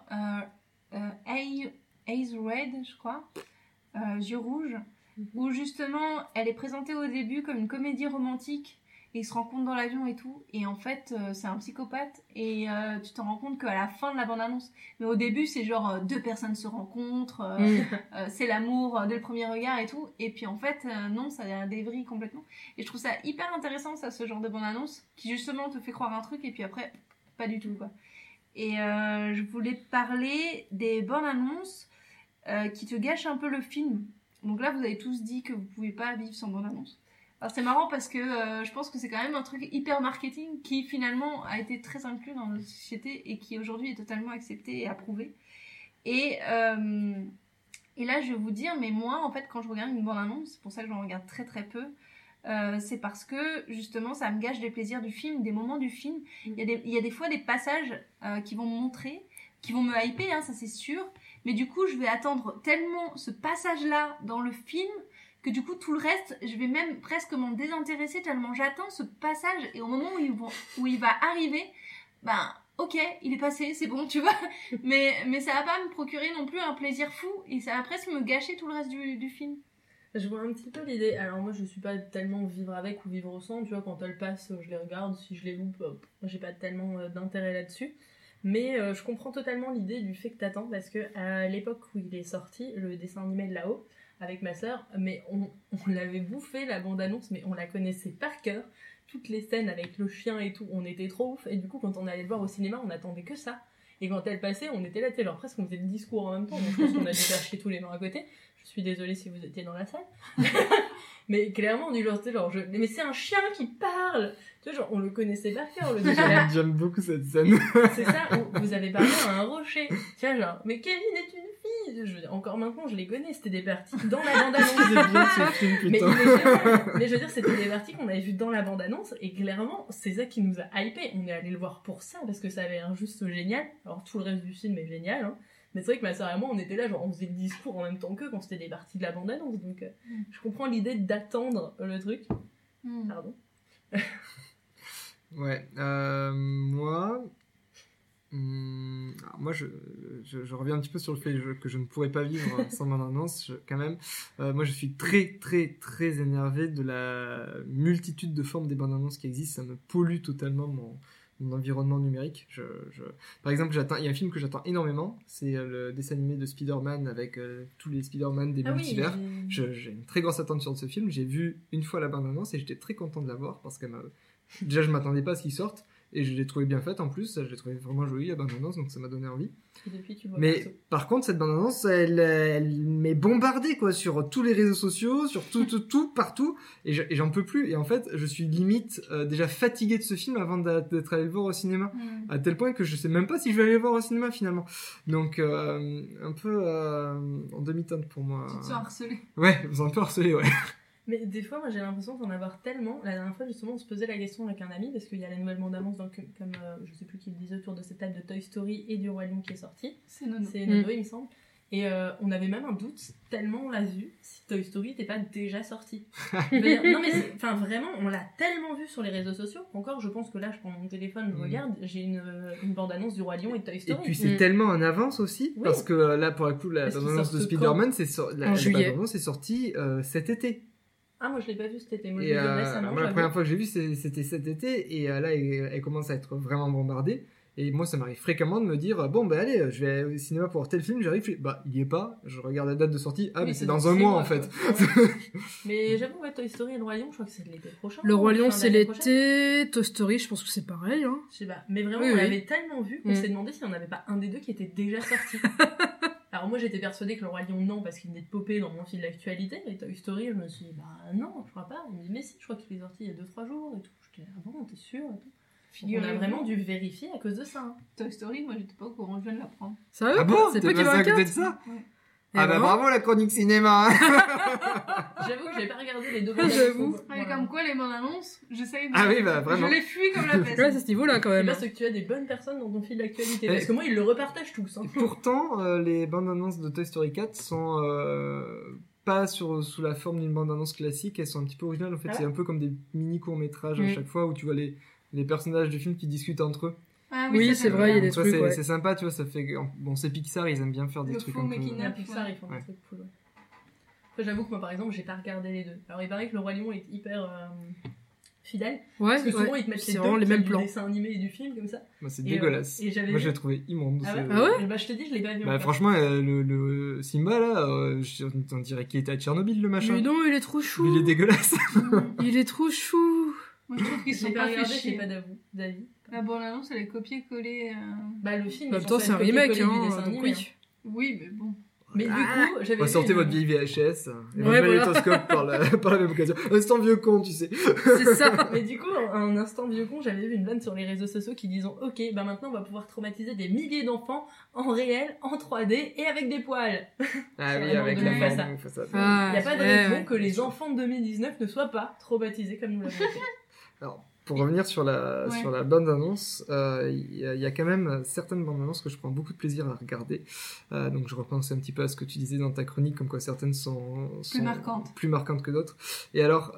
Eyes Red, je crois, Yeux rouges, où justement elle est présentée au début comme une comédie romantique. Et ils se rencontrent dans l'avion et tout, et en fait c'est un psychopathe, et tu t'en rends compte qu'à la fin de la bande-annonce, mais au début c'est genre 2 personnes se rencontrent, c'est l'amour dès le premier regard et tout, et puis en fait non, ça dévrille complètement. Et je trouve ça hyper intéressant, ça, ce genre de bande-annonce, qui justement te fait croire un truc, et puis après, pas du tout, quoi. Et je voulais parler des bandes-annonces qui te gâchent un peu le film. Donc là vous avez tous dit que vous pouvez pas vivre sans bande-annonce. Alors c'est marrant parce que je pense que c'est quand même un truc hyper marketing qui finalement a été très inclus dans notre société et qui aujourd'hui est totalement accepté et approuvé. Et là je vais vous dire, mais moi en fait quand je regarde une bande-annonce, c'est pour ça que j'en regarde très très peu, c'est parce que justement ça me gâche des plaisirs du film, des moments du film. Il y a des fois des passages qui vont me montrer, qui vont me hyper, hein, ça c'est sûr, mais du coup je vais attendre tellement ce passage-là dans le film que du coup tout le reste, je vais même presque m'en désintéresser tellement j'attends ce passage, et au moment où il va arriver, ben ok, il est passé, c'est bon, tu vois, mais ça va pas me procurer non plus un plaisir fou, et ça va presque me gâcher tout le reste du film. Je vois un petit peu l'idée. Alors moi je suis pas tellement vivre avec ou vivre sans, tu vois, quand elles passent je les regarde, si je les loupe j'ai pas tellement d'intérêt là-dessus, mais je comprends totalement l'idée du fait que t'attends, parce que à l'époque où il est sorti, le dessin animé de là-haut, avec ma sœur, mais on l'avait bouffé la bande-annonce, mais on la connaissait par cœur, toutes les scènes avec le chien et tout, on était trop ouf, et du coup quand on allait le voir au cinéma, on attendait que ça, et quand elle passait, on était là, tu sais, genre presque on faisait le discours en même temps, donc je pense qu'on a dû faire chier tous les mains à côté, je suis désolée si vous étiez dans la salle, mais clairement on dit genre, mais c'est un chien qui parle, tu vois, genre on le connaissait par cœur, le déjà. J'aime beaucoup cette scène. C'est ça, où vous avez parlé à un rocher, tu vois, genre, mais Kevin est une fille, je veux dire, encore maintenant je les connais, c'était des parties dans la bande-annonce. Mais je veux dire, c'était des parties qu'on avait vues dans la bande-annonce, et clairement c'est ça qui nous a hypé, on est allé le voir pour ça, parce que ça avait l'air juste génial, alors tout le reste du film est génial, hein. Mais c'est vrai que ma sœur et moi on était là, genre on faisait le discours en même temps qu'eux quand c'était des parties de la bande-annonce, donc je comprends l'idée d'attendre le truc. Pardon. Ouais, moi je reviens un petit peu sur le fait que je ne pourrais pas vivre sans bande-annonce, quand même. Moi je suis très très très énervé de la multitude de formes des bandes-annonces qui existent, ça me pollue totalement mon environnement numérique. Par exemple, il y a un film que j'attends énormément, c'est le dessin animé de Spider-Man avec tous les Spider-Man des multivers. Oui. J'ai une très grosse attente sur ce film. J'ai vu une fois la bande-annonce et j'étais très content de la voir parce que déjà je m'attendais pas à ce qu'il sorte, et je l'ai trouvé bien faite en plus, je l'ai trouvé vraiment jolie la bande-annonce, donc ça m'a donné envie. Et depuis, tu vois Mais perso. par contre, cette bande-annonce, elle m'est bombardée quoi, sur tous les réseaux sociaux, sur tout, partout, et j'en peux plus. Et en fait, je suis limite déjà fatigué de ce film avant d'être allé le voir au cinéma, à tel point que je sais même pas si je vais aller le voir au cinéma finalement. Donc un peu en demi-teinte pour moi. Tu te sens harcelé. Ouais, vous en un peu harcelé, ouais. Mais des fois, moi j'ai l'impression d'en avoir tellement. La dernière fois, justement, on se posait la question avec un ami parce qu'il y a la nouvelle bande-annonce, comme je sais plus qui le disait autour de cette table, de Toy Story et du Roi Lion qui est sorti. C'est Nono. C'est Nono, il me semble. Et on avait même un doute, tellement on l'a vu, si Toy Story n'était pas déjà sorti. Je veux dire, non mais enfin vraiment, on l'a tellement vu sur les réseaux sociaux qu'encore je pense que là, je prends mon téléphone, je regarde, j'ai une bande-annonce du Roi Lion et de Toy Et Story. puis c'est tellement en avance aussi, Oui. parce que là, pour le coup, la Parce qu'ils bande-annonce de sortent Spider-Man, En la juillet. bande-annonce est sortie cet été. Ah, moi je l'ai pas vu cet été, moi je Et l'ai vu récemment. moi, la j'avoue. première fois que j'ai vu, c'était cet été, et là, elle commence à être vraiment bombardée. Et moi, ça m'arrive fréquemment de me dire, bon, bah allez, je vais au cinéma pour voir tel film, j'arrive, bah, il y est pas, je regarde la date de sortie, Oui, mais c'est c'est dans dans un 6 mois, mois, en fait. quoi. Ouais. Mais j'avoue, ouais, Toy Story et le Roi Lion, je crois que c'est l'été prochain. Le Roi Lion, Fin c'est d'année prochaine. l'été. Toy Story, je pense que c'est pareil. Hein. Je sais pas. Mais vraiment, Oui, on oui. l'avait tellement vu qu'on Mm. s'est demandé s'il n'y en avait pas un des deux qui était déjà sorti. Alors moi, j'étais persuadée que le Roi Lion, non, parce qu'il venait de popper dans mon fil d'actualité. Et Toy Story, je me suis dit, bah non, je crois pas. On me dit, mais si, je crois qu'il est sorti il y a 2-3 jours et tout. J'étais, ah bon, t'es sûr et tout. On a Figurez-vous. vraiment dû vérifier à cause de ça. Hein. Toy Story, moi j'étais pas au courant, je viens de l'apprendre. Sérieux Ah bon? C'est T'es pas qui passé va à côté de ça? Ouais. Ah bah ben, bravo la chronique cinéma! J'avoue que j'avais pas regardé les deux. J'avoue. Ouais, comme quoi les bandes annonces, j'essaye de. Ah oui, bah, vraiment. Je les fuis comme la peste. Là, c'est ce niveau-là quand Et même. parce que tu as des bonnes personnes dans ton fil d'actualité. Eh. Parce que moi, ils le repartagent tous. Hein. Pourtant, les bandes annonces de Toy Story 4 sont pas sous la forme d'une bande annonce classique, elles sont un petit peu originales. En fait, Ah ouais c'est un peu comme des mini courts-métrages à Mm. chaque fois où tu vois les personnages du film qui discutent entre eux. Ah Oui, ça, c'est j'aime vrai, il y a bien. des Donc ça, trucs, c'est ouais. c'est sympa, tu vois, ça fait... Bon, c'est Pixar, ils aiment bien faire des Le trucs faux un peu... making À of. Pixar, ils font Ouais. des trucs cool. Ouais. Après, j'avoue que moi, par exemple, j'ai pas regardé les deux. Alors, il paraît que le Roi Lion est hyper fidèle. Ouais, Parce que souvent, ouais. ils te mettent C'est les deux vraiment les qui mêmes du plans. dessin animé et du film, comme ça. Bah, c'est Et, dégueulasse. et j'avais Moi, vu- je l'ai trouvé immonde. Ah ouais, Ah ouais Et bah, je te dis, je l'ai pas vu. Bah encore. franchement, le Simba, là, on dirait qu'il était à Tchernobyl, le machin. Mais non, il est trop chou. Il est dégueulasse. Il est trop chou. Moi je trouve qu'ils Je sont l'ai pas pas fait regardé, j'ai chier. pas d'avis. La bande annonce, elle est copier-coller. Bah, le film, En est même temps, censé c'est un être remake, copié-collé du hein. dessin Donc animé, oui. Oui, mais bon. Mais du coup, j'avais On vu sortez une- votre vieille VHS, et Ouais, votre voilà. magnétoscope par la même occasion. Instant vieux con, tu sais. C'est ça. Mais du coup, un instant vieux con, j'avais vu une vanne sur les réseaux sociaux qui disant ok, bah maintenant on va pouvoir traumatiser des milliers d'enfants en réel, en 3D et avec des poils. Ah oui, Sur avec la la bande de forme, faut ça. Ah, Il n'y a pas de ouais, raison ouais. que les enfants de 2019 ne soient pas traumatisés comme nous l'avons fait. Alors, pour revenir sur la bande-annonce, il y a quand même certaines bandes-annonces que je prends beaucoup de plaisir à regarder. Donc je repense un petit peu à ce que tu disais dans ta chronique, comme quoi certaines sont plus marquantes que d'autres. Et alors,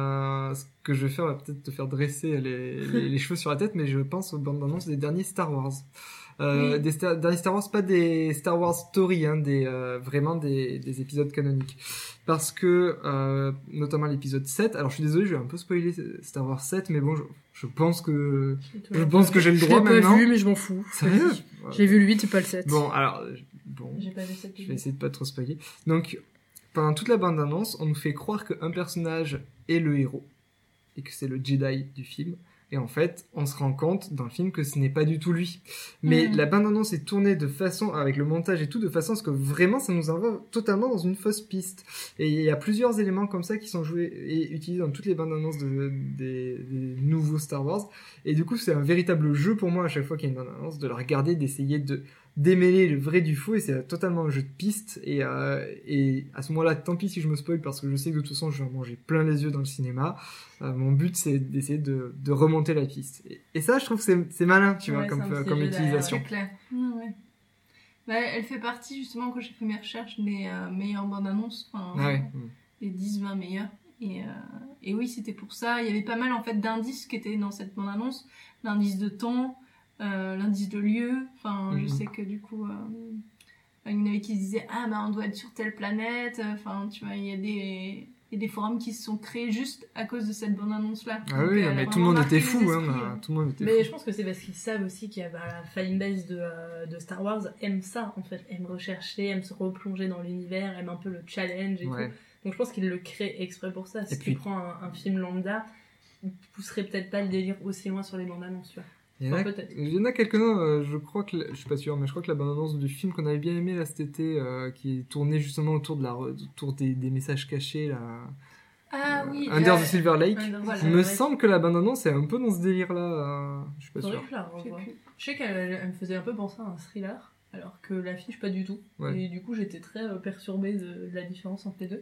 ce que je vais faire va peut-être te faire dresser les cheveux sur la tête, mais je pense aux bandes-annonces des derniers Star Wars. Oui. Derniers Star Wars, pas des Star Wars Story, hein, vraiment des épisodes canoniques. Parce que, notamment l'épisode 7, alors je suis désolé, je vais un peu spoiler Star Wars 7, mais bon, je pense que j'ai le Je droit l'ai pas maintenant. vu, mais je m'en fous. Sérieux? Vas-y. J'ai vu le 8 et pas le 7. Bon, alors, J'ai pas vu cette je vais essayer de pas trop spoiler. Donc, pendant toute la bande-annonce, on nous fait croire qu'un personnage est le héros, et que c'est le Jedi du film. Et en fait, on se rend compte dans le film que ce n'est pas du tout lui. Mais la bande-annonce est tournée de façon, avec le montage et tout, de façon à ce que vraiment ça nous envoie totalement dans une fausse piste. Et il y a plusieurs éléments comme ça qui sont joués et utilisés dans toutes les bandes-annonces des nouveaux Star Wars. Et du coup, c'est un véritable jeu pour moi à chaque fois qu'il y a une bande-annonce, de la regarder, d'essayer de démêler le vrai du faux, et c'est totalement un jeu de piste. Et à ce moment-là, tant pis si je me spoil, parce que je sais que de toute façon je vais en manger plein les yeux dans le cinéma. Mon but, c'est d'essayer de remonter la piste. Et ça, je trouve que c'est malin, tu vois, Ouais, comme c'est un petit comme jeu utilisation. C'est clair. Ouais. Bah, elle fait partie, justement, quand j'ai fait mes recherches, des meilleures bandes annonces. Enfin, Ah ouais. les 10-20 meilleures. Et oui, c'était pour ça. Il y avait pas mal en fait d'indices qui étaient dans cette bande-annonce. L'indice de temps, l'indice de lieu. Enfin, je sais que du coup, il y en avait qui se disaient ah bah on doit être sur telle planète. Enfin, tu vois, il y a des forums qui se sont créés juste à cause de cette bande-annonce-là. Ah Donc, oui, elle a mais tout le vraiment monde marqué était les fou, esprits. hein. Tout le monde était Mais fou. je pense que c'est parce qu'ils savent aussi qu'il y a la fanbase de Star Wars aime ça en fait, aime rechercher, aime se replonger dans l'univers, aime un peu le challenge et Ouais. tout. Donc je pense qu'ils le créent exprès pour ça. Si Et puis- tu prends un film lambda, il pousserait peut-être pas le délire aussi loin sur les bandes annonces, tu vois. Il y en a, Enfin, peut-être. il y en a quelques-uns, je crois que, je suis pas sûr, mais je crois que la bande-annonce du film qu'on avait bien aimé là cet été, qui est tourné justement autour des messages cachés là, Ah oui. Under the Silver Lake. Voilà. Il me semble que la bande-annonce est un peu dans ce délire-là, je suis pas Faudrait sûr. que je la Je sais revoie. plus. Je sais qu'elle me faisait un peu penser à un thriller, alors que l'affiche pas du tout. Ouais. Et du coup, j'étais très perturbée de la différence entre les deux.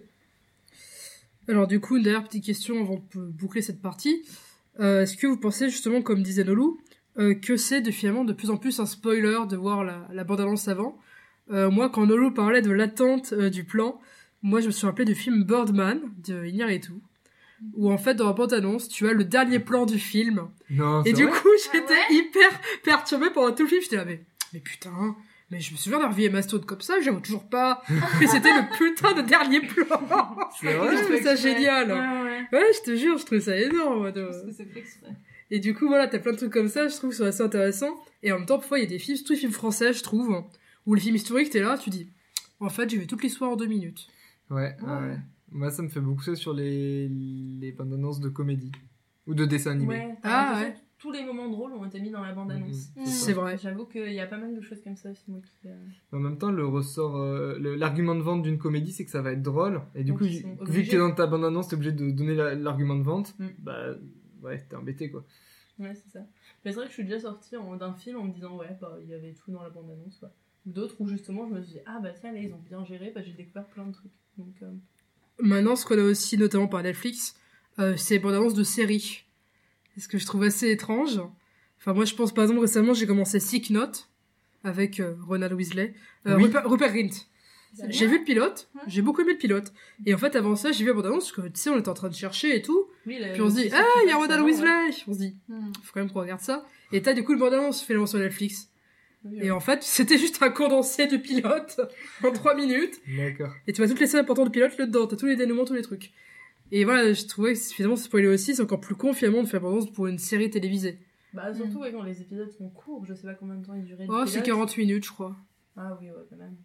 Alors du coup, une dernière petite question avant de boucler cette partie. Est-ce que vous pensez justement, comme disait Nolou, que c'est finalement de plus en plus un spoiler de voir la bande-annonce avant? Moi, quand Nolou parlait de l'attente du plan, moi je me suis rappelé du film Birdman de Iñárritu, où en fait dans la bande-annonce, tu as le dernier plan du film. Non, Et c'est du vrai coup, j'étais hyper perturbée pendant tout le film. J'étais là, mais putain, mais je me souviens d'avoir vu Emma Stone comme ça, j'avoue toujours pas que c'était le putain de dernier plan. C'est vrai. Je trouvais ça génial. Ouais. Ouais, je te jure, je trouve ça énorme. Parce que c'est fait exprès. Et du coup, voilà, t'as plein de trucs comme ça, je trouve que c'est assez intéressant. Et en même temps, parfois, il y a des films, surtout les films français, je trouve, où les films historiques, t'es là, tu dis, en fait, j'ai vu toute l'histoire en 2 minutes. Ouais. Moi, ça me fait beaucoup ça sur les bandes-annonces de comédie. Ou de dessins animés. Ouais, Ah, l'impression ouais. que tous les moments drôles ont été mis dans la bande-annonce. C'est vrai. J'avoue qu'il y a pas mal de choses comme ça aussi, moi, qui... En même temps, le ressort, l'argument de vente d'une comédie, c'est que ça va être drôle. Et du Donc, coup, ils sont vu que obligés. t'es dans ta bande-annonce, t'es obligé de donner l'argument de vente. Mm. Bah, ouais, t'es embêté, quoi. Ouais, c'est ça. Mais c'est vrai que je suis déjà sortie d'un film en me disant, ouais, bah, il y avait tout dans la bande-annonce, quoi. Ou d'autres où justement, je me suis dit, ah bah tiens, là, ils ont bien géré, bah, j'ai découvert plein de trucs. Donc, Maintenant, ce qu'on a aussi, notamment par Netflix, c'est les bandes annonces de séries. C'est ce que je trouve assez étrange. Enfin, moi, je pense, par exemple, récemment, j'ai commencé Sick Note, avec Ronald Weasley. Oui. Rupert Grint. C'est J'ai bien. vu le pilote, Ouais. j'ai beaucoup aimé le pilote. Et en fait, avant ça, j'ai vu la bande-annonce, parce que, tu sais, on était en train de chercher et tout. oui, Puis on se dit, ah, il y a Ronald Weasley! On se dit, faut quand même qu'on regarde ça. Et t'as du coup le bande-annonce finalement sur Netflix. Et en fait, c'était juste un condensé de pilote en 3 minutes. D'accord. Et tu vois toutes les scènes importantes de pilote là-dedans, t'as tous les dénouements, tous les trucs. Et voilà, je trouvais que finalement, spoiler aussi, c'est encore plus con finalement de faire bande-annonce pour une série télévisée. Bah, surtout ouais, quand les épisodes sont courts, je sais pas combien de temps ils duraient. le Oh, c'est pilote. 48 minutes, je crois. Ah oui, ouais, quand même.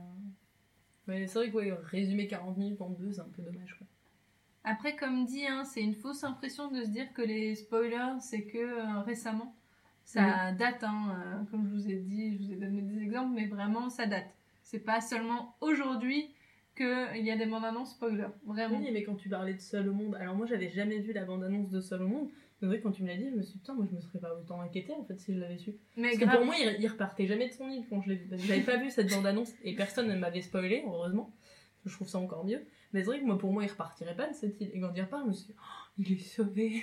Mais c'est vrai que ouais, résumer 40 minutes en 2, c'est un peu dommage, quoi. Après, comme dit, hein, c'est une fausse impression de se dire que les spoilers, c'est que récemment. Ça date, hein, comme je vous ai dit, je vous ai donné des exemples, mais vraiment, ça date. C'est pas seulement aujourd'hui qu'il y a des bandes annonces spoilers. Vraiment. Oui, mais quand tu parlais de Seul au monde, alors moi j'avais jamais vu la bande-annonce de Seul au monde. C'est vrai que quand tu me l'as dit, je me suis dit, putain, moi je me serais pas autant inquiétée en fait si je l'avais su. Mais Parce que grave. pour moi, il repartait jamais de son île quand je l'ai vu. Parce que j'avais pas vu cette bande-annonce et personne ne m'avait spoilé, heureusement. Je trouve ça encore mieux. Mais c'est vrai que moi, pour moi, il repartirait pas de cette île. Et quand il repart, je me suis dit, oh, il est sauvé.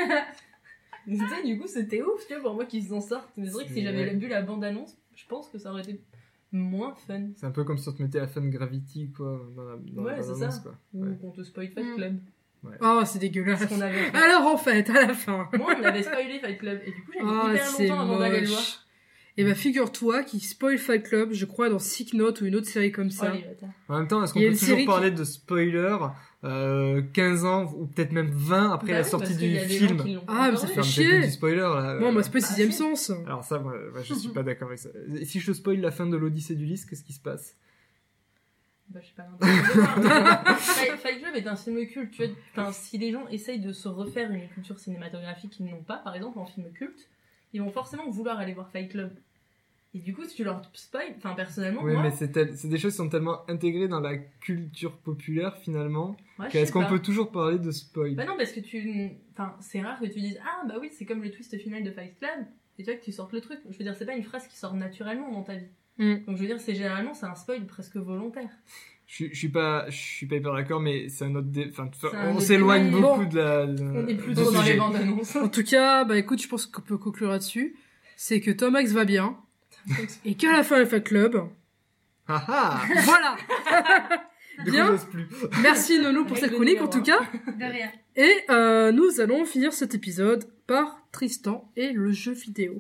Tu sais, du coup, c'était ouf, tu vois, pour moi qu'ils s'en sortent. Mais c'est vrai que si j'avais vu la bande-annonce, je pense que ça aurait été moins fun. C'est un peu comme si on te mettait à Fun Gravity, quoi, dans la Ouais, c'est bande-annonce, ça. quoi. Ou Ouais. qu'on te spoil Fight Club. Oh, c'est dégueulasse. Parce qu'on avait... Alors en fait, à la fin. Moi, on avait spoilé Fight Club. Et du coup, j'avais Oh, hyper c'est longtemps avant d'aller le voir. moche. Et bah figure-toi qu'il spoil Fight Club, je crois, dans Sick Note ou une autre série comme Oh, ça. les bâtards. En même temps, est-ce qu'on Il y a peut une toujours série parler de spoiler 15 ans ou peut-être même 20 après Bah la oui, sortie parce qu'il du y a des gens film qui l'ont pas Ah, mais encore ça vu. fait Enfin, chier. peut-être du spoiler là. Bon, moi, c'est pas bah, sixième si. sens. Alors ça, moi, je suis pas d'accord avec ça. Et si je te spoil la fin de l'Odyssée d'Ulysse, qu'est-ce qui se passe? Bah, je sais pas l'intérêt. Fight Club est un film culte, tu vois. Enfin, si les gens essayent de se refaire une culture cinématographique qu'ils n'ont pas, par exemple en film culte, ils vont forcément vouloir aller voir Fight Club. Et du coup, si tu leur spoil, enfin personnellement, Oui, moi, mais c'est des choses qui sont tellement intégrées dans la culture populaire finalement. ouais, je Est-ce sais qu'on pas. peut toujours parler de spoil? Bah non, parce que enfin, c'est rare que tu dises ah bah oui, c'est comme le twist final de Fight Club. Et tu vois que tu sortes le truc. Je veux dire, c'est pas une phrase qui sort naturellement dans ta vie. Mm. Donc je veux dire, c'est un spoil presque volontaire. Je suis pas hyper d'accord, mais c'est un autre enfin, C'est un on autre s'éloigne débat. beaucoup Bon. de la On est du plutôt dans sujet. les bandes annonces. En tout cas, bah écoute, je pense qu'on peut conclure là-dessus. C'est que Tom Hanks va bien. Et qu'à la fin, le Fight Club. Ah ah. Voilà! Du coup, Bien. j'ose plus. Merci Nono pour cette chronique en tout cas. De rien. Et nous allons finir cet épisode par Tristan et le jeu vidéo.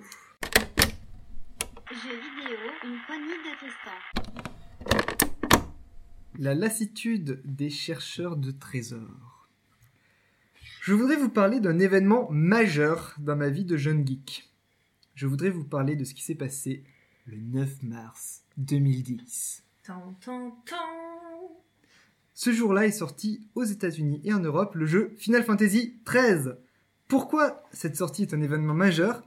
Jeux vidéo, une poignée de Tristan. La lassitude des chercheurs de trésors. Je voudrais vous parler d'un événement majeur dans ma vie de jeune geek. Je voudrais vous parler de ce qui s'est passé le 9 mars 2010. Tan, tan, tan. Ce jour-là est sorti aux États-Unis et en Europe le jeu Final Fantasy XIII. Pourquoi cette sortie est un événement majeur?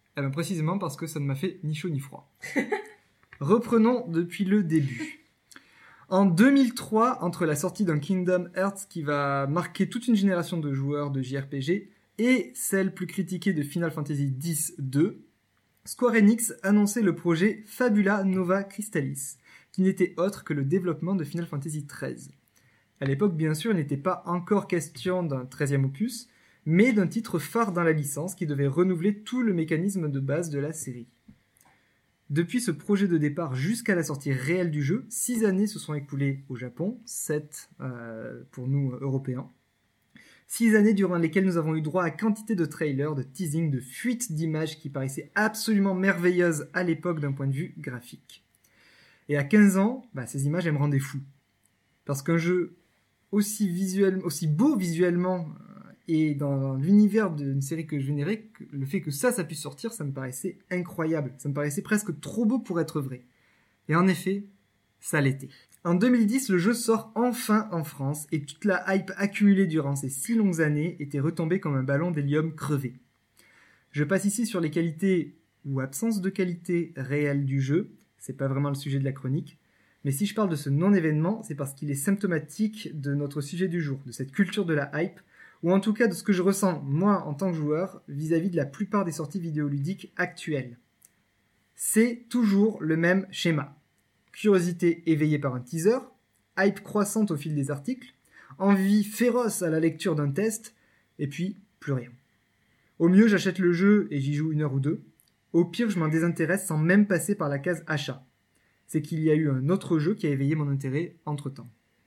Eh bien précisément parce que ça ne m'a fait ni chaud ni froid. Reprenons depuis le début. En 2003, entre la sortie d'un Kingdom Hearts qui va marquer toute une génération de joueurs de JRPG et celle plus critiquée de Final Fantasy X-2, Square Enix annonçait le projet Fabula Nova Crystallis, qui n'était autre que le développement de Final Fantasy XIII. À l'époque, bien sûr, il n'était pas encore question d'un 13e opus, mais d'un titre phare dans la licence qui devait renouveler tout le mécanisme de base de la série. Depuis ce projet de départ jusqu'à la sortie réelle du jeu, 6 années se sont écoulées au Japon, 7 pour nous Européens. 6 années durant lesquelles nous avons eu droit à quantité de trailers, de teasing, de fuites d'images qui paraissaient absolument merveilleuses à l'époque d'un point de vue graphique. Et à 15 ans, ces images elles me rendaient fou. Parce qu'un jeu aussi beau visuellement et dans l'univers d'une série que je vénérais, le fait que ça puisse sortir, ça me paraissait incroyable. Ça me paraissait presque trop beau pour être vrai. Et en effet, ça l'était. En 2010, le jeu sort enfin en France et toute la hype accumulée durant ces 6 longues années était retombée comme un ballon d'hélium crevé. Je passe ici sur les qualités ou absence de qualité réelle du jeu, c'est pas vraiment le sujet de la chronique, mais si je parle de ce non-événement, c'est parce qu'il est symptomatique de notre sujet du jour, de cette culture de la hype, ou en tout cas de ce que je ressens, moi, en tant que joueur, vis-à-vis de la plupart des sorties vidéoludiques actuelles. C'est toujours le même schéma. Curiosité éveillée par un teaser, hype croissante au fil des articles, envie féroce à la lecture d'un test, et puis plus rien. Au mieux, j'achète le jeu et j'y joue 1 heure ou 2. Au pire, je m'en désintéresse sans même passer par la case achat. C'est qu'il y a eu un autre jeu qui a éveillé mon intérêt entre-temps.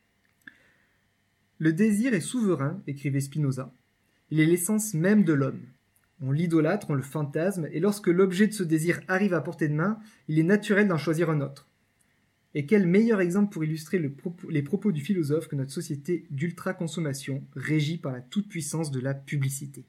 Le désir est souverain, écrivait Spinoza. Il est l'essence même de l'homme. On l'idolâtre, on le fantasme, et lorsque l'objet de ce désir arrive à portée de main, il est naturel d'en choisir un autre. Et quel meilleur exemple pour illustrer les propos du philosophe que notre société d'ultra-consommation, régie par la toute-puissance de la publicité.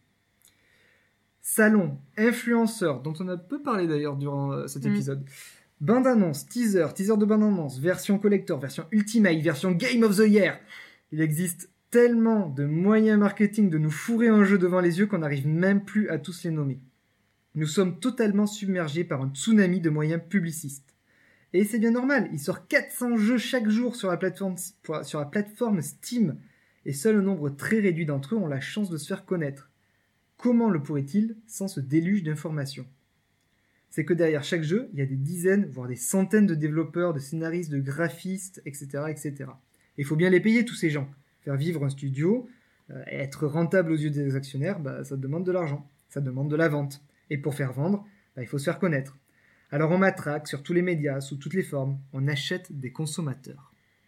Salon, influenceurs, dont on a peu parlé d'ailleurs durant cet épisode, bande-annonce, teaser de bande-annonce, version collector, version ultimate, version Game of the Year. Il existe tellement de moyens marketing de nous fourrer un jeu devant les yeux qu'on n'arrive même plus à tous les nommer. Nous sommes totalement submergés par un tsunami de moyens publicistes. Et c'est bien normal, il sort 400 jeux chaque jour sur la plateforme Steam, et seul un nombre très réduit d'entre eux ont la chance de se faire connaître. Comment le pourrait-il sans ce déluge d'informations ? C'est que derrière chaque jeu, il y a des dizaines, voire des centaines de développeurs, de scénaristes, de graphistes, etc. etc. Et il faut bien les payer tous ces gens. Faire vivre un studio, être rentable aux yeux des actionnaires, ça demande de l'argent, ça demande de la vente. Et pour faire vendre, il faut se faire connaître. Alors on matraque sur tous les médias, sous toutes les formes, on achète des consommateurs.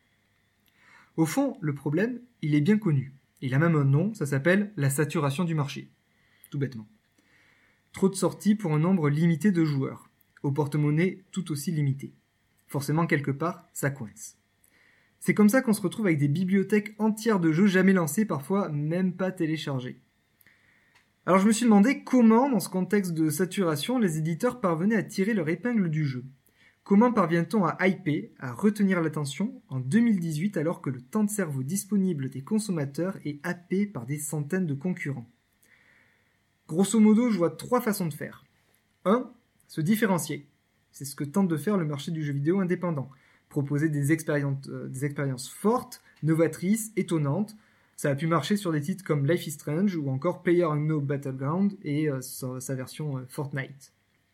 Au fond, le problème, il est bien connu. Il a même un nom, ça s'appelle la saturation du marché. Tout bêtement. Trop de sorties pour un nombre limité de joueurs, au porte-monnaie tout aussi limité. Forcément, quelque part, ça coince. C'est comme ça qu'on se retrouve avec des bibliothèques entières de jeux jamais lancés, parfois même pas téléchargés. Alors je me suis demandé comment, dans ce contexte de saturation, les éditeurs parvenaient à tirer leur épingle du jeu. Comment parvient-on à hyper, à retenir l'attention en 2018 alors que le temps de cerveau disponible des consommateurs est happé par des centaines de concurrents ? Grosso modo, je vois 3 façons de faire. 1. Se différencier. C'est ce que tente de faire le marché du jeu vidéo indépendant. Proposer des expériences fortes, novatrices, étonnantes. Ça a pu marcher sur des titres comme Life is Strange ou encore PlayerUnknown's Battleground et sa version Fortnite.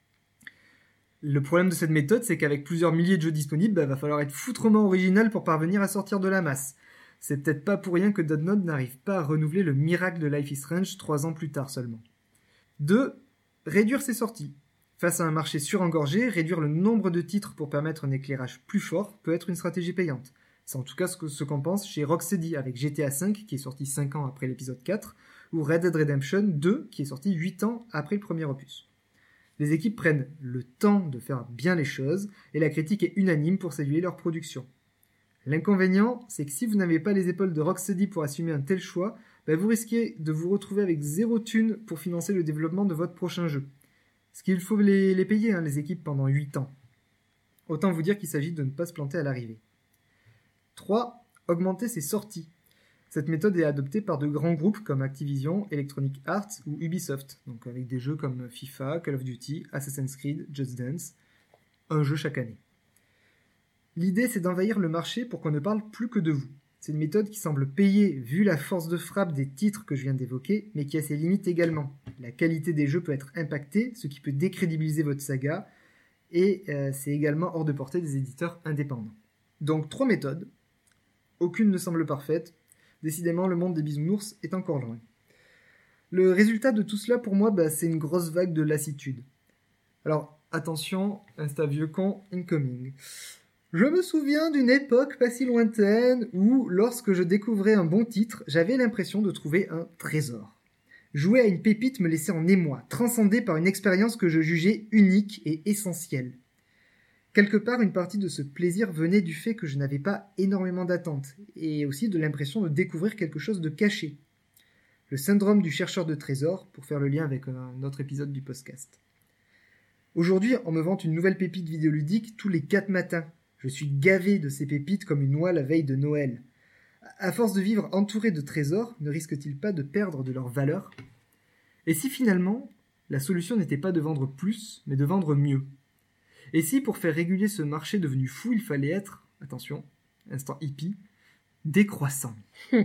Le problème de cette méthode, c'est qu'avec plusieurs milliers de jeux disponibles, va falloir être foutrement original pour parvenir à sortir de la masse. C'est peut-être pas pour rien que Dontnod n'arrive pas à renouveler le miracle de Life is Strange 3 ans plus tard seulement. 2. Réduire ses sorties. Face à un marché surengorgé, réduire le nombre de titres pour permettre un éclairage plus fort peut être une stratégie payante. C'est en tout cas ce qu'on pense chez Rocksteady avec GTA V qui est sorti 5 ans après l'épisode 4, ou Red Dead Redemption 2 qui est sorti 8 ans après le premier opus. Les équipes prennent le temps de faire bien les choses et la critique est unanime pour saluer leur production. L'inconvénient, c'est que si vous n'avez pas les épaules de Rocksteady pour assumer un tel choix, vous risquez de vous retrouver avec 0 thune pour financer le développement de votre prochain jeu. Ce qu'il faut les payer, les équipes, pendant 8 ans. Autant vous dire qu'il s'agit de ne pas se planter à l'arrivée. 3. Augmenter ses sorties. Cette méthode est adoptée par de grands groupes comme Activision, Electronic Arts ou Ubisoft, donc avec des jeux comme FIFA, Call of Duty, Assassin's Creed, Just Dance, un jeu chaque année. L'idée, c'est d'envahir le marché pour qu'on ne parle plus que de vous. C'est une méthode qui semble payer vu la force de frappe des titres que je viens d'évoquer, mais qui a ses limites également. La qualité des jeux peut être impactée, ce qui peut décrédibiliser votre saga, et c'est également hors de portée des éditeurs indépendants. Donc 3 méthodes, aucune ne semble parfaite, décidément le monde des bisounours est encore loin. Le résultat de tout cela pour moi, c'est une grosse vague de lassitude. Alors attention, Insta vieux con incoming. Je me souviens d'une époque pas si lointaine où, lorsque je découvrais un bon titre, j'avais l'impression de trouver un trésor. Jouer à une pépite me laissait en émoi, transcendé par une expérience que je jugeais unique et essentielle. Quelque part, une partie de ce plaisir venait du fait que je n'avais pas énormément d'attentes, et aussi de l'impression de découvrir quelque chose de caché. Le syndrome du chercheur de trésors, pour faire le lien avec un autre épisode du podcast. Aujourd'hui, on me vante une nouvelle pépite vidéoludique tous les 4 matins. Je suis gavé de ces pépites comme une oie la veille de Noël. À force de vivre entouré de trésors, ne risque-t-il pas de perdre de leur valeur ? Et si finalement, la solution n'était pas de vendre plus, mais de vendre mieux ? Et si, pour faire réguler ce marché devenu fou, il fallait être, attention, instant hippie, décroissant.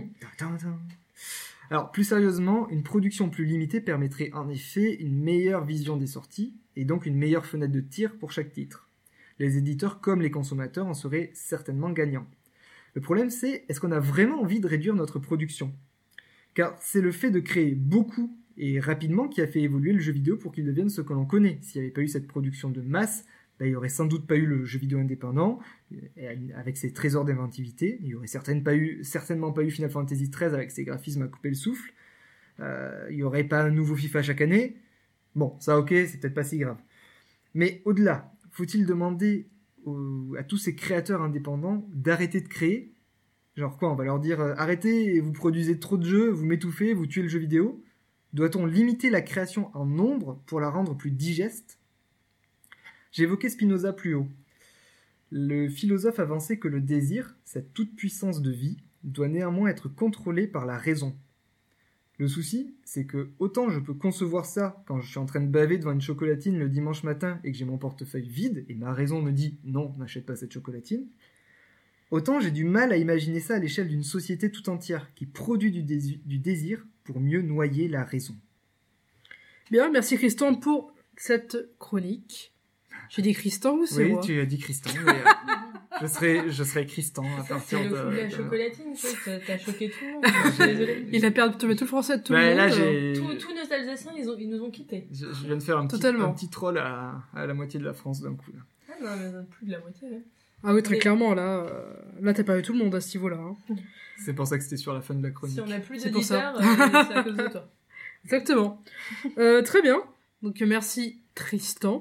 Alors, plus sérieusement, une production plus limitée permettrait en effet une meilleure vision des sorties, et donc une meilleure fenêtre de tir pour chaque titre. Les éditeurs comme les consommateurs en seraient certainement gagnants. Le problème c'est, est-ce qu'on a vraiment envie de réduire notre production ? Car c'est le fait de créer beaucoup et rapidement qui a fait évoluer le jeu vidéo pour qu'il devienne ce que l'on connaît. S'il n'y avait pas eu cette production de masse, il n'y aurait sans doute pas eu le jeu vidéo indépendant, avec ses trésors d'inventivité. Il n'y aurait certainement pas eu Final Fantasy XIII avec ses graphismes à couper le souffle. Il n'y aurait pas un nouveau FIFA chaque année. Bon, ça ok, c'est peut-être pas si grave. Mais au-delà, faut-il demander à tous ces créateurs indépendants d'arrêter de créer ? Genre quoi, on va leur dire arrêtez, vous produisez trop de jeux, vous m'étouffez, vous tuez le jeu vidéo ? Doit-on limiter la création en nombre pour la rendre plus digeste ? J'évoquais Spinoza plus haut. Le philosophe avançait que le désir, cette toute-puissance de vie, doit néanmoins être contrôlé par la raison. Le souci, c'est que autant je peux concevoir ça quand je suis en train de baver devant une chocolatine le dimanche matin et que j'ai mon portefeuille vide et ma raison me dit non, n'achète pas cette chocolatine, autant j'ai du mal à imaginer ça à l'échelle d'une société tout entière qui produit du désir pour mieux noyer la raison. Bien, merci Christian pour cette chronique. J'ai dit Christian ou c'est moi ? Oui, tu as dit Christian, mais je serai Christian à partir de... C'est le coup de la chocolatine, t'as choqué tout le monde, je suis désolée. Il a perdu tout le français de tout le monde. Là, Tous nos Alsaciens, ils nous ont quittés. Je viens de faire un petit troll à la moitié de la France d'un coup. Là. Ah non, mais plus de la moitié, là. Ah oui, très clairement, là t'as perdu tout le monde à ce niveau-là. Hein. C'est pour ça que c'était sur la fin de la chronique. Si on a plus c'est d'auditeurs, c'est à cause de toi. Exactement. Très bien. Donc merci Tristan.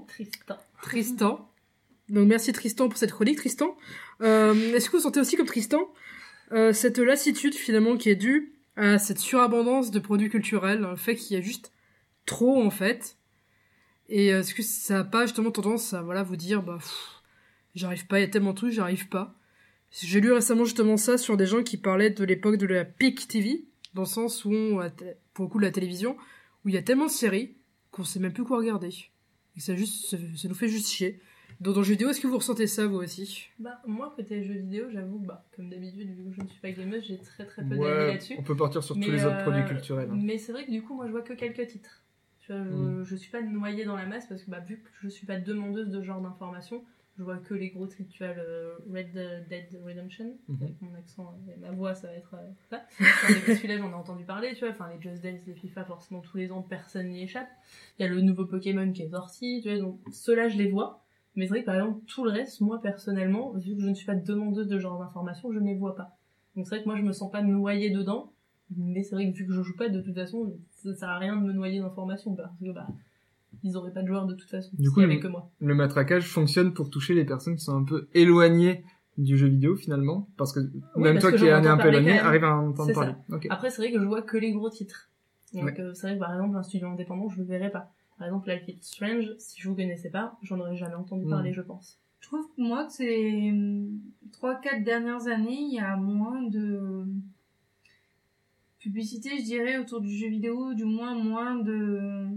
Donc merci Tristan pour cette chronique. Tristan, est-ce que vous sentez aussi comme Tristan cette lassitude finalement qui est due à cette surabondance de produits culturels, le fait qu'il y a juste trop en fait, et est-ce que ça n'a pas justement tendance à vous dire j'arrive pas, il y a tellement de trucs, j'arrive pas. J'ai lu récemment justement ça sur des gens qui parlaient de l'époque de la Peak TV, dans le sens où pour le coup de la télévision, où il y a tellement de séries qu'on sait même plus quoi regarder. Et ça nous fait juste chier. Donc dans le jeu vidéo, est-ce que vous ressentez ça vous aussi ? Moi côté jeux vidéo, j'avoue comme d'habitude, vu que je ne suis pas gameuse, j'ai très très peu d'avis là-dessus. On peut partir sur tous les autres produits culturels. Hein. Mais c'est vrai que du coup, moi je vois que quelques titres. Tu vois, je suis pas noyée dans la masse parce que vu que je suis pas demandeuse de ce genre d'informations, je vois que les gros titres, tu vois, le Red Dead Redemption, avec mon accent et ma voix, ça va être ça. Celui-là, j'en ai entendu parler, tu vois, enfin, les Just Dance, les FIFA, forcément, tous les ans, personne n'y échappe. Il y a le nouveau Pokémon qui est sorti, tu vois, donc, ceux-là, je les vois. Mais c'est vrai que, par exemple, tout le reste, moi, personnellement, vu que je ne suis pas demandeuse de ce genre d'informations, je ne les vois pas. Donc, c'est vrai que moi, je me sens pas noyée dedans. Mais c'est vrai que vu que je joue pas, de toute façon, ça sert à rien de me noyer d'informations, parce que, ils auraient pas de joueurs de toute façon. Du coup, que moi. Le matraquage fonctionne pour toucher les personnes qui sont un peu éloignées du jeu vidéo finalement, parce que même toi qui es un peu éloigné arrive à en entendre parler. Okay. Après c'est vrai que je vois que les gros titres. Donc c'est vrai que par exemple un studio indépendant je le verrais pas. Par exemple Life is Strange, si je vous connaissais pas, j'en aurais jamais entendu parler je pense. Je trouve moi que ces 3-4 dernières années, il y a moins de publicité, je dirais, autour du jeu vidéo, du moins de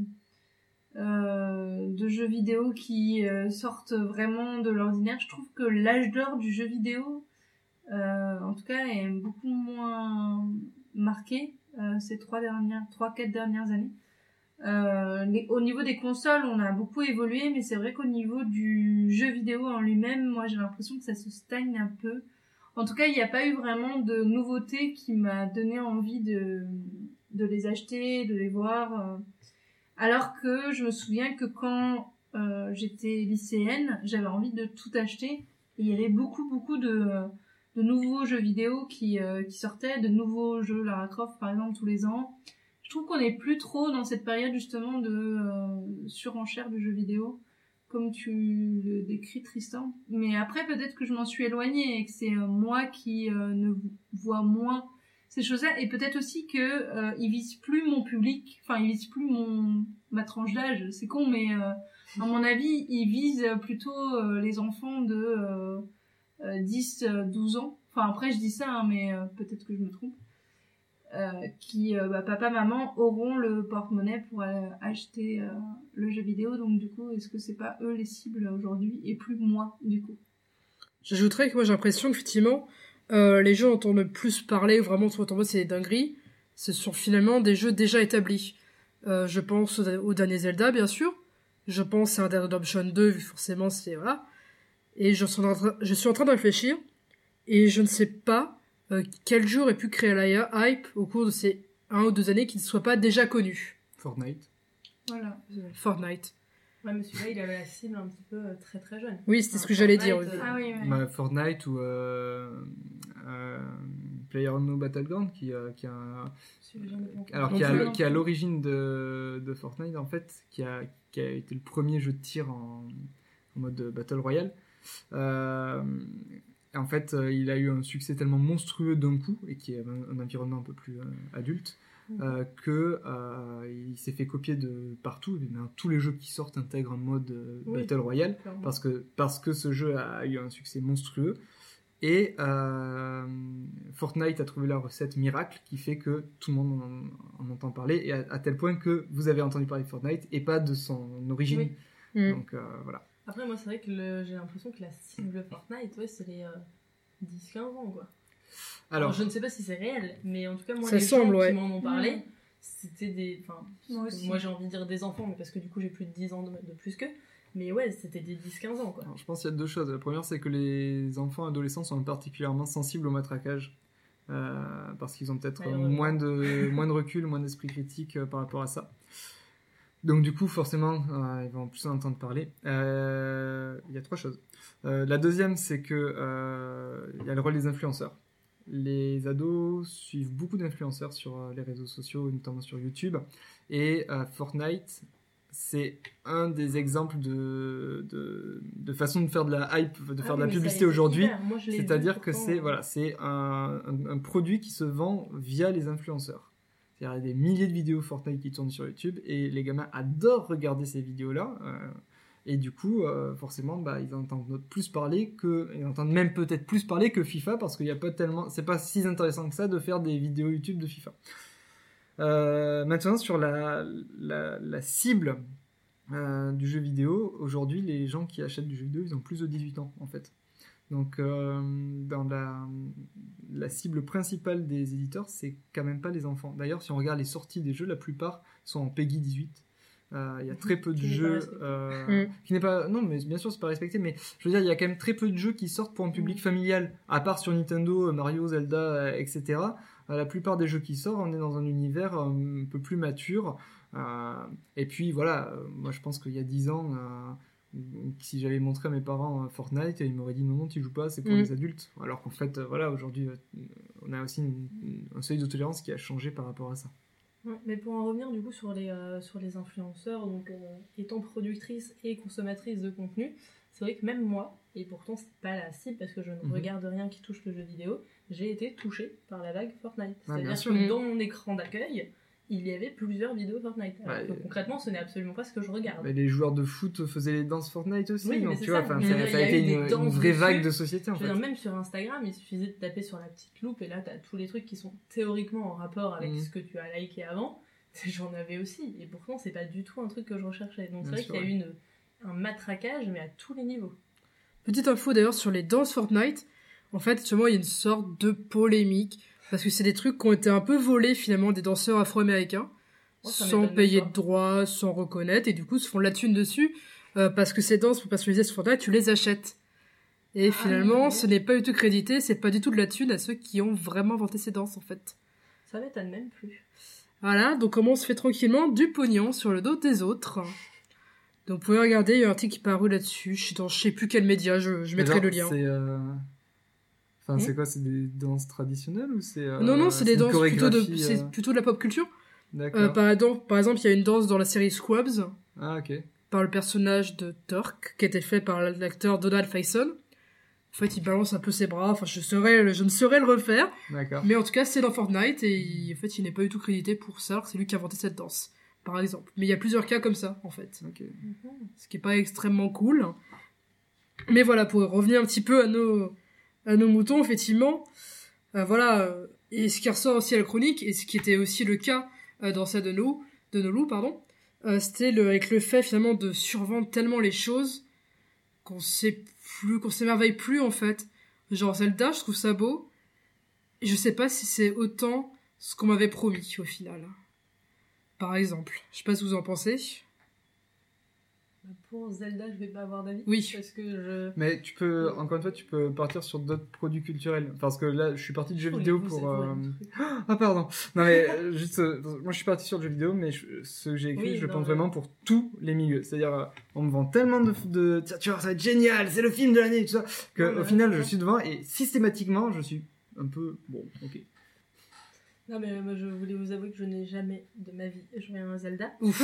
jeux vidéo qui sortent vraiment de l'ordinaire. Je trouve que l'âge d'or du jeu vidéo, en tout cas, est beaucoup moins marqué ces 3-4 dernières années. Au niveau des consoles, on a beaucoup évolué, mais c'est vrai qu'au niveau du jeu vidéo en lui-même, moi j'ai l'impression que ça se stagne un peu. En tout cas, il n'y a pas eu vraiment de nouveauté qui m'a donné envie de les acheter, de les voir. Alors que je me souviens que quand j'étais lycéenne, j'avais envie de tout acheter. Et il y avait beaucoup de nouveaux jeux vidéo qui sortaient, de nouveaux jeux Lara Croft par exemple tous les ans. Je trouve qu'on n'est plus trop dans cette période justement de surenchère du jeu vidéo, comme tu le décris Tristan. Mais après peut-être que je m'en suis éloignée et que c'est moi qui ne vois moins ces choses-là, et peut-être aussi que ils visent plus mon public, enfin ils visent plus ma tranche d'âge. C'est con, mais à mon avis ils visent plutôt les enfants de 10-12 ans. Enfin après je dis ça, hein, mais peut-être que je me trompe. Qui papa maman auront le porte-monnaie pour acheter le jeu vidéo, donc du coup est-ce que c'est pas eux les cibles aujourd'hui et plus moi du coup? J'ajouterais que moi j'ai l'impression qu'effectivement les jeux dont on a plus parlé, vraiment tout en mode c'est des dingueries, ce sont finalement des jeux déjà établis. Je pense au dernier Zelda bien sûr, je pense à Red Dead Redemption 2 vu forcément c'est voilà, et je suis en train de réfléchir et je ne sais pas quel jeu aurait pu créer la hype au cours de ces 1 ou 2 années qui ne soit pas déjà connu. Fortnite. Voilà. Fortnite. Ouais, mais celui-là, il avait la cible un petit peu très très jeune. Oui, c'était ce que j'allais dire. Ah oui, ouais. Bah, Fortnite ou PlayerUnknown's Battleground qui a l'origine de Fortnite en fait, qui a été le premier jeu de tir en mode Battle Royale. En fait, il a eu un succès tellement monstrueux d'un coup, et qui est un environnement un peu plus adulte, que il s'est fait copier de partout. Tous les jeux qui sortent intègrent un mode Battle Royale, parce que ce jeu a eu un succès monstrueux. Et Fortnite a trouvé la recette miracle qui fait que tout le monde en entend parler, et à tel point que vous avez entendu parler de Fortnite et pas de son origine. Oui. Donc voilà. Après, moi, c'est vrai que j'ai l'impression que la cible Fortnite, c'est les 10-15 ans, quoi. Alors, je ne sais pas si c'est réel, mais en tout cas, moi, les gens qui m'en ont parlé, c'était des... Enfin, moi, j'ai envie de dire des enfants, mais parce que du coup, j'ai plus de 10 ans de plus qu'eux. Mais ouais, c'était des 10-15 ans, quoi. Alors, je pense qu'il y a 2 choses. La première, c'est que les enfants et adolescents sont particulièrement sensibles au matraquage. Parce qu'ils ont peut-être moins de recul, moins d'esprit critique par rapport à ça. Donc du coup, forcément, ils vont plus en entendre parler. Il y a 3 choses. La deuxième, c'est que il y a le rôle des influenceurs. Les ados suivent beaucoup d'influenceurs sur les réseaux sociaux, notamment sur YouTube. Et Fortnite, c'est un des exemples de façon de faire de la hype, de faire de la publicité aujourd'hui. C'est-à-dire que c'est un produit qui se vend via les influenceurs. Il y a des milliers de vidéos Fortnite qui tournent sur YouTube et les gamins adorent regarder ces vidéos-là. Et du coup, forcément, ils entendent plus parler ils entendent même peut-être plus parler que FIFA, parce qu'il y a pas tellement, c'est pas si intéressant que ça de faire des vidéos YouTube de FIFA. Maintenant, sur la cible du jeu vidéo, aujourd'hui, les gens qui achètent du jeu vidéo, ils ont plus de 18 ans en fait. Donc, dans la cible principale des éditeurs, c'est quand même pas les enfants. D'ailleurs, si on regarde les sorties des jeux, la plupart sont en PEGI 18. Il y a très peu de jeux qui n'est pas... Non, mais bien sûr, c'est pas respecté, mais je veux dire, il y a quand même très peu de jeux qui sortent pour un public familial, à part sur Nintendo, Mario, Zelda, etc. La plupart des jeux qui sortent, on est dans un univers un peu plus mature. Et puis, voilà, moi, je pense qu'il y a 10 ans... si j'avais montré à mes parents Fortnite, ils m'auraient dit non, tu joues pas, c'est pour les adultes. Alors qu'en fait, voilà, aujourd'hui, on a aussi un seuil de tolérance qui a changé par rapport à ça. Ouais, mais pour en revenir du coup sur les influenceurs, donc étant productrice et consommatrice de contenu, c'est vrai que même moi, et pourtant c'est pas la cible parce que je ne regarde rien qui touche le jeu vidéo, j'ai été touchée par la vague Fortnite. C'est-à-dire que dans mon écran d'accueil, il y avait plusieurs vidéos Fortnite. Alors que concrètement, ce n'est absolument pas ce que je regarde. Mais les joueurs de foot faisaient les danses Fortnite aussi, Oui, mais donc c'est tu vois, ça. enfin, Mais ça il y a a été eu des une danses vraie vague dessus. de société en Je veux fait. dire, même sur Instagram, il suffisait de taper sur la petite loupe et là, t'as tous les trucs qui sont théoriquement en rapport avec ce que tu as liké avant. J'en avais aussi. Et pourtant, c'est pas du tout un truc que je recherchais. Donc c'est Bien vrai sûr, qu'il y a eu un matraquage, mais à tous les niveaux. Petite info d'ailleurs sur les danses Fortnite. En fait, justement, il y a une sorte de polémique. Parce que c'est des trucs qui ont été un peu volés finalement des danseurs afro-américains. Ça Sans m'étonne payer même de pas. droits, sans reconnaître. Et du coup, se font la thune dessus. Parce que ces danses, pour personnaliser sur Fortnite, tu les achètes. Et finalement, oui. ce n'est pas du tout crédité. C'est pas du tout de la thune à ceux qui ont vraiment inventé ces danses en fait. Ça m'étonne même plus. Voilà, donc comment on se fait tranquillement du pognon sur le dos des autres. Donc vous pouvez regarder, il y a un article qui est paru là-dessus, je sais plus quel média, je mettrai Genre, le lien. C'est c'est quoi, c'est des danses traditionnelles ou c'est Non, c'est des une danses plutôt chorégraphie, c'est plutôt de la pop culture. D'accord. Par exemple, il y a une danse dans la série Scrubs, Ah ok. par le personnage de Turk, qui a été fait par l'acteur Donald Faison. En fait, il balance un peu ses bras, enfin je ne saurais le refaire, D'accord. mais en tout cas c'est dans Fortnite, et en fait il n'est pas du tout crédité pour ça, alors que c'est lui qui a inventé cette danse, par exemple. Mais il y a plusieurs cas comme ça, en fait. Ok. Ce qui est pas extrêmement cool. Mais voilà, pour revenir un petit peu à nos moutons, effectivement, voilà, et ce qui ressort aussi à la chronique, et ce qui était aussi le cas dans celle de Nolou, pardon, c'était avec le fait finalement de survendre tellement les choses qu'on s'émerveille plus en fait. Genre Zelda, je trouve ça beau, et je sais pas si c'est autant ce qu'on m'avait promis au final. Par exemple, je sais pas ce que vous en pensez. Pour Zelda, je vais pas avoir d'avis. Oui. Parce que Mais tu peux, encore une fois, tu peux partir sur d'autres produits culturels. Parce que là, je suis parti de jeux vidéo pour... Ah pardon. Non mais juste, moi je suis parti sur le jeu vidéo, mais ce que j'ai écrit, je le pense vraiment pour tous les milieux. C'est-à-dire, on me vend tellement de tiens, tu vois, ça va être génial, c'est le film de l'année, tout ça, que au final, je suis devant et systématiquement, je suis un peu bon, ok. Non mais moi je voulais vous avouer que je n'ai jamais de ma vie joué à un Zelda. Ouf.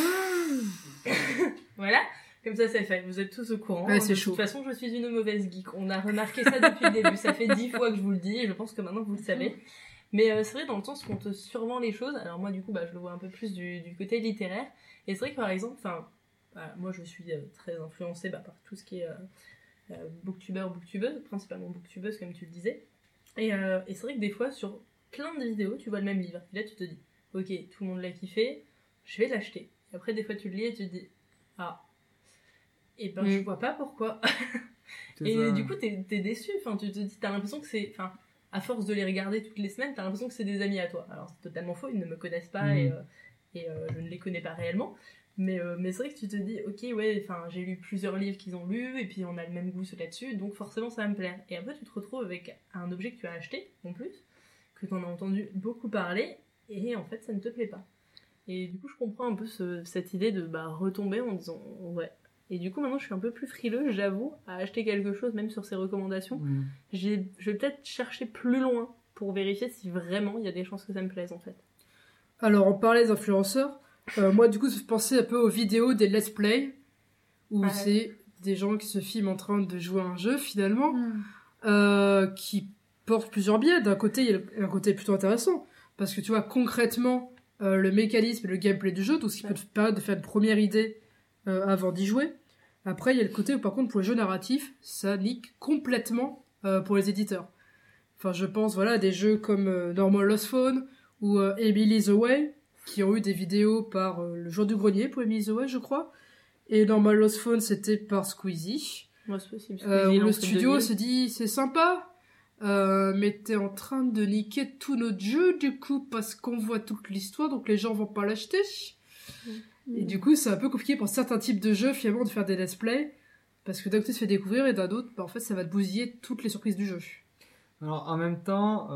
Voilà, comme ça c'est fait, vous êtes tous au courant. Ouais, c'est de chaud. toute façon je suis une mauvaise geek, on a remarqué ça depuis le début, ça fait 10 fois que je vous le dis et je pense que maintenant vous le savez. Mais c'est vrai dans le sens qu'on te survend les choses, alors moi du coup je le vois un peu plus du côté littéraire, et c'est vrai que par exemple, moi je suis très influencée par tout ce qui est booktubeuse, principalement booktubeuse comme tu le disais, et c'est vrai que des fois sur plein de vidéos, tu vois le même livre. Et là, tu te dis, ok, tout le monde l'a kiffé, je vais l'acheter. Et après, des fois, tu le lis et tu te dis, ah, et je vois pas pourquoi. Et ça. du coup, t'es déçu. Enfin, tu te dis, t'as l'impression que c'est, à force de les regarder toutes les semaines, t'as l'impression que c'est des amis à toi. Alors, c'est totalement faux, ils ne me connaissent pas et je ne les connais pas réellement. Mais c'est vrai que tu te dis, ok, ouais, j'ai lu plusieurs livres qu'ils ont lus, et puis on a le même goût là-dessus, donc forcément, ça va me plaire. Et après, tu te retrouves avec un objet que tu as acheté, en plus, que t'en as entendu beaucoup parler, et en fait ça ne te plaît pas. Et du coup je comprends un peu cette idée de retomber en disant ouais. Et du coup maintenant je suis un peu plus frileux, j'avoue, à acheter quelque chose même sur ces recommandations. Je vais peut-être chercher plus loin pour vérifier si vraiment il y a des chances que ça me plaise en fait. Alors on parlait d'influenceurs, moi du coup je pensais un peu aux vidéos des let's play, où c'est des gens qui se filment en train de jouer à un jeu finalement, qui porte plusieurs biais. D'un côté, il y a un côté plutôt intéressant, parce que tu vois concrètement le mécanisme et le gameplay du jeu, tout ce qui peut te permettre de faire une première idée avant d'y jouer. Après, il y a le côté où, par contre, pour les jeux narratifs, ça nique complètement pour les éditeurs. Enfin, je pense à des jeux comme Normal Lost Phone ou Emily's Away, qui ont eu des vidéos par le joueur du grenier pour Emily's Away, je crois. Et Normal Lost Phone, c'était par Squeezie. Moi, c'est possible. Où le studio se dit, c'est sympa, mais t'es en train de niquer tout notre jeu du coup parce qu'on voit toute l'histoire, donc les gens vont pas l'acheter. Et du coup c'est un peu compliqué pour certains types de jeux finalement de faire des let's play, parce que d'un côté tu te fais découvrir et d'un autre en fait ça va te bousiller toutes les surprises du jeu. Alors en même temps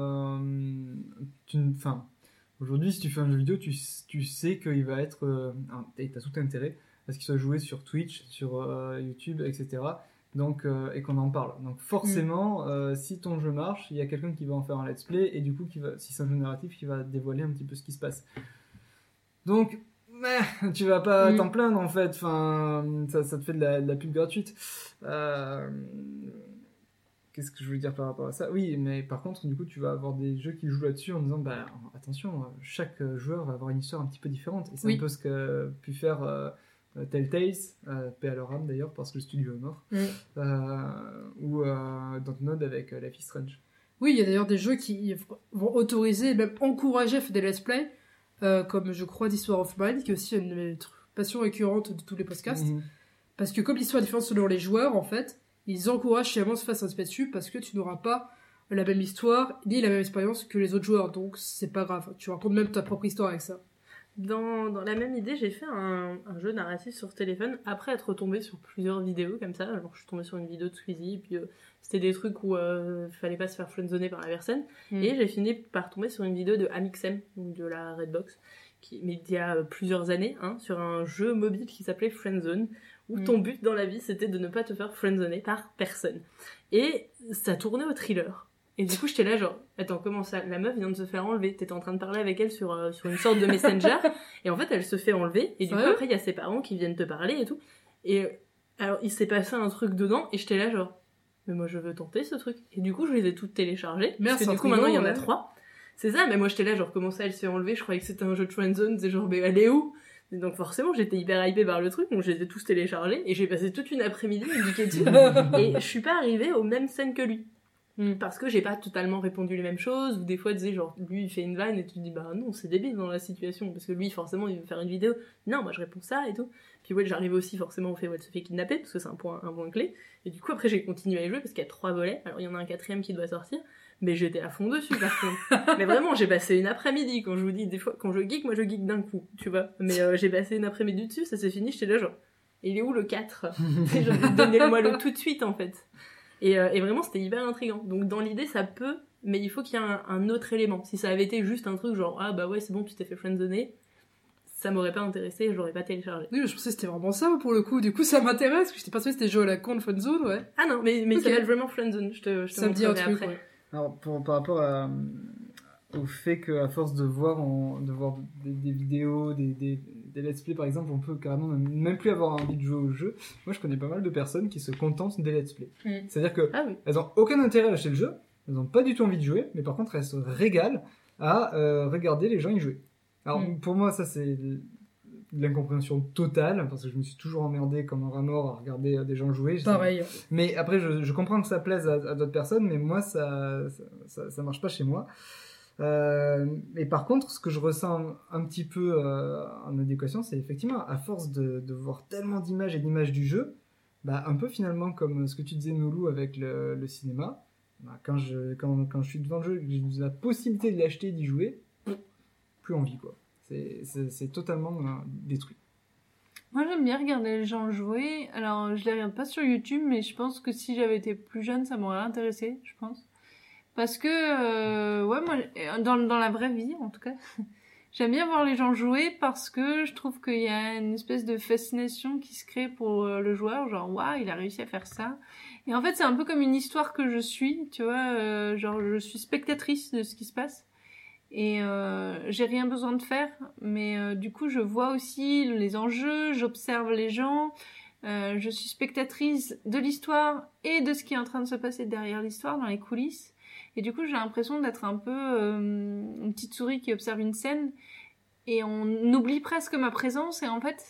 aujourd'hui si tu fais un jeu vidéo tu sais qu'il va être t'as tout intérêt à ce qu'il soit joué sur Twitch, sur YouTube, etc. Donc, et qu'on en parle. Donc forcément, si ton jeu marche, il y a quelqu'un qui va en faire un let's play, et du coup, si c'est un jeu narratif, qui va dévoiler un petit peu ce qui se passe. Donc, tu vas pas t'en plaindre en fait, ça te fait de la pub gratuite. Qu'est-ce qu'est-ce que je veux dire par rapport à ça? Oui, mais par contre, du coup, tu vas avoir des jeux qui jouent là-dessus en disant, bah, attention, chaque joueur va avoir une histoire un petit peu DC. Et c'est Oui. un peu ce qu'a pu faire Telltale, paix à leur âme d'ailleurs, parce que le studio est mort, ou Dontnod avec Life is Strange. Oui, il y a d'ailleurs des jeux qui vont autoriser, même encourager à faire des let's play, comme je crois d'Histoire of Mine, qui est aussi une de mes passions récurrentes de tous les podcasts. Parce que comme l'histoire est différente selon les joueurs, en fait, ils encouragent finalement se faire un spé dessus parce que tu n'auras pas la même histoire ni la même expérience que les autres joueurs. Donc c'est pas grave, tu racontes même ta propre histoire avec ça. Dans la même idée, j'ai fait un jeu narratif sur téléphone après être tombée sur plusieurs vidéos comme ça. Alors, je suis tombée sur une vidéo de Squeezie, et puis c'était des trucs où fallait pas se faire friendzoner par la personne. Et j'ai fini par tomber sur une vidéo de Amixem, donc de la Redbox, mais il y a plusieurs années, sur un jeu mobile qui s'appelait Friendzone, où ton but dans la vie c'était de ne pas te faire friendzoner par personne. Et ça tournait au thriller. Et du coup, j'étais là genre, attends, comment ça? La meuf vient de se faire enlever. T'étais en train de parler avec elle sur une sorte de messenger. Et en fait, elle se fait enlever. Et du coup, après, il y a ses parents qui viennent te parler et tout. Et alors, il s'est passé un truc dedans. Et j'étais là genre, mais moi, je veux tenter ce truc. Et du coup, je les ai toutes téléchargées. Parce que du coup, maintenant, il y en a 3. C'est ça, mais moi, j'étais là genre, comment ça, elle se fait enlever? Je croyais que c'était un jeu de friendzone. C'est genre, mais elle est où? Et donc forcément j'étais hyper hypée par le truc, donc je les ai tous téléchargés et j'ai passé toute une après-midi à me niquer dessus. Et je suis pas arrivée aux mêmes scènes que lui. Parce que j'ai pas totalement répondu les mêmes choses, ou des fois tu sais genre lui il fait une vanne et tu te dis bah non c'est débile dans la situation, parce que lui forcément il veut faire une vidéo, non moi je réponds ça et tout. Puis ouais j'arrive aussi forcément au fait où elle se fait kidnapper, parce que c'est un point clé, et du coup après j'ai continué à y jouer parce qu'il y a 3 volets, alors il y en a un 4ème qui doit sortir, mais j'étais à fond dessus par contre. Mais vraiment j'ai passé une après-midi, quand je vous dis des fois quand je geek, moi je geek d'un coup, tu vois, mais j'ai passé une après-midi dessus, ça s'est fini, j'étais là genre il est où le 4? J'ai envie de donner-le-moi le tout de suite en fait. Et vraiment c'était hyper intriguant. Donc dans l'idée ça peut, mais il faut qu'il y ait un autre élément. Si ça avait été juste un truc genre ah bah ouais c'est bon tu t'es fait friendzoner, ça m'aurait pas intéressé et je l'aurais pas téléchargé. Oui, je pensais que c'était vraiment ça pour le coup. Du coup ça m'intéresse parce que j'étais pas sûre que c'était joué à la con friendzone, ouais. Ah non mais okay. Ça s'appelle vraiment friendzone. Je te ça me dit un truc. Après. Ouais. Alors par rapport au fait qu'à force de voir des vidéos, des let's play par exemple, on peut carrément même plus avoir envie de jouer au jeu. Moi je connais pas mal de personnes qui se contentent des let's play. C'est-à-dire que elles ont aucun intérêt à acheter le jeu, elles ont pas du tout envie de jouer, mais par contre elles se régalent à regarder les gens y jouer. Alors pour moi ça c'est de l'incompréhension totale, parce que je me suis toujours emmerdé comme un rat mort à regarder des gens jouer. Pareil. Mais après je comprends que ça plaise à d'autres personnes, mais moi ça marche pas chez moi. Et par contre, ce que je ressens un petit peu en adéquation, c'est effectivement, à force de voir tellement d'images et d'images du jeu, bah, un peu finalement comme ce que tu disais, Noulou, avec le cinéma, bah, quand je suis devant le jeu, j'ai la possibilité de l'acheter et d'y jouer, plus envie, quoi. C'est totalement détruit. Moi, j'aime bien regarder les gens jouer. Alors, je les regarde pas sur YouTube, mais je pense que si j'avais été plus jeune, ça m'aurait intéressé, je pense. Parce que, ouais, moi, dans la vraie vie, en tout cas, j'aime bien voir les gens jouer parce que je trouve qu'il y a une espèce de fascination qui se crée pour le joueur, genre, waouh, il a réussi à faire ça. Et en fait, c'est un peu comme une histoire que je suis, tu vois, genre, je suis spectatrice de ce qui se passe. Et j'ai rien besoin de faire, mais du coup, je vois aussi les enjeux, j'observe les gens, je suis spectatrice de l'histoire et de ce qui est en train de se passer derrière l'histoire, dans les coulisses. Et du coup, j'ai l'impression d'être un peu une petite souris qui observe une scène et on oublie presque ma présence. Et en fait,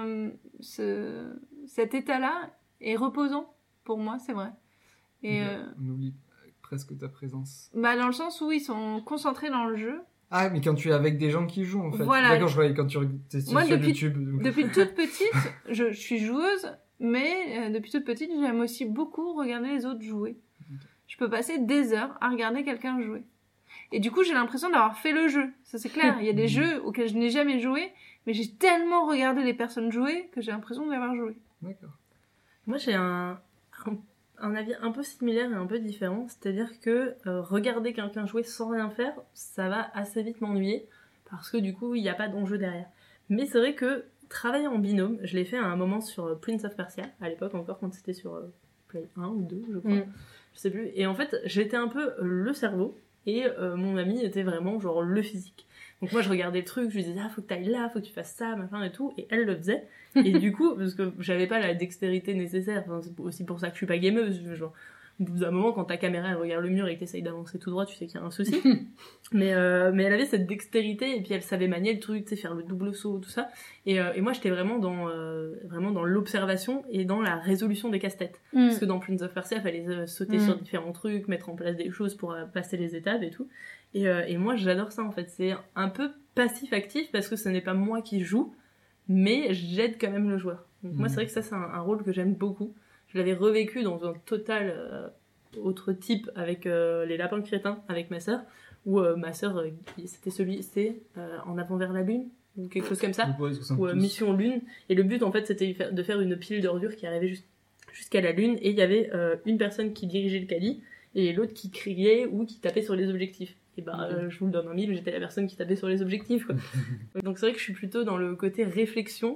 cet état-là est reposant pour moi, c'est vrai. Et on oublie presque ta présence. Bah, dans le sens où ils sont concentrés dans le jeu. Ah, mais quand tu es avec des gens qui jouent, en fait. Voilà. D'accord, je voyais quand tu es sur YouTube. Depuis toute petite, je suis joueuse, mais depuis toute petite, j'aime aussi beaucoup regarder les autres jouer. Je peux passer des heures à regarder quelqu'un jouer. Et du coup, j'ai l'impression d'avoir fait le jeu. Ça, c'est clair. Il y a des jeux auxquels je n'ai jamais joué, mais j'ai tellement regardé les personnes jouer que j'ai l'impression d'y avoir joué. D'accord. Moi, j'ai un avis un peu similaire et un peu différent. C'est-à-dire que regarder quelqu'un jouer sans rien faire, ça va assez vite m'ennuyer, parce que du coup, il n'y a pas d'enjeu derrière. Mais c'est vrai que travailler en binôme, je l'ai fait à un moment sur Prince of Persia, à l'époque encore, quand c'était sur Play 1 ou 2, je crois. Je sais plus. Et en fait, j'étais un peu le cerveau et mon ami était vraiment genre le physique. Donc moi, je regardais le truc, je lui disais ah faut que t'ailles là, faut que tu fasses ça, machin et tout, et elle le faisait. Et du coup, parce que j'avais pas la dextérité nécessaire, enfin, c'est aussi pour ça que je suis pas gameuse, genre Au bout d'un moment, quand ta caméra elle regarde le mur et que t'essayes d'avancer tout droit, tu sais qu'il y a un souci. mais elle avait cette dextérité et puis elle savait manier le truc, tu sais, faire le double saut, tout ça. Et moi, j'étais vraiment dans l'observation et dans la résolution des casse-têtes. Parce que dans Prince of Persia, il fallait sauter sur différents trucs, mettre en place des choses pour passer les étapes et tout. Et moi, j'adore ça, en fait. C'est un peu passif-actif parce que ce n'est pas moi qui joue, mais j'aide quand même le joueur. Donc moi, c'est vrai que ça, c'est un rôle que j'aime beaucoup. Je l'avais revécu dans un total autre type avec les lapins crétins avec ma sœur, où ma sœur, c'était En avant vers la lune, ou quelque chose comme ça, ou Mission Lune. Et le but, en fait, c'était de faire une pile d'ordures qui arrivait jusqu'à la lune, et il y avait une personne qui dirigeait le caddie, et l'autre qui criait ou qui tapait sur les objectifs. Et je vous le donne en mille, j'étais la personne qui tapait sur les objectifs, quoi. Donc c'est vrai que je suis plutôt dans le côté réflexion,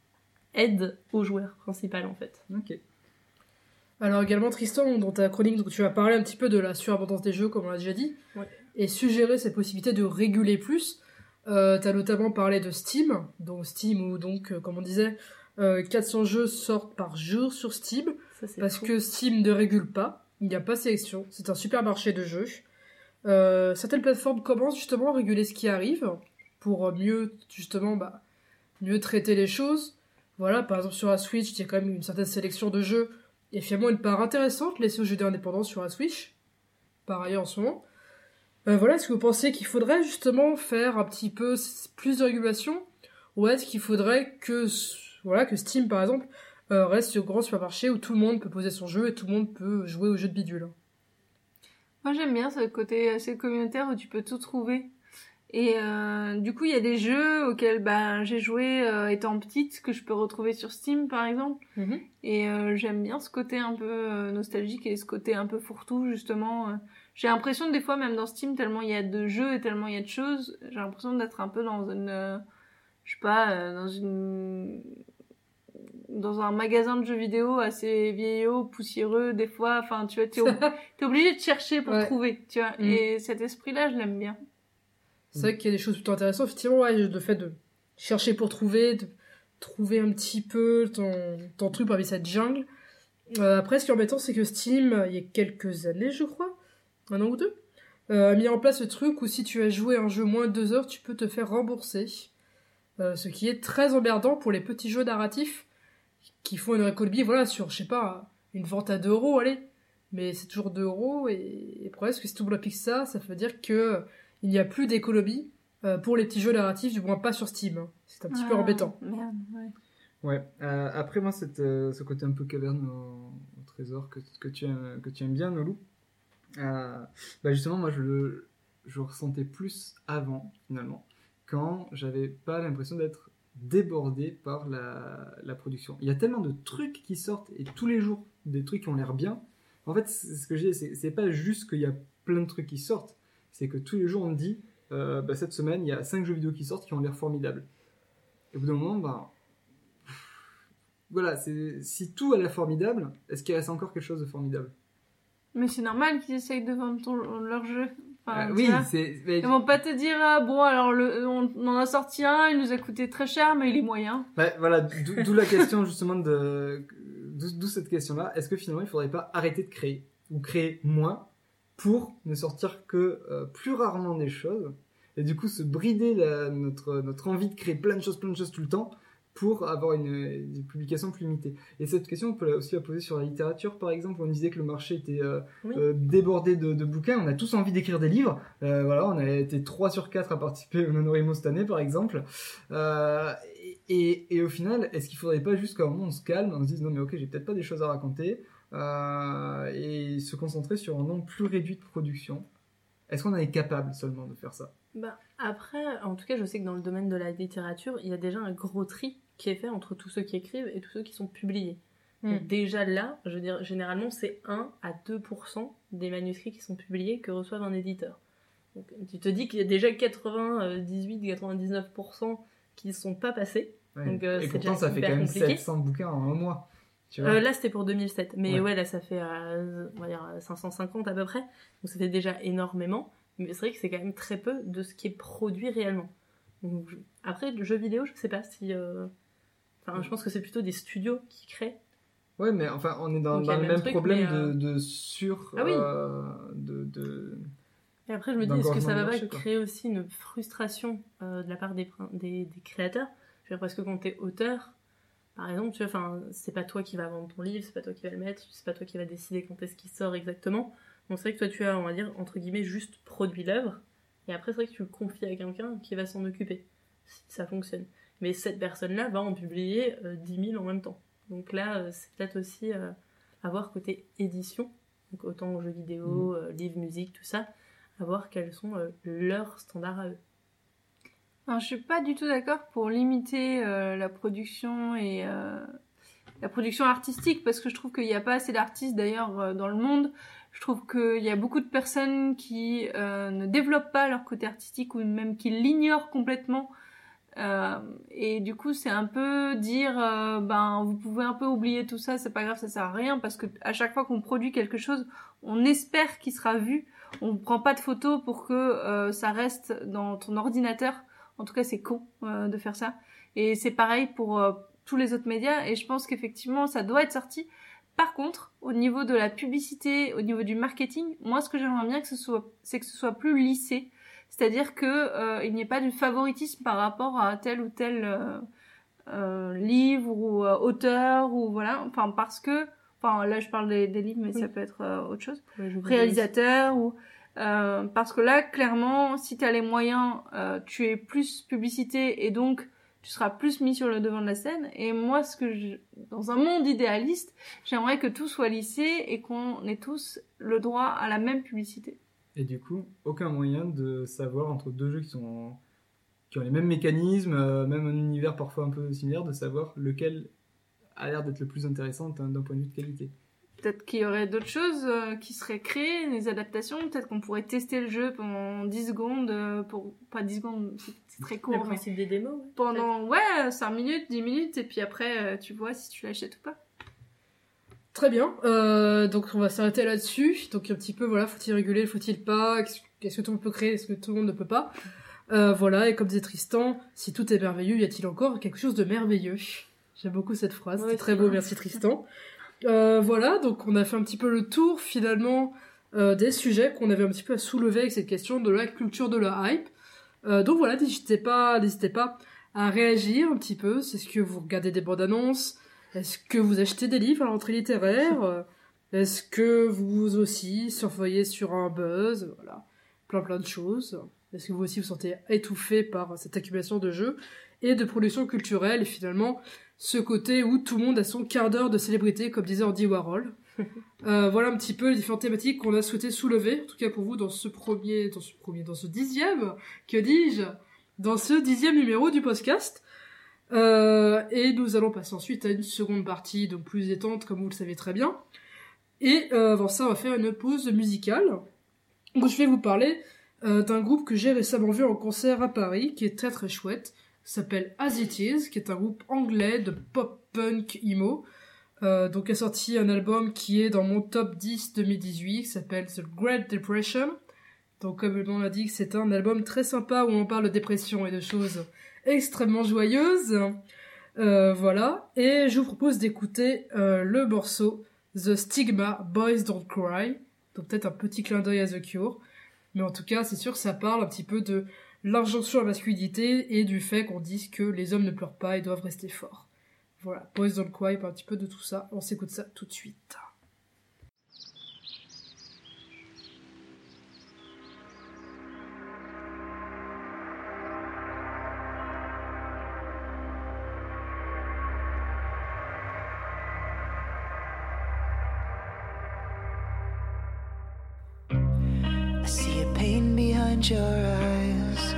aide au joueur principal, en fait. Ok. Alors également, Tristan, dans ta chronique, donc, tu vas parler un petit peu de la surabondance des jeux, comme on l'a déjà dit, et suggérer cette possibilité de réguler plus. T'as notamment parlé de Steam, où comme on disait, 400 jeux sortent par jour sur Steam, parce que Steam ne régule pas, il n'y a pas de sélection, c'est un super marché de jeux. Certaines plateformes commencent justement à réguler ce qui arrive, pour mieux traiter les choses. Voilà, par exemple sur la Switch, il y a quand même une certaine sélection de jeux, et finalement une part intéressante laissée aux jeux indépendants sur la Switch, par ailleurs en ce moment. Est-ce que vous pensez qu'il faudrait justement faire un petit peu plus de régulation, ou est-ce qu'il faudrait que Steam par exemple reste le grand supermarché où tout le monde peut poser son jeu et tout le monde peut jouer aux jeux de bidule? Moi j'aime bien ce côté assez communautaire où tu peux tout trouver. Et du coup il y a des jeux auxquels j'ai joué étant petite que je peux retrouver sur Steam par exemple. Et j'aime bien ce côté un peu nostalgique et ce côté un peu fourre-tout justement. J'ai l'impression des fois même dans Steam, tellement il y a de jeux et tellement il y a de choses, j'ai l'impression d'être un peu dans une dans un magasin de jeux vidéo assez vieillot, poussiéreux des fois. Enfin tu vois, t'es obligé de chercher pour trouver, tu vois. Et cet esprit-là je l'aime bien. C'est vrai qu'il y a des choses plutôt intéressantes. Effectivement, le fait de chercher pour trouver, de trouver un petit peu ton truc parmi cette jungle. Après, ce qui est embêtant, c'est que Steam, il y a quelques années, je crois, 1 an ou 2, a mis en place ce truc où si tu as joué un jeu moins de 2 heures, tu peux te faire rembourser. Ce qui est très emmerdant pour les petits jeux narratifs qui font une économie, sur, je sais pas, une vente à 2 €, allez. Mais c'est toujours 2 €, et le problème, c'est que si tu appliques ça veut dire que il n'y a plus d'économie pour les petits jeux narratifs, du moins pas sur Steam. C'est un petit peu embêtant. Merde, ouais. Après moi, ce côté un peu caverne au trésor que tu aimes bien, Nolou. Justement, moi je ressentais plus avant, finalement, quand j'avais pas l'impression d'être débordé par la production. Il y a tellement de trucs qui sortent, et tous les jours, des trucs qui ont l'air bien. En fait, ce que j'ai, c'est pas juste qu'il y a plein de trucs qui sortent, c'est que tous les jours on me dit cette semaine il y a 5 jeux vidéo qui sortent qui ont l'air formidables. Et au bout d'un moment, si tout a l'air formidable, est-ce qu'il reste encore quelque chose de formidable? Mais c'est normal qu'ils essayent de vendre leur jeu. Enfin, oui, ils vont pas te dire alors on en a sorti un, il nous a coûté très cher mais il est moyen. D'où la question justement d'où cette question-là. Est-ce que finalement il faudrait pas arrêter de créer ou créer moins pour ne sortir que plus rarement des choses, et du coup se brider notre envie de créer plein de choses tout le temps pour avoir une publication plus limitée. Et cette question, on peut aussi la poser sur la littérature, par exemple. On disait que le marché était débordé de bouquins. On a tous envie d'écrire des livres. On a été 3 sur 4 à participer au NaNoWriMo cette année, par exemple. Et au final, est-ce qu'il faudrait pas juste qu'à un moment on se calme, on se dise non mais ok, j'ai peut-être pas des choses à raconter, et se concentrer sur un nombre plus réduit de production? Est-ce qu'on est capable seulement de faire ça? Après, en tout cas, je sais que dans le domaine de la littérature, il y a déjà un gros tri qui est fait entre tous ceux qui écrivent et tous ceux qui sont publiés. Donc déjà là, je veux dire, généralement, c'est 1 à 2% des manuscrits qui sont publiés que reçoivent un éditeur. Donc tu te dis qu'il y a déjà 98-99% qui ne sont pas passés. Ouais. Donc, et c'est pourtant, déjà ça fait quand même compliqué. 700 bouquins en un mois. Tu vois là, c'était pour 2007. Mais là, ça fait, on va dire, 550 à peu près. Donc c'était déjà énormément. Mais c'est vrai que c'est quand même très peu de ce qui est produit réellement. Donc, après, le jeu vidéo, je sais pas si... je pense que c'est plutôt des studios qui créent. Ouais, mais enfin, on est dans Donc, il y a le le même truc, problème mais, de sur... Ah oui. Et après, je me dis, est-ce que ça va d'engorgement pas du marché, quoi. créer aussi une frustration de la part des créateurs? Je veux dire, parce que quand t'es auteur, par exemple, tu vois, enfin, c'est pas toi qui va vendre ton livre, c'est pas toi qui va le mettre, c'est pas toi qui va décider quand est-ce qu'il sort exactement. Donc c'est vrai que toi, tu as, on va dire, entre guillemets, juste produit l'œuvre, et après, c'est vrai que tu le confies à quelqu'un qui va s'en occuper, si ça fonctionne. Mais cette personne-là va en publier 10 000 en même temps. Donc là, c'est peut-être aussi avoir côté édition, donc autant jeux vidéo, livres, musique, tout ça, à voir quels sont leurs standards à eux. Alors, je suis pas du tout d'accord pour limiter la production et la production artistique, parce que je trouve qu'il n'y a pas assez d'artistes d'ailleurs dans le monde. Je trouve qu'il y a beaucoup de personnes qui ne développent pas leur côté artistique ou même qui l'ignorent complètement. Et du coup, c'est un peu dire vous pouvez un peu oublier tout ça, c'est pas grave, ça sert à rien, parce que à chaque fois qu'on produit quelque chose, on espère qu'il sera vu. On prend pas de photos pour que ça reste dans ton ordinateur. En tout cas, c'est con de faire ça. Et c'est pareil pour tous les autres médias. Et je pense qu'effectivement, ça doit être sorti. Par contre, au niveau de la publicité, au niveau du marketing, moi, ce que j'aimerais bien c'est que ce soit plus lissé. C'est-à-dire que il n'y ait pas du favoritisme par rapport à tel ou tel livre ou auteur ou voilà. Enfin, parce que, enfin, là, je parle des livres, mais ça peut être autre chose. Réalisateur ou parce que là, clairement, si t'as les moyens, tu es plus publicité et donc tu seras plus mis sur le devant de la scène. Et moi, dans un monde idéaliste, j'aimerais que tout soit lissé et qu'on ait tous le droit à la même publicité. Et du coup, aucun moyen de savoir entre deux jeux qui ont les mêmes mécanismes, même un univers parfois un peu similaire, de savoir lequel a l'air d'être le plus intéressant d'un point de vue de qualité. Peut-être qu'il y aurait d'autres choses qui seraient créées, des adaptations. Peut-être qu'on pourrait tester le jeu pendant 10 secondes. Pas 10 secondes, c'est très court. Le principe des démos. Pendant 5 minutes, 10 minutes. Et puis après, tu vois si tu l'achètes ou pas. Très bien. Donc on va s'arrêter là-dessus. Donc un petit peu, voilà, faut-il réguler, faut-il pas? Qu'est-ce que tout le monde peut créer? Est-ce que tout le monde ne peut pas? Voilà, et comme disait Tristan, si tout est merveilleux, y a-t-il encore quelque chose de merveilleux? J'aime beaucoup cette phrase. Ouais, c'était très beau, merci Tristan. Voilà, donc on a fait un petit peu le tour finalement des sujets qu'on avait un petit peu à soulever avec cette question de la culture de la hype. Donc voilà, n'hésitez pas à réagir un petit peu. C'est ce que vous regardez des bandes annonces? Est-ce que vous achetez des livres à la rentrée littéraire? Est-ce que vous aussi surveillez sur un buzz? Voilà, plein de choses. Est-ce que vous aussi vous sentez étouffé par cette accumulation de jeux et de production culturelle et finalement ce côté où tout le monde a son quart d'heure de célébrité, comme disait Andy Warhol. Voilà un petit peu les différentes thématiques qu'on a souhaité soulever, en tout cas pour vous dans ce 10e numéro du podcast. Et nous allons passer ensuite à une seconde partie, donc plus détente, comme vous le savez très bien. Et avant ça, on va faire une pause musicale, où je vais vous parler d'un groupe que j'ai récemment vu en concert à Paris, qui est très très chouette, qui s'appelle As It Is, qui est un groupe anglais de pop-punk emo, donc a sorti un album qui est dans mon top 10 2018, qui s'appelle The Great Depression. Donc comme le nom l'indique, c'est un album très sympa où on parle de dépression et de choses extrêmement joyeuses. Voilà, et je vous propose d'écouter le morceau The Stigma, Boys Don't Cry, donc peut-être un petit clin d'œil à The Cure, mais en tout cas c'est sûr que ça parle un petit peu de l'injonction à la masculinité et du fait qu'on dise que les hommes ne pleurent pas et doivent rester forts. Voilà, Boys Don't Cry, un petit peu de tout ça, on s'écoute ça tout de suite. I see a pain behind your eyes.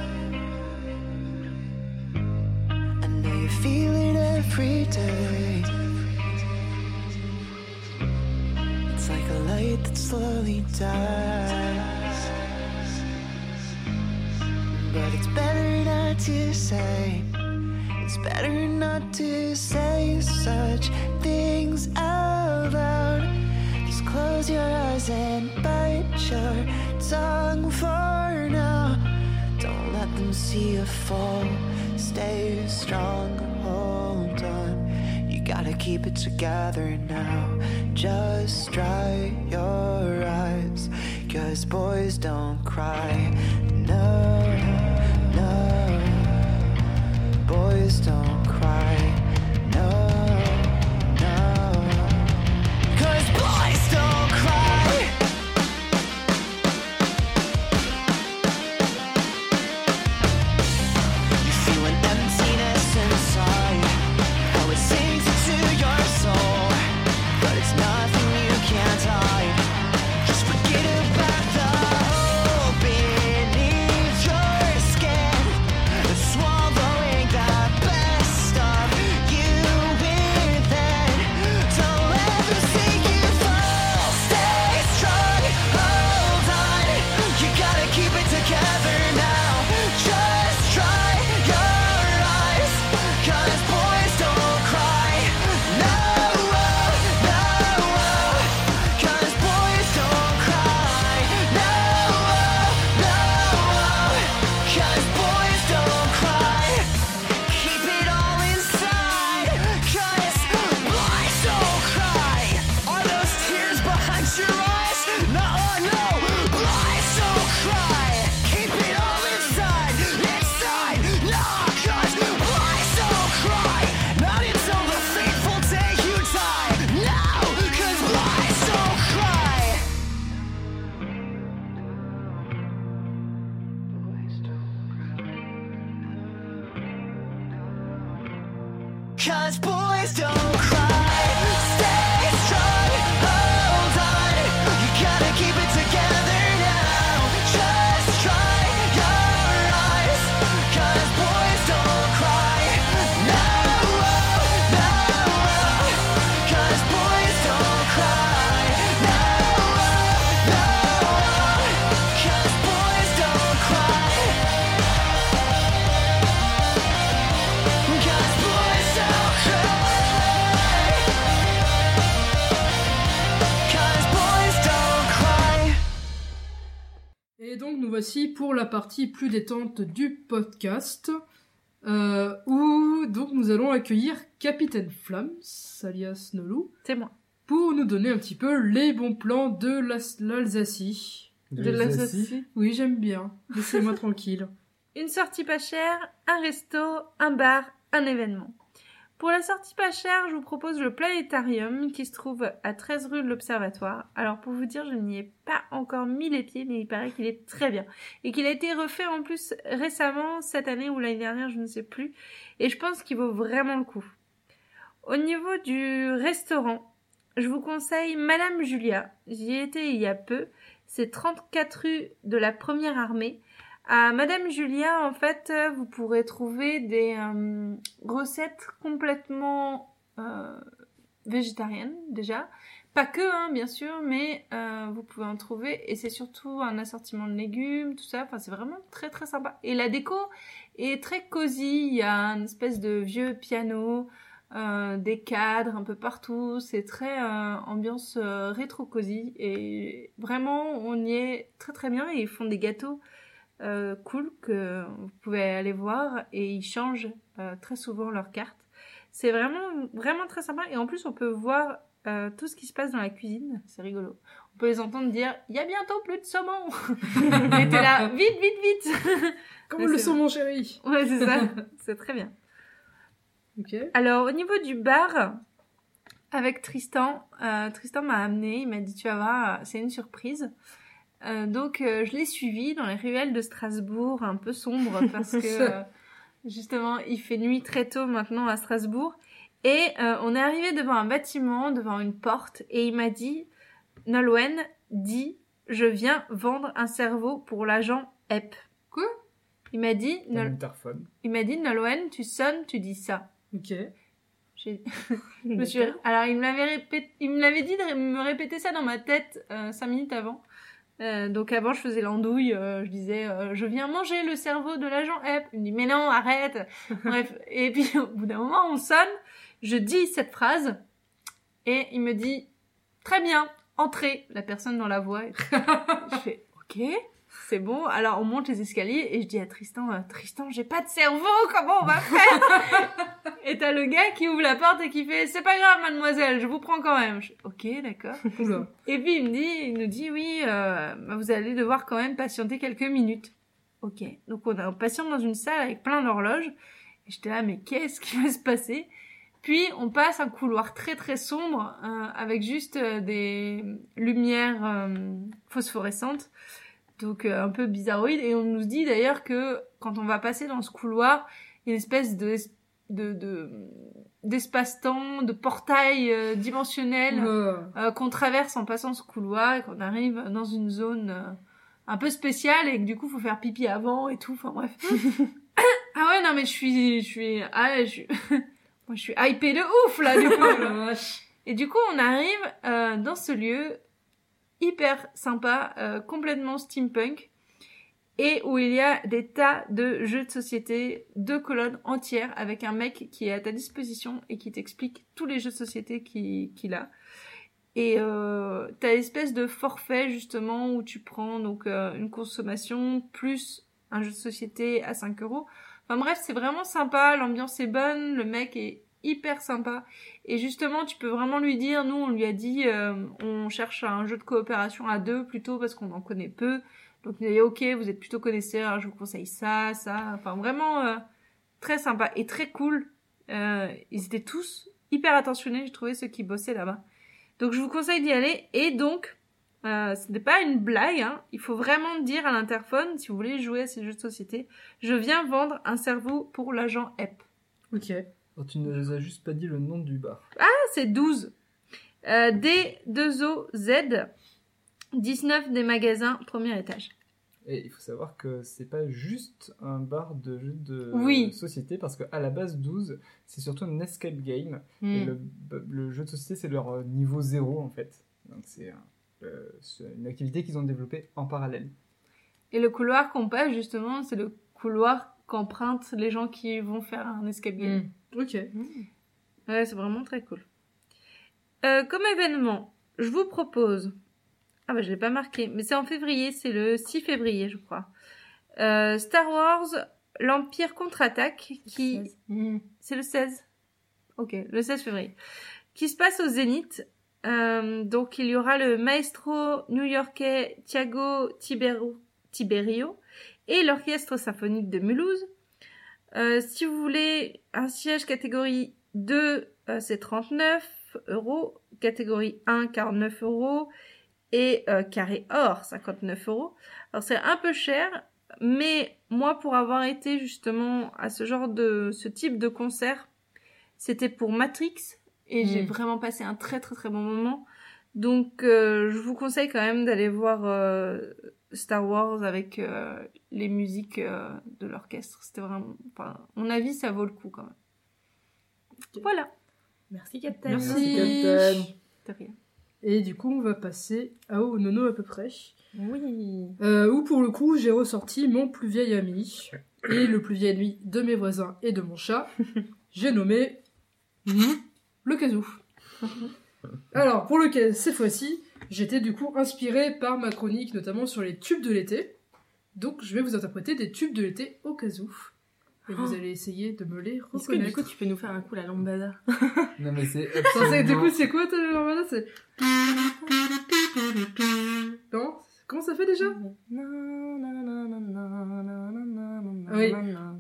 I know you feel it every day. It's like a light that slowly dies. But it's better not to say. It's better not to say such things out loud. Just close your eyes and bite your tongue for now. Don't let them see you fall. Stay strong, hold on. You got gotta keep it together now. Just dry your eyes, 'cause boys don't cry. No, no, boys don't cry. No, no, 'cause boys don't cry. You feel an emptiness inside, how it sinks into your soul, but it's nothing you can't hide. Just forget about the hole beneath your skin, swallowing the best of you within. Don't let them see you fall. Stay strong, hold on. You gotta keep it together now. Just try your eyes, 'cause boys don't cry. No, no, 'cause boys don't cry. No, no, 'cause boys don't cry. Keep it all inside, 'cause boys don't cry. Are those tears behind your eyes? No, no, boys don't cry. Keep it all inside, inside. No, 'cause boys don't cry. Not until the fateful day you die. No, 'cause boys don't cry. Cause boys don't cry. Stay strong, hold on. You gotta keep it together now. Just try your eyes, 'cause boys don't cry. No, no, 'cause boys don't cry. No, no, 'cause boys don't cry. 'Cause boys don't cry. 'Cause boys don't cry. Et donc nous voici pour la partie plus détente du podcast, où donc nous allons accueillir Capitaine Flams, alias Nolou, C'est moi. pour nous donner un petit peu les bons plans de l'Alsacie. De l'Alsace. Oui, j'aime bien. Laissez-moi tranquille. Une sortie pas chère, un resto, un bar, un événement. Pour la sortie pas chère, je vous propose le Planétarium qui se trouve à 13 rue de l'Observatoire. Alors pour vous dire, je n'y ai pas encore mis les pieds, mais il paraît qu'il est très bien. Et qu'il a été refait en plus récemment, cette année ou l'année dernière, je ne sais plus. Et je pense qu'il vaut vraiment le coup. Au niveau du restaurant, je vous conseille Madame Julia. J'y ai été il y a peu. C'est 34 rue de la Première Armée. À Madame Julia, en fait, vous pourrez trouver des recettes complètement végétariennes, déjà. Pas que, hein, bien sûr, mais vous pouvez en trouver. Et c'est surtout un assortiment de légumes, tout ça. Enfin, c'est vraiment très, très sympa. Et la déco est très cosy. Il y a une espèce de vieux piano, des cadres un peu partout. C'est très ambiance rétro-cosy. Et vraiment, on y est très, très bien. Et ils font des gâteaux cool que vous pouvez aller voir, et ils changent très souvent leurs cartes. C'est vraiment vraiment très sympa, et en plus on peut voir tout ce qui se passe dans la cuisine. C'est rigolo. On peut les entendre dire il y a bientôt plus de saumon. Et t'es là vite vite vite. Comme le saumon chéri. Ouais, c'est ça. C'est très bien. Ok. Alors au niveau du bar, avec Tristan m'a amené, il m'a dit tu vas voir, c'est une surprise. Donc je l'ai suivi dans les ruelles de Strasbourg, un peu sombre parce que justement il fait nuit très tôt maintenant à Strasbourg, et on est arrivé devant un bâtiment, devant une porte, et il m'a dit Nolwenn dit je viens vendre un cerveau pour l'agent EP. Quoi? Il m'a dit Interphone. tu sonnes, tu dis ça. Ok. Alors il me l'avait dit de me répéter ça dans ma tête 5 minutes avant. Donc avant je faisais l'andouille, je disais je viens manger le cerveau de l'agent EP. Il me dit mais non, arrête. Bref, et puis au bout d'un moment on sonne, je dis cette phrase et il me dit très bien, entrez, la personne dans la voix. Je fais ok. c'est bon. Alors on monte les escaliers et je dis à Tristan, Tristan, j'ai pas de cerveau, comment on va faire? Et t'as le gars qui ouvre la porte et qui fait, c'est pas grave mademoiselle, je vous prends quand même. Ok, d'accord. Oula. Et puis il nous dit oui, vous allez devoir quand même patienter quelques minutes. Ok, donc on patiente dans une salle avec plein d'horloges. Et j'étais là, mais qu'est-ce qui va se passer? Puis on passe un couloir très très sombre avec juste des lumières phosphorescentes, donc un peu bizarroïde. Et on nous dit d'ailleurs que quand on va passer dans ce couloir, il y a une espèce d'espace-temps, de portail dimensionnel qu'on traverse en passant ce couloir et qu'on arrive dans une zone un peu spéciale et que du coup faut faire pipi avant et tout. Enfin bref. Ah ouais non mais je suis moi, je suis hypée de ouf, là, du coup. Et du coup, on arrive dans ce lieu hyper sympa, complètement steampunk, et où il y a des tas de jeux de société, 2 colonnes entières, avec un mec qui est à ta disposition et qui t'explique tous les jeux de société qu'il a. Et t'as l'espèce de forfait, justement, où tu prends donc une consommation plus un jeu de société à 5 €. Enfin bref, c'est vraiment sympa, l'ambiance est bonne, le mec est hyper sympa. Et justement, tu peux vraiment lui dire, nous on lui a dit, on cherche un jeu de coopération à 2 plutôt parce qu'on en connaît peu. Donc il a dit, ok, vous êtes plutôt connaisseur, je vous conseille ça. Enfin vraiment très sympa et très cool. Ils étaient tous hyper attentionnés, j'ai trouvé, ceux qui bossaient là-bas. Donc je vous conseille d'y aller. Et donc, ce n'est pas une blague, hein. Il faut vraiment dire à l'interphone, si vous voulez jouer à ces jeux de société, je viens vendre un cerveau pour l'agent EP. Ok. Oh, tu ne nous as juste pas dit le nom du bar. Ah, c'est 12. D2OZ, 19 des magasins, premier étage. Et il faut savoir que c'est pas juste un bar de jeux de société, parce qu'à la base 12, c'est surtout un escape game. Et le jeu de société, c'est leur niveau 0 en fait. Donc c'est une activité qu'ils ont développée en parallèle. Et le couloir qu'on passe, justement, c'est le couloir qu'empruntent les gens qui vont faire un escape game. Ok. Ouais, c'est vraiment très cool. Comme événement, je vous propose... Ah bah je l'ai pas marqué, mais c'est en février, c'est le 6 février, je crois. Star Wars, l'Empire contre-attaque, qui... C'est le 16. Ok, le 16 février. Qui se passe au Zénith. Donc il y aura le maestro new-yorkais Thiago Tiberio et l'orchestre symphonique de Mulhouse. Si vous voulez un siège catégorie 2, c'est 39 €, catégorie 1, 49 € et carré or, 59 €. Alors c'est un peu cher, mais moi pour avoir été justement à ce type de concert, c'était pour Matrix. Et j'ai vraiment passé un très très très bon moment. Donc je vous conseille quand même d'aller voir Star Wars avec les musiques de l'orchestre. C'était vraiment... Enfin, à mon avis, ça vaut le coup quand même. Okay. Voilà. Merci Captain. Merci Captain. De rien. Et du coup, on va passer à Oh Nono à peu près. Oui. Où pour le coup, j'ai ressorti mon plus vieil ami et le plus vieil ami de mes voisins et de mon chat. J'ai nommé... le kazoo. Alors, pour le kazoo, cette fois-ci, j'étais du coup inspirée par ma chronique, notamment sur les tubes de l'été. Donc, je vais vous interpréter des tubes de l'été au kazoo. Et vous allez essayer de me les reconnaître. Est-ce que du coup, tu peux nous faire un coup la lambada? Non, mais c'est... Du coup, c'est quoi ta lambada? C'est... Non? Comment ça fait déjà? Oui.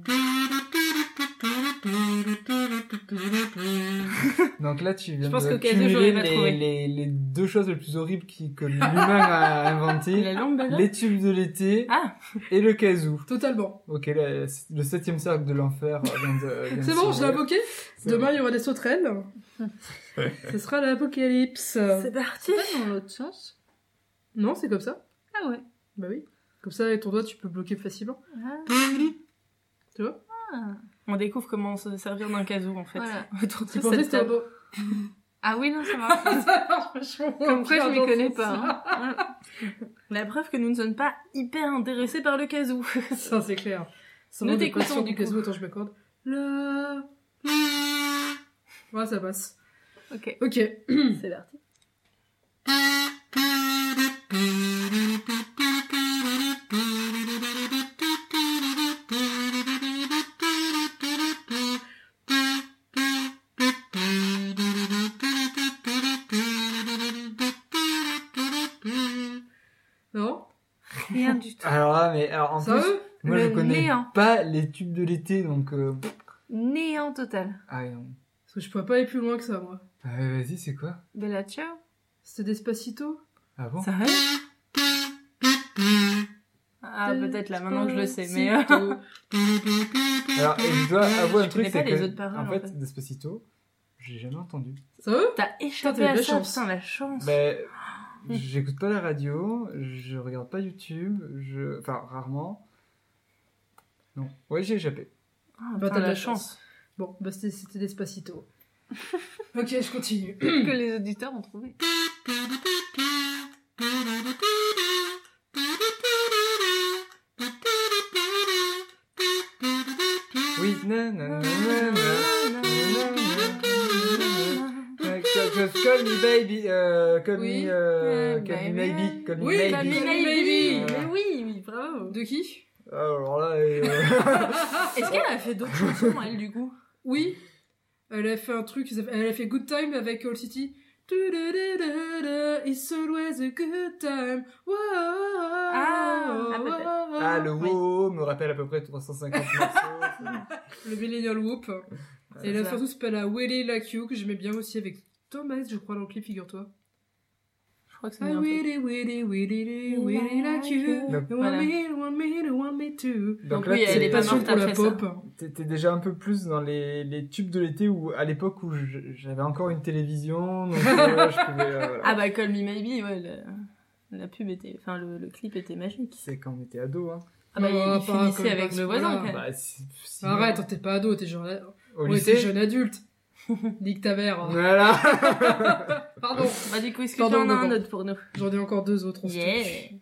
Donc là, tu viens je pense de cumuler les deux choses les plus horribles que l'humain a inventées. Les tubes de l'été et le kazoo. Totalement. Ok, le 7e cercle de l'enfer vient de c'est bon, je l'ai invoqué. Demain, il y aura des sauterelles. Ce sera l'apocalypse. C'est parti. C'est pas dans l'autre sens. Non, c'est comme ça. Ah ouais. Bah oui. Comme ça, avec ton doigt, tu peux bloquer facilement. Tu vois? On découvre comment se servir d'un kazoo, en fait. Voilà. Tu pensais que c'était un beau... Ah oui, non, ça marche. Ça marche vachement. Comme quoi, je m'y connais pas. Hein. La preuve que nous ne sommes pas hyper intéressés par le kazoo. Ça, c'est clair. Nous t'écoutons du kazoo. Attends, je m'accorde. Là. Ouais, ça passe. Ok. C'est parti. Rien du tout. Alors en plus, moi je Le connais néant. pas les tubes de l'été, donc... Néant total. Ah non. Parce que je pourrais pas aller plus loin que ça, moi. Vas-y, c'est quoi? Bella ciao. C'était Despacito. Ah bon? Sérieux? Ah, peut-être là, maintenant que je le sais, mais... Despacito. Alors, et je dois avouer un Je truc, connais pas c'est les que, autres paroles, en en fait, fait. Despacito, j'ai jamais entendu. Ça va? T'as échappé Putain, t'as à de la ça, chance. putain, la chance. Ben, j'écoute pas la radio, je regarde pas YouTube, enfin, rarement. Non. Ouais, j'ai échappé. Ah, Bah, putain, t'as de la chance. Bon, bah c'était Despacito. Ok, je continue. Que les auditeurs ont trouvé. Oui, Call me baby, call Oui. me, call me maybe, call me Oui, maybe. Call me maybe. Voilà. Mais oui, bravo. De qui? Alors là, Est-ce qu'elle a fait d'autres chansons, elle, du coup? Oui. Elle a fait un truc, elle a fait Good Time avec All City. It's always a good time. Ah, le wow me rappelle à peu près 350 morceaux. Le Millennial Whoop. Et la ça. chanson s'appelle Willy Like You, que j'aimais bien aussi avec Thomas, je crois, dans le clip, figure-toi. Je crois que c'est I bien. really like you. Donc, You voilà. want me too. Donc là, oui, elle est pas Passion morte pour la après ça. pop. t'es déjà un peu plus dans les tubes de l'été où, à l'époque où j'avais encore une télévision, donc je pouvais, voilà. Ah bah, Call Me Maybe, ouais, la pub était... Enfin, le clip était magique. C'est quand on était ado, hein. Ah bah, Non, il pas finissait comme avec pas le ce voisin, point-là. quand même. Bah, Arrête, t'es pas ado, t'es genre... au Ouais, lycée. t'es jeune adulte. Nique ta mère. Voilà. Pardon. Bah, du coup, est-ce que Pardon, tu en as un d'accord. autre pour nous? J'en ai encore deux autres. on se Yeah.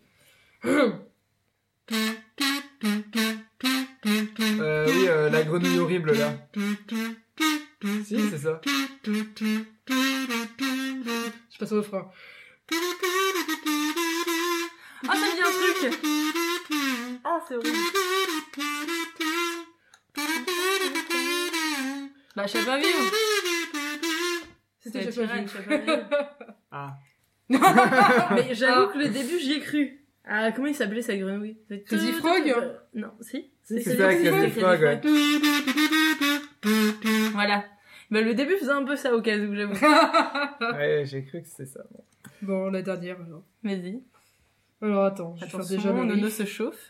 Oui, la grenouille horrible, là. Si, c'est ça. Je passe au refrain. Ah, ça me dit un truc! Ah, c'est horrible. Bah, je sais pas vivre. C'était C'est Chapeau Tyrann, Vif. je sais pas vivre. Ah. Mais j'avoue que le début, j'y ai cru. Ah, comment il s'appelait sa grenouille? Teddy Frog? Non, si. Si, c'est ça, Teddy Teddy Frog, ouais. Voilà. Bah, le début faisait un peu ça au cas où, j'avoue. Ouais, j'ai cru que c'était ça. Bon. Bon, la dernière, alors. Vas-y. Alors, attends, je vais faire Attention, déjà le Nono riff. se chauffe.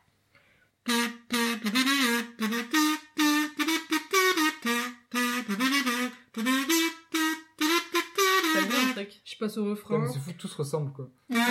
Ça me dit un truc. Je passe au Non, refrain. mais c'est fou, tout se ressemble, quoi.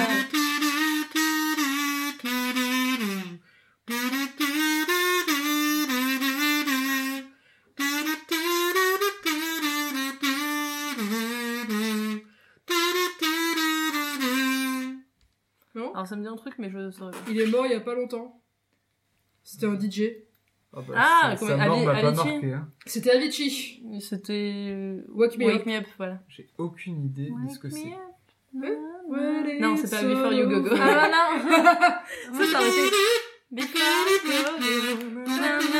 Non? Alors ça me dit un truc, mais je saurais pas. Il est mort il y a pas longtemps. C'était un DJ. Ah, bah, Ah, sa comme mort m'a pas Avicii. marqué, hein. C'était Avicii. C'était... Wake Me Up. Wake Me Up, voilà. J'ai aucune idée de ce que c'est. Non, c'est pas Before You Go Go. Ah, non. Ça aurait été... Before You Go Go.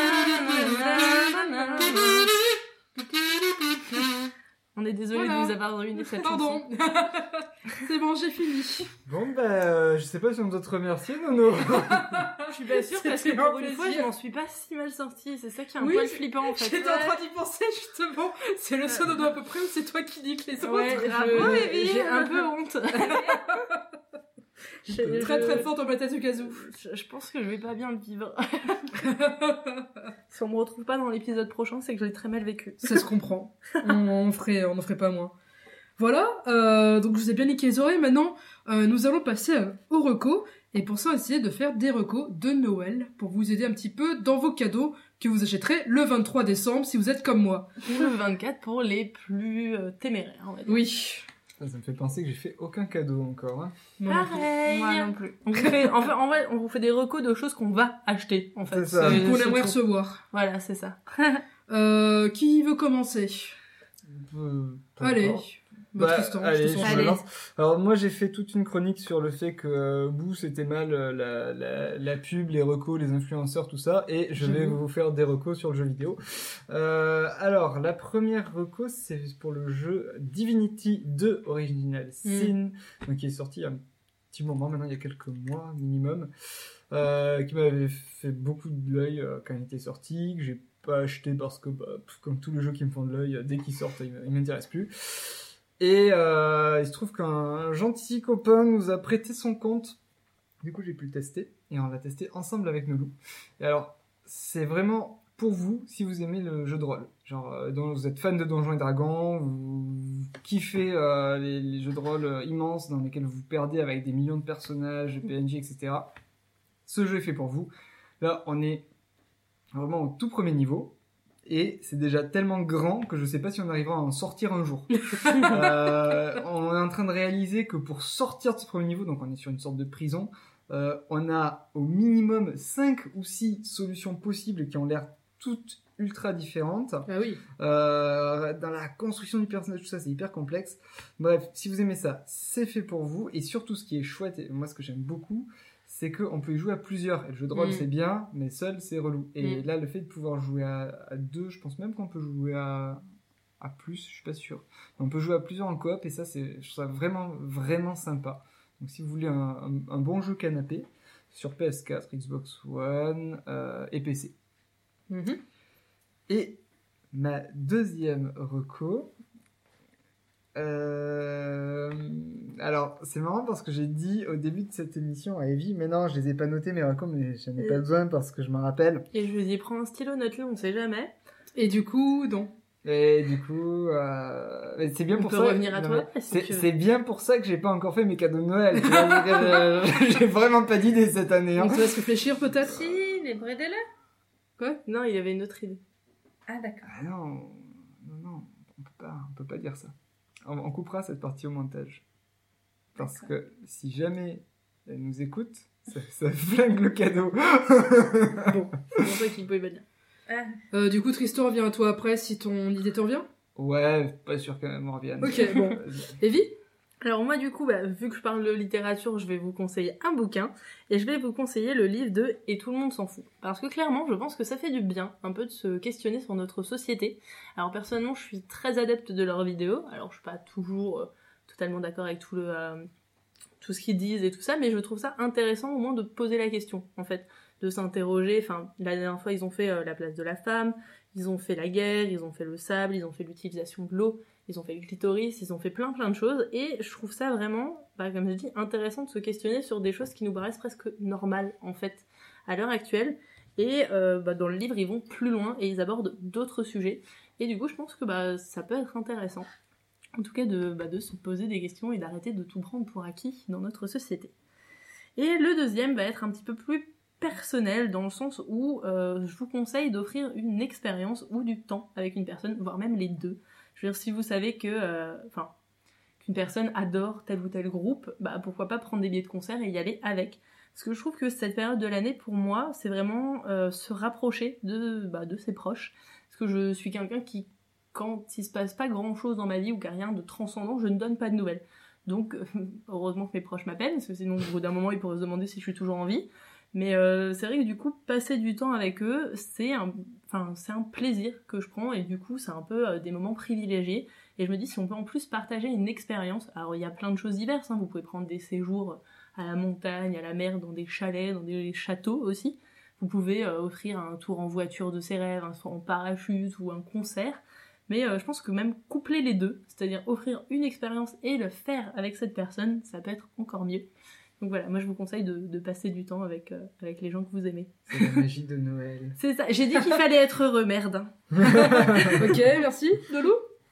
On est désolé Voilà. de vous avoir ruiné cette Pardon. chanson. C'est bon, j'ai fini. Bon, bah, je sais pas si on doit te remercier, Nono. Je suis pas sûre parce que C'était un pour une fois, plaisir. je m'en suis pas si mal sortie. C'est ça qui est un Oui, poil flippant en fait. J'étais en train d'y penser justement. C'est le seul à peu près où c'est toi qui niques les autres. Ouais, Bravo, Evie. j'ai un peu honte. Très très forte en bataille du casou. Je pense que je vais pas bien le vivre. Si on me retrouve pas dans l'épisode prochain, c'est que je l'ai très mal vécu. Ça se comprend. On en ferait pas moins. Voilà, donc je vous ai bien niqué les oreilles. Maintenant, nous allons passer aux recos. Et pour ça, on va essayer de faire des recos de Noël pour vous aider un petit peu dans vos cadeaux que vous achèterez le 23 décembre si vous êtes comme moi. Ou le 24 pour les plus téméraires, on va dire. Oui. Ça me fait penser que j'ai fait aucun cadeau encore, hein. Pareil. Moi non plus. On vous fait, en vrai, on vous fait des recos de choses qu'on va acheter, en fait. C'est ça. Qu'on c'est aimerait tout. recevoir. Voilà, c'est ça. Qui veut commencer? Pas Allez. encore. Bah, Bah, Tristan, allez, je te sens je me chaud. lance. Alors moi j'ai fait toute une chronique sur le fait que Boo c'était mal la pub, les recos, les influenceurs, tout ça, et je vais J'avoue. vous faire des recos sur le jeu vidéo. Alors la première reco c'est pour le jeu Divinity 2 Original Sin, donc qui est sorti il y a petit moment, maintenant il y a quelques mois minimum, qui m'avait fait beaucoup de l'œil quand il était sorti, que j'ai pas acheté parce que, comme tous les jeux qui me font de l'œil, dès qu'ils sortent, ils m'intéressent plus. Et il se trouve qu'un gentil copain nous a prêté son compte. Du coup, j'ai pu le tester. Et on l'a testé ensemble avec Nolou. Et alors, c'est vraiment pour vous, si vous aimez le jeu de rôle. Genre, vous êtes fan de Donjons et Dragons, vous kiffez les jeux de rôle immenses dans lesquels vous vous perdez avec des millions de personnages, de PNJ, etc. Ce jeu est fait pour vous. Là, on est vraiment au tout premier niveau. Et c'est déjà tellement grand que je sais pas si on arrivera à en sortir un jour. On est en train de réaliser que pour sortir de ce premier niveau, donc on est sur une sorte de prison, on a au minimum 5 ou 6 solutions possibles qui ont l'air toutes ultra différentes. Ah oui. Dans la construction du personnage, tout ça, c'est hyper complexe. Bref, si vous aimez ça, c'est fait pour vous. Et surtout, ce qui est chouette, et moi ce que j'aime beaucoup, c'est qu'on peut y jouer à plusieurs. Et le jeu de rôle, c'est bien, mais seul, c'est relou. Et là, le fait de pouvoir jouer à 2, je pense même qu'on peut jouer à plus, je suis pas sûr. On peut jouer à plusieurs en coop, et ça, je trouve ça vraiment, vraiment sympa. Donc si vous voulez un bon jeu canapé, sur PS4, Xbox One et PC. Et ma deuxième reco... Alors, c'est marrant parce que j'ai dit au début de cette émission à Evie, mais non, je les ai pas notés mes recos, mais j'en ai pas besoin parce que je m'en rappelle. Et je lui dis, prends un stylo, note-le, on sait jamais. Et du coup, non. Et du coup, c'est bien pour ça. Revenir à toi. C'est bien pour ça que j'ai pas encore fait mes cadeaux de Noël. Tu vois, j'ai vraiment pas d'idée cette année. On te laisse réfléchir peut-être. Si, les bredelles. Quoi? Non, il avait une autre idée. Ah d'accord. Ah non, on peut pas dire ça. On coupera cette partie au montage. Parce que si jamais elle nous écoute, ça flingue le cadeau. Bon, c'est pour ça qu'il pouvait pas dire. Du coup, Tristan revient à toi après si ton idée te revient. Ouais, pas sûr qu'elle me revienne. Ok, bon. Evie? Alors moi du coup, vu que je parle de littérature, je vais vous conseiller un bouquin et je vais vous conseiller le livre de « Et tout le monde s'en fout ». Parce que clairement, je pense que ça fait du bien un peu de se questionner sur notre société. Alors personnellement, je suis très adepte de leurs vidéos. Alors je suis pas toujours totalement d'accord avec tout ce qu'ils disent et tout ça, mais je trouve ça intéressant au moins de poser la question, en fait, de s'interroger. Enfin, la dernière fois, ils ont fait la place de la femme, ils ont fait la guerre, ils ont fait le sable, ils ont fait l'utilisation de l'eau, ils ont fait le clitoris, ils ont fait plein de choses, et je trouve ça vraiment, comme je dis, intéressant de se questionner sur des choses qui nous paraissent presque normales, en fait, à l'heure actuelle. Et dans le livre, ils vont plus loin et ils abordent d'autres sujets. Et du coup, je pense que ça peut être intéressant. En tout cas, de se poser des questions et d'arrêter de tout prendre pour acquis dans notre société. Et le deuxième va être un petit peu plus personnel, dans le sens où je vous conseille d'offrir une expérience ou du temps avec une personne, voire même les deux. Je veux dire, si vous savez qu'une personne adore tel ou tel groupe, pourquoi pas prendre des billets de concert et y aller avec. Parce que je trouve que cette période de l'année, pour moi, c'est vraiment se rapprocher de ses proches. Parce que je suis quelqu'un qui, quand il se passe pas grand chose dans ma vie ou qu'il n'y a rien de transcendant, je ne donne pas de nouvelles. Donc, heureusement que mes proches m'appellent, parce que sinon, au bout d'un moment, ils pourraient se demander si je suis toujours en vie. Mais c'est vrai que du coup, passer du temps avec eux, c'est un plaisir que je prends, et du coup, c'est un peu des moments privilégiés. Et je me dis, si on peut en plus partager une expérience, alors il y a plein de choses diverses, vous pouvez prendre des séjours à la montagne, à la mer, dans des chalets, dans des châteaux aussi. Vous pouvez offrir un tour en voiture de ses rêves, un tour en parachute ou un concert. Mais je pense que même coupler les deux, c'est-à-dire offrir une expérience et le faire avec cette personne, ça peut être encore mieux. Donc voilà, moi je vous conseille de passer du temps avec les gens que vous aimez. C'est la magie de Noël. C'est ça, j'ai dit qu'il fallait être heureux, merde. Ok, merci. Lolo?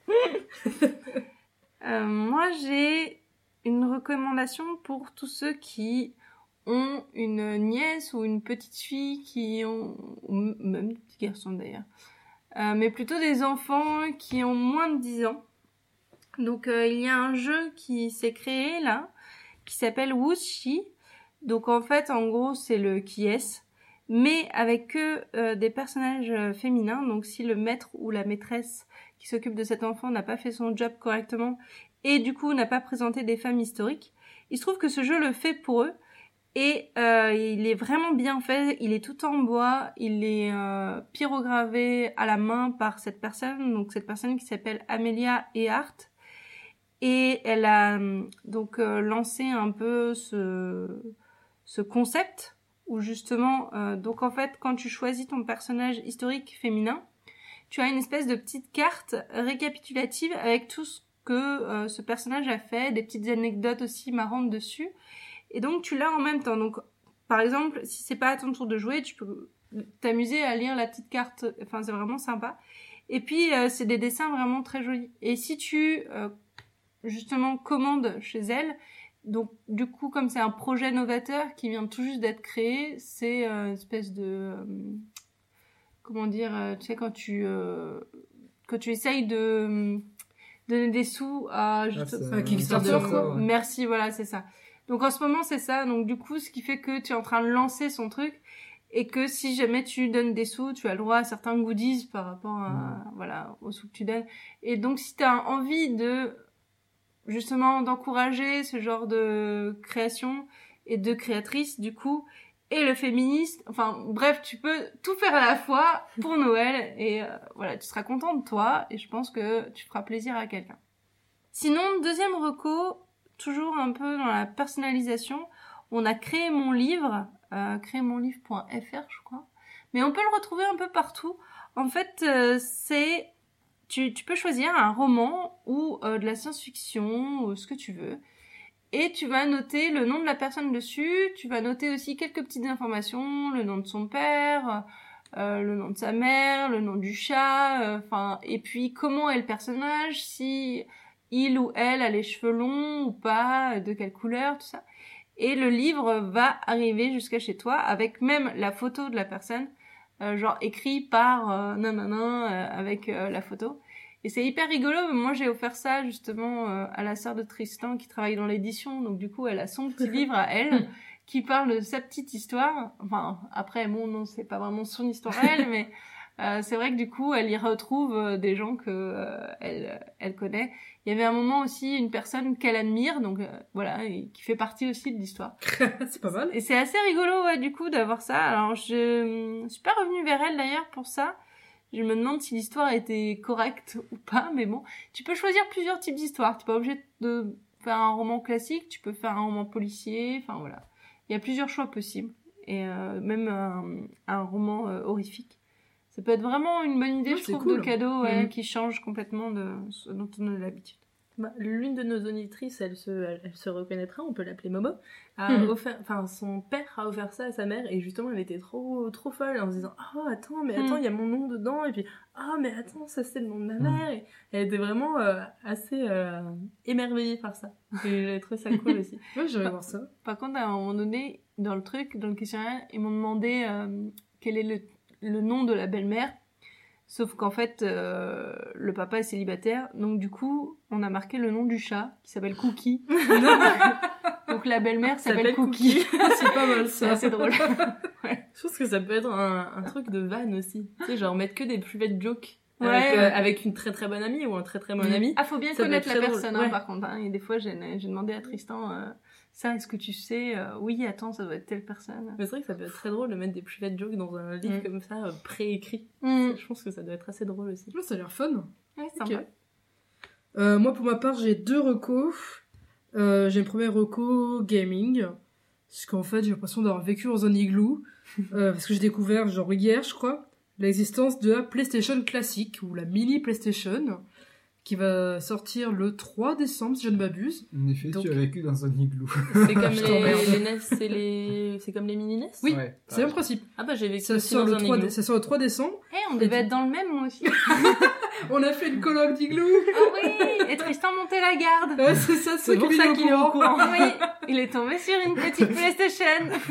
Moi j'ai une recommandation pour tous ceux qui ont une nièce ou une petite fille ou même des petits garçons d'ailleurs, mais plutôt des enfants qui ont moins de 10 ans. Donc il y a un jeu qui s'est créé là, qui s'appelle Wuxi. Donc en fait, en gros, c'est le qui est, mais avec que des personnages féminins. Donc si le maître ou la maîtresse qui s'occupe de cet enfant n'a pas fait son job correctement et du coup n'a pas présenté des femmes historiques, il se trouve que ce jeu le fait pour eux. Et il est vraiment bien fait, il est tout en bois, il est pyrogravé à la main par cette personne, donc cette personne qui s'appelle Amelia Earhart. Et elle a donc lancé un peu ce concept où justement, donc en fait, quand tu choisis ton personnage historique féminin, tu as une espèce de petite carte récapitulative avec tout ce que ce personnage a fait, des petites anecdotes aussi marrantes dessus. Et donc tu l'as en même temps. Donc par exemple, si c'est pas à ton tour de jouer, tu peux t'amuser à lire la petite carte. Enfin, c'est vraiment sympa. Et puis c'est des dessins vraiment très jolis. Et si tu justement commandes chez elle, donc du coup comme c'est un projet novateur qui vient tout juste d'être créé, c'est une espèce de comment dire, tu sais quand tu essayes de donner des sous à Kickstarter, quoi. Merci, voilà, c'est ça. Donc en ce moment c'est ça. Donc du coup ce qui fait que tu es en train de lancer son truc et que si jamais tu donnes des sous, tu as le droit à certains goodies par rapport à voilà aux sous que tu donnes. Et donc si tu as envie de justement d'encourager ce genre de création et de créatrice du coup et le féministe, enfin bref, tu peux tout faire à la fois pour Noël et voilà, tu seras content de toi et je pense que tu feras plaisir à quelqu'un. Sinon, deuxième reco, toujours un peu dans la personnalisation, on a créé mon livre, créemonlivre.fr je crois, mais on peut le retrouver un peu partout. En fait, c'est tu peux choisir un roman ou de la science-fiction ou ce que tu veux. Et tu vas noter le nom de la personne dessus, tu vas noter aussi quelques petites informations, le nom de son père, le nom de sa mère, le nom du chat, et puis comment est le personnage, si il ou elle a les cheveux longs ou pas, de quelle couleur, tout ça. Et le livre va arriver jusqu'à chez toi avec même la photo de la personne, genre écrit par avec la photo. Et c'est hyper rigolo. Moi, j'ai offert ça justement à la sœur de Tristan qui travaille dans l'édition. Donc du coup, elle a son petit livre à elle qui parle de sa petite histoire. Enfin, après, bon, non, c'est pas vraiment son histoire à elle, mais c'est vrai que du coup, elle y retrouve des gens que elle connaît. Il y avait un moment aussi une personne qu'elle admire, donc voilà, et qui fait partie aussi de l'histoire. C'est pas mal. Et c'est assez rigolo, ouais, du coup, d'avoir ça. Alors, je suis pas revenue vers elle d'ailleurs pour ça. Je me demande si l'histoire était correcte ou pas, mais bon. Tu peux choisir plusieurs types d'histoires. T'es pas obligé de faire un roman classique, tu peux faire un roman policier, enfin voilà. Il y a plusieurs choix possibles. Et même un roman horrifique. Ça peut être vraiment une bonne idée, je trouve, cool. De cadeau, qui change complètement de ce dont on a l'habitude. Bah, l'une de nos auditrices, elle se reconnaîtra, on peut l'appeler Momo, son père a offert ça à sa mère et justement elle était trop folle en se disant « Oh attends, mais attends, il y a mon nom dedans » et puis « Oh mais attends, ça c'est le nom de ma mère » et elle était vraiment assez émerveillée par ça. Et j'avais trouvé ça cool aussi. Ouais, j'aimerais voir ça. Par contre, à un moment donné, dans le questionnaire, ils m'ont demandé quel est le nom de la belle-mère. Sauf qu'en fait, le papa est célibataire, donc du coup, on a marqué le nom du chat, qui s'appelle Cookie. Donc la belle-mère s'appelle Cookie. C'est pas mal, ça. C'est assez drôle. Ouais. Je pense que ça peut être un truc de vanne aussi. Tu sais, genre mettre que des private jokes. Ouais. Avec une très très bonne amie ou un très très bon ami. Ah, faut bien connaître la personne, drôle. Par contre. Et des fois, j'ai demandé à Tristan... ça, est-ce que tu sais oui, attends, ça doit être telle personne. Mais c'est vrai que ça peut être très drôle de mettre des private jokes dans un livre comme ça, préécrit. Je pense que ça doit être assez drôle aussi. Ouais, ça a l'air fun. Ouais, c'est sympa. Moi, pour ma part, j'ai 2 recos. J'ai une première reco gaming. Parce qu'en fait, j'ai l'impression d'avoir vécu dans un igloo. Parce que j'ai découvert, genre hier, je crois, l'existence de la PlayStation classique, ou la mini PlayStation, qui va sortir le 3 décembre, si je ne m'abuse. En effet, tu as vécu dans un igloo. C'est comme les NES, c'est comme les mini NES. Oui, c'est le même principe. Ah bah j'ai vécu ça aussi sort dans le un 3 igloo. Ça sort le 3 décembre. On devait être dans le même, moi aussi. On a fait une colloque d'igloo. Ah oui, et Tristan montait la garde. Ouais, c'est ça, c'est pour ça qu'il est au courant. Oui, il est tombé sur une petite PlayStation.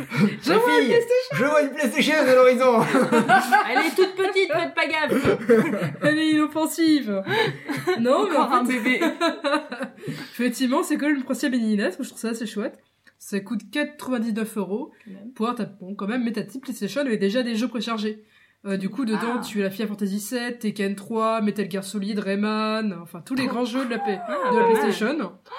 Je vois une PlayStation à l'horizon. Elle est toute petite, faites pas gaffe. Elle est inoffensive. Non, mais encore un bébé. Effectivement, c'est quand même le principe mini NES, je trouve ça assez chouette. Ça coûte 99€ pour quand même mettre ta petite PlayStation avec déjà des jeux préchargés. Du coup, dedans, tu as la Final Fantasy 7, Tekken 3, Metal Gear Solid, Rayman, enfin tous les grands jeux de la PlayStation.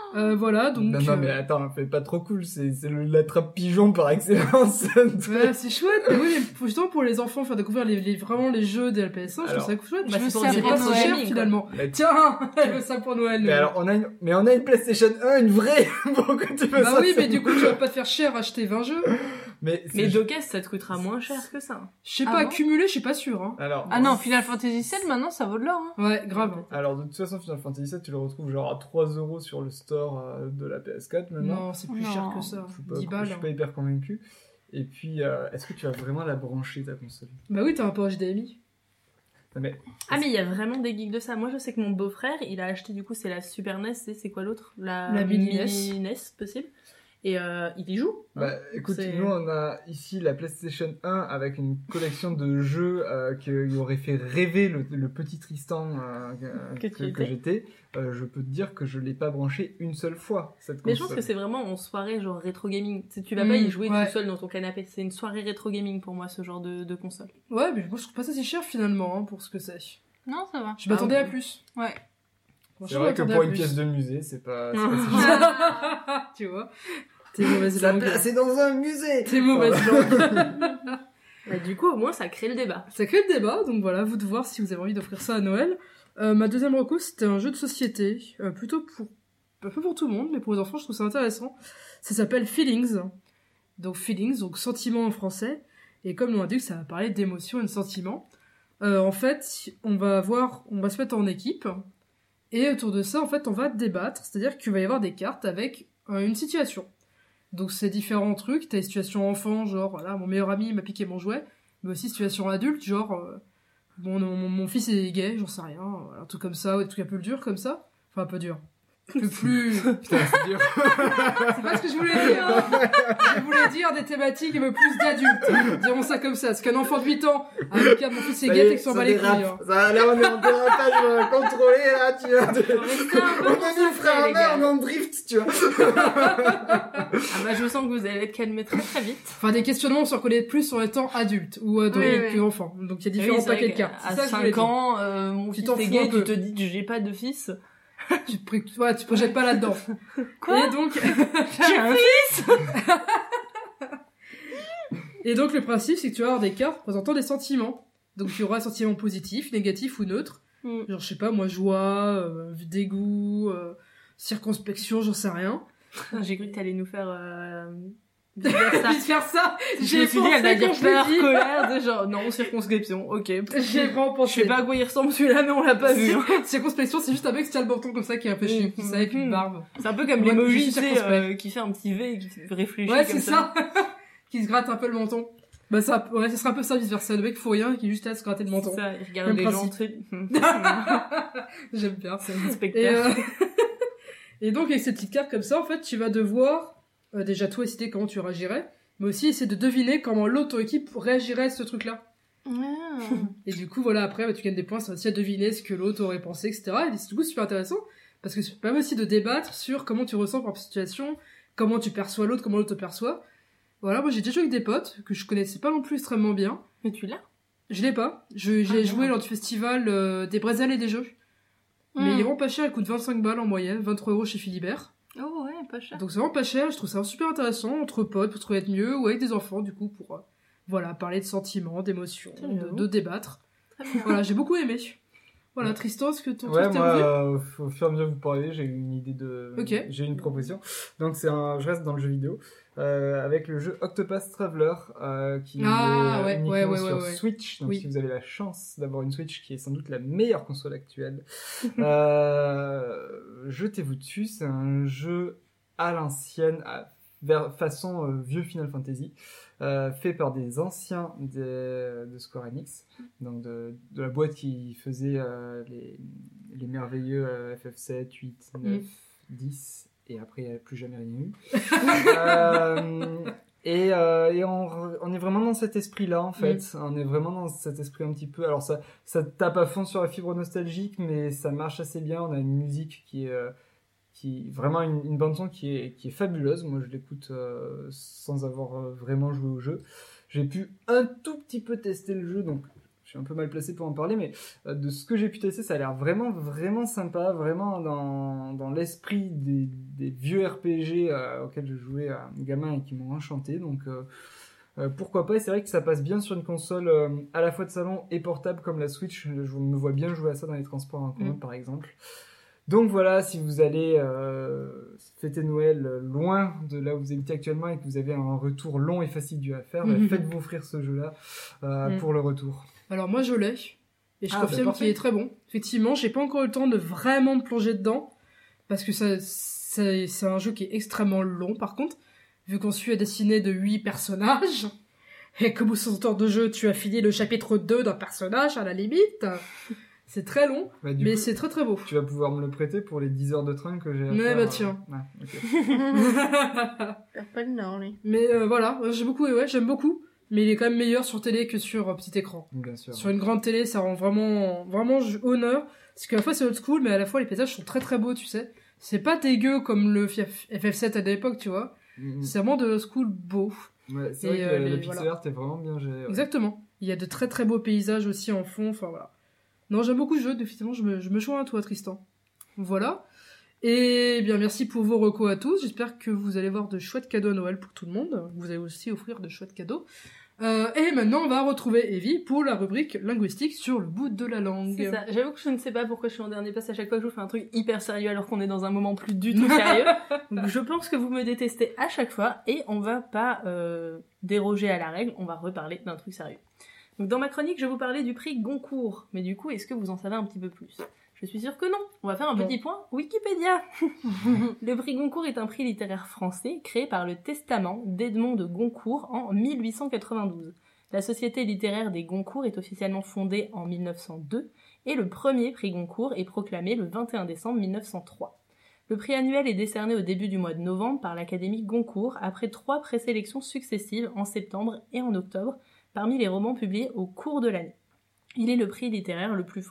Voilà, donc... Non, mais attends, fais pas trop cool, c'est l'attrape pigeon par excellence. Ouais, c'est chouette, mais oui, mais justement pour les enfants, faire découvrir vraiment les jeux de la PS1, je trouve ça chouette. Bah, Je c'est veux pour ça pas Noël, si cher quoi. finalement. Mais Tiens, je veux ça pour Noël. Mais alors, on a une PlayStation 1, une vraie. Pourquoi tu fais ça? Bah oui, mais du coup, tu vas pas te faire cher acheter 20 jeux. Mais d'occasion, ça te coûtera moins cher que ça. Je sais pas, accumuler, je suis pas sûr. Hein. Alors, Ah non, Final Fantasy VII, maintenant, ça vaut de l'or. Hein. Ouais, grave. Alors, de toute façon, Final Fantasy VII, tu le retrouves genre à 3€ sur le store de la PS4 maintenant. Non, c'est plus cher que ça. 10 balles. Je suis pas hyper convaincu. Et puis, est-ce que tu vas vraiment la brancher, ta console? Bah oui, t'as un port HDMI. Mais il y a vraiment des geeks de ça. Moi, je sais que mon beau-frère, il a acheté, du coup, c'est la Super NES, c'est quoi l'autre? La mini NES, possible. Et il y joue. Bah écoute, nous on a ici la PlayStation 1 avec une collection de jeux qui aurait fait rêver le petit Tristan que j'étais. Je peux te dire que je l'ai pas branché une seule fois, cette console. Mais je pense que c'est vraiment en soirée genre rétro gaming. Tu vas pas y jouer tout seul dans ton canapé. C'est une soirée rétro gaming pour moi, ce genre de console. Ouais, mais moi je trouve pas ça si cher finalement, hein, pour ce que c'est. Non, ça va. Je m'attendais à plus. Ouais. C'est vrai que pour une pièce de musée, c'est pas si cher. Tu vois, t'es mauvaise langue. C'est dans un musée. T'es mauvaise langue. Bah, du coup, au moins, ça crée le débat. Ça crée le débat, donc voilà, vous de voir si vous avez envie d'offrir ça à Noël. Ma deuxième reco, c'était un jeu de société, plutôt pas pour tout le monde, mais pour les enfants, je trouve ça intéressant. Ça s'appelle Feelings. Donc sentiment en français. Et comme l'on a dit, ça va parler d'émotion et de sentiment. En fait, on va se mettre en équipe. Et autour de ça, en fait, on va débattre. C'est-à-dire qu'il va y avoir des cartes avec une situation. Donc c'est différents trucs. T'as les situations enfants, genre, voilà, mon meilleur ami m'a piqué mon jouet. Mais aussi situation adulte, genre, mon fils est gay, j'en sais rien. Un truc comme ça, ou des trucs un peu durs comme ça. Enfin, un peu dur. Un peu plus... Putain, c'est dur. C'est pas ce que je voulais dire. Je voulais dire des thématiques un peu plus d'adultes. Dirons ça comme ça. Parce qu'un enfant de 8 ans, avec mon fils est gay, et que s'en bat les couilles. Hein. Là, on est en dérapage contrôlé, là, tu vois. On a dit frère et mère, on est en drift, tu vois. Ah bah, je sens que vous allez être calmé très très vite. Enfin, des questionnements, on se reconnaît plus sur étant adulte ou plus enfant. Donc, il y a différents paquets de cartes. À 5 ans, mon fils est gay, tu te dis que j'ai pas de fils. Tu te projettes pas là-dedans. Quoi? Et donc, j'ai un fils! Et donc, le principe, c'est que tu vas avoir des cartes présentant des sentiments. Donc, il y aura sentiments positifs, négatifs ou neutres. Genre, je sais pas, moi, joie, dégoût, circonspection, j'en sais rien. J'ai cru que t'allais nous faire, faire ça. J'ai pensé elle va dire peur, colère, de genre, non, circonscription, ok. J'ai vraiment pensé. Je sais pas à quoi il ressemble celui-là, mais on l'a pas vu. Circonspection, c'est juste un mec qui tient le bâton comme ça, qui réfléchit, qui avec une barbe. C'est un peu comme l'emoji, tu sais, qui fait un petit V et qui réfléchit. Ouais, comme c'est ça. Qui se gratte un peu le menton. Bah, ça, ouais, ça sera un peu ça, vice-versa. Le mec faut rien, qui est juste là à se gratter le menton. C'est ça, il regarde les gens, J'aime bien. C'est un spectacle. Et donc, avec ces petites cartes comme ça, en fait, tu vas devoir, déjà toi décider comment tu réagirais, mais aussi essayer de deviner comment l'autre équipe réagirait à ce truc-là. Et du coup, voilà, après, tu gagnes des points, ça va aussi à deviner ce que l'autre aurait pensé, etc. Et c'est du coup super intéressant, parce que ça permet aussi de débattre sur comment tu ressens par situation, comment tu perçois l'autre, comment l'autre te perçoit. Voilà, moi j'ai déjà joué avec des potes, que je connaissais pas non plus extrêmement bien. Mais tu l'as? Je l'ai pas. J'ai joué lors du festival des Brésil et des jeux. Mais il est vraiment pas cher, il coûte 25 balles en moyenne, 23€ chez Philibert. Oh ouais, pas cher. Donc c'est vraiment pas cher, je trouve ça super intéressant, entre potes, pour trouver être mieux, ou avec des enfants, du coup, pour voilà, parler de sentiments, d'émotions, de débattre. Voilà, j'ai beaucoup aimé. Voilà, Tristan, est-ce que ton truc t'es envie? Au fur et à mesure que vous parlez, j'ai une idée de... Ok. J'ai une proposition. Donc je reste dans le jeu vidéo, avec le jeu Octopath Traveler, qui est uniquement sur Switch. Donc si vous avez la chance d'avoir une Switch, qui est sans doute la meilleure console actuelle, jetez-vous dessus. C'est un jeu à l'ancienne, façon vieux Final Fantasy, fait par des anciens de Square Enix, donc de la boîte qui faisait les merveilleux FF7, 8, 9, 10, et après il n'y a plus jamais rien eu. Et on est vraiment dans cet esprit-là, en fait. On est vraiment dans cet esprit un petit peu... Alors ça tape à fond sur la fibre nostalgique, mais ça marche assez bien. On a une musique qui est vraiment une bande-son qui est fabuleuse. Moi, je l'écoute sans avoir vraiment joué au jeu. J'ai pu un tout petit peu tester le jeu, donc je suis un peu mal placé pour en parler, mais de ce que j'ai pu tester, ça a l'air vraiment, vraiment sympa, vraiment dans l'esprit des vieux RPG auxquels je jouais gamin et qui m'ont enchanté. Donc pourquoi pas, et c'est vrai que ça passe bien sur une console à la fois de salon et portable comme la Switch. Je me vois bien jouer à ça dans les transports en commun par exemple. Donc voilà, si vous allez fêter Noël loin de là où vous habitez actuellement et que vous avez un retour long et fastidieux à faire, faites-vous offrir ce jeu-là pour le retour. Alors moi je l'ai, et je confirme qu'il est très bon. Effectivement, j'ai pas encore eu le temps de vraiment me plonger dedans, parce que c'est un jeu qui est extrêmement long par contre, vu qu'on suit à dessiner de 8 personnages, et qu'au bout de 100 heures de jeu, tu as fini le chapitre 2 d'un personnage à la limite. C'est très long, mais coup, c'est très très beau. Tu vas pouvoir me le prêter pour les 10 heures de train que j'ai à faire. Bah tiens. Okay. T'as pas le nord, lui. Mais voilà, j'aime beaucoup. Mais il est quand même meilleur sur télé que sur petit écran. Bien sûr. Sur une grande télé, ça rend vraiment honneur. Parce qu'à la fois c'est old school, mais à la fois les paysages sont très très beaux, tu sais. C'est pas dégueu comme le FF7 à l'époque, tu vois. C'est vraiment de old school beau. Ouais, c'est vrai que le pixel art est vraiment bien géré. Ouais. Exactement. Il y a de très très beaux paysages aussi en fond, enfin voilà. Non, j'aime beaucoup ce jeu, effectivement, je me joins à toi, Tristan. Voilà. Et bien, merci pour vos recos à tous. J'espère que vous allez voir de chouettes cadeaux à Noël pour tout le monde. Vous allez aussi offrir de chouettes cadeaux. Et maintenant, on va retrouver Evie pour la rubrique linguistique sur le bout de la langue. C'est ça. J'avoue que je ne sais pas pourquoi je suis en dernier place à chaque fois que je vous fais un truc hyper sérieux alors qu'on est dans un moment plus du tout sérieux. Donc, je pense que vous me détestez à chaque fois et on va pas déroger à la règle, on va reparler d'un truc sérieux. Donc dans ma chronique, je vais vous parler du prix Goncourt. Mais du coup, est-ce que vous en savez un petit peu plus ? Je suis sûre que non. On va faire un petit point Wikipédia. Le prix Goncourt est un prix littéraire français créé par le testament d'Edmond de Goncourt en 1892. La Société littéraire des Goncourt est officiellement fondée en 1902 et le premier prix Goncourt est proclamé le 21 décembre 1903. Le prix annuel est décerné au début du mois de novembre par l'Académie Goncourt après 3 présélections successives en septembre et en octobre parmi les romans publiés au cours de l'année. Il est le prix littéraire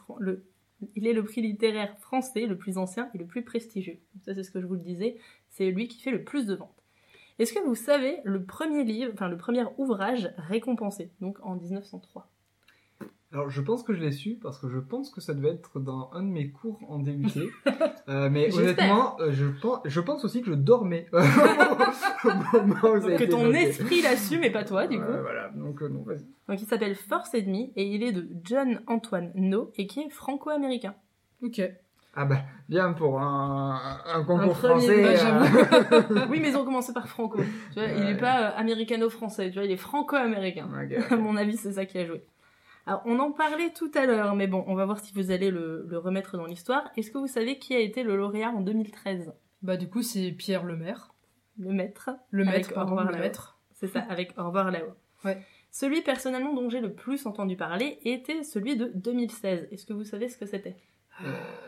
français le plus ancien et le plus prestigieux. Ça, c'est ce que je vous le disais, c'est lui qui fait le plus de ventes. Est-ce que vous savez le premier ouvrage récompensé, donc en 1903 ? Alors, je pense que je l'ai su, parce que je pense que ça devait être dans un de mes cours en DUT. Mais honnêtement, je pense aussi que je dormais. Que ton esprit l'a su, mais pas toi, du coup. Voilà, donc non, vas-y. Donc, il s'appelle Force et Demi, et il est de John Antoine No, et qui est franco-américain. Ok. Ah bah, bien pour un concours français. Oui, mais ils ont commencé par franco. Tu vois, il est pas américano-français, tu vois, il est franco-américain. Okay. À mon avis, c'est ça qui a joué. Alors, on en parlait tout à l'heure, mais bon, on va voir si vous allez le remettre dans l'histoire. Est-ce que vous savez qui a été le lauréat en 2013 ? Bah, du coup, c'est Pierre Lemaître. Le maître. Le maître. C'est ça, avec Au revoir là-haut. Ouais. Celui personnellement dont j'ai le plus entendu parler était celui de 2016. Est-ce que vous savez ce que c'était ? Modiano ?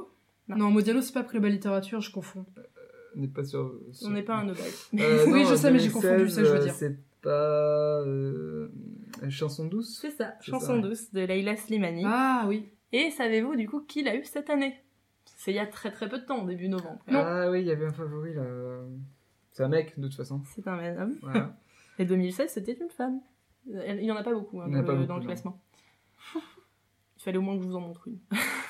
Non, Modiano, c'est pas prix Nobel littérature, je confonds. On n'est pas sûr. On n'est pas un Nobel. Oui, je sais, mais j'ai confondu, ça, je veux dire. C'est pas Chanson douce ? C'est ça, Chanson douce de Leila Slimani. Ah oui. Et savez-vous du coup qui l'a eu cette année ? C'est il y a très très peu de temps, début novembre. Ah oui, il y avait un favori là. C'est un mec de toute façon. C'est un homme. Voilà. Et 2016, c'était une femme. Il y en a pas beaucoup dans le classement. Il fallait au moins que je vous en montre une.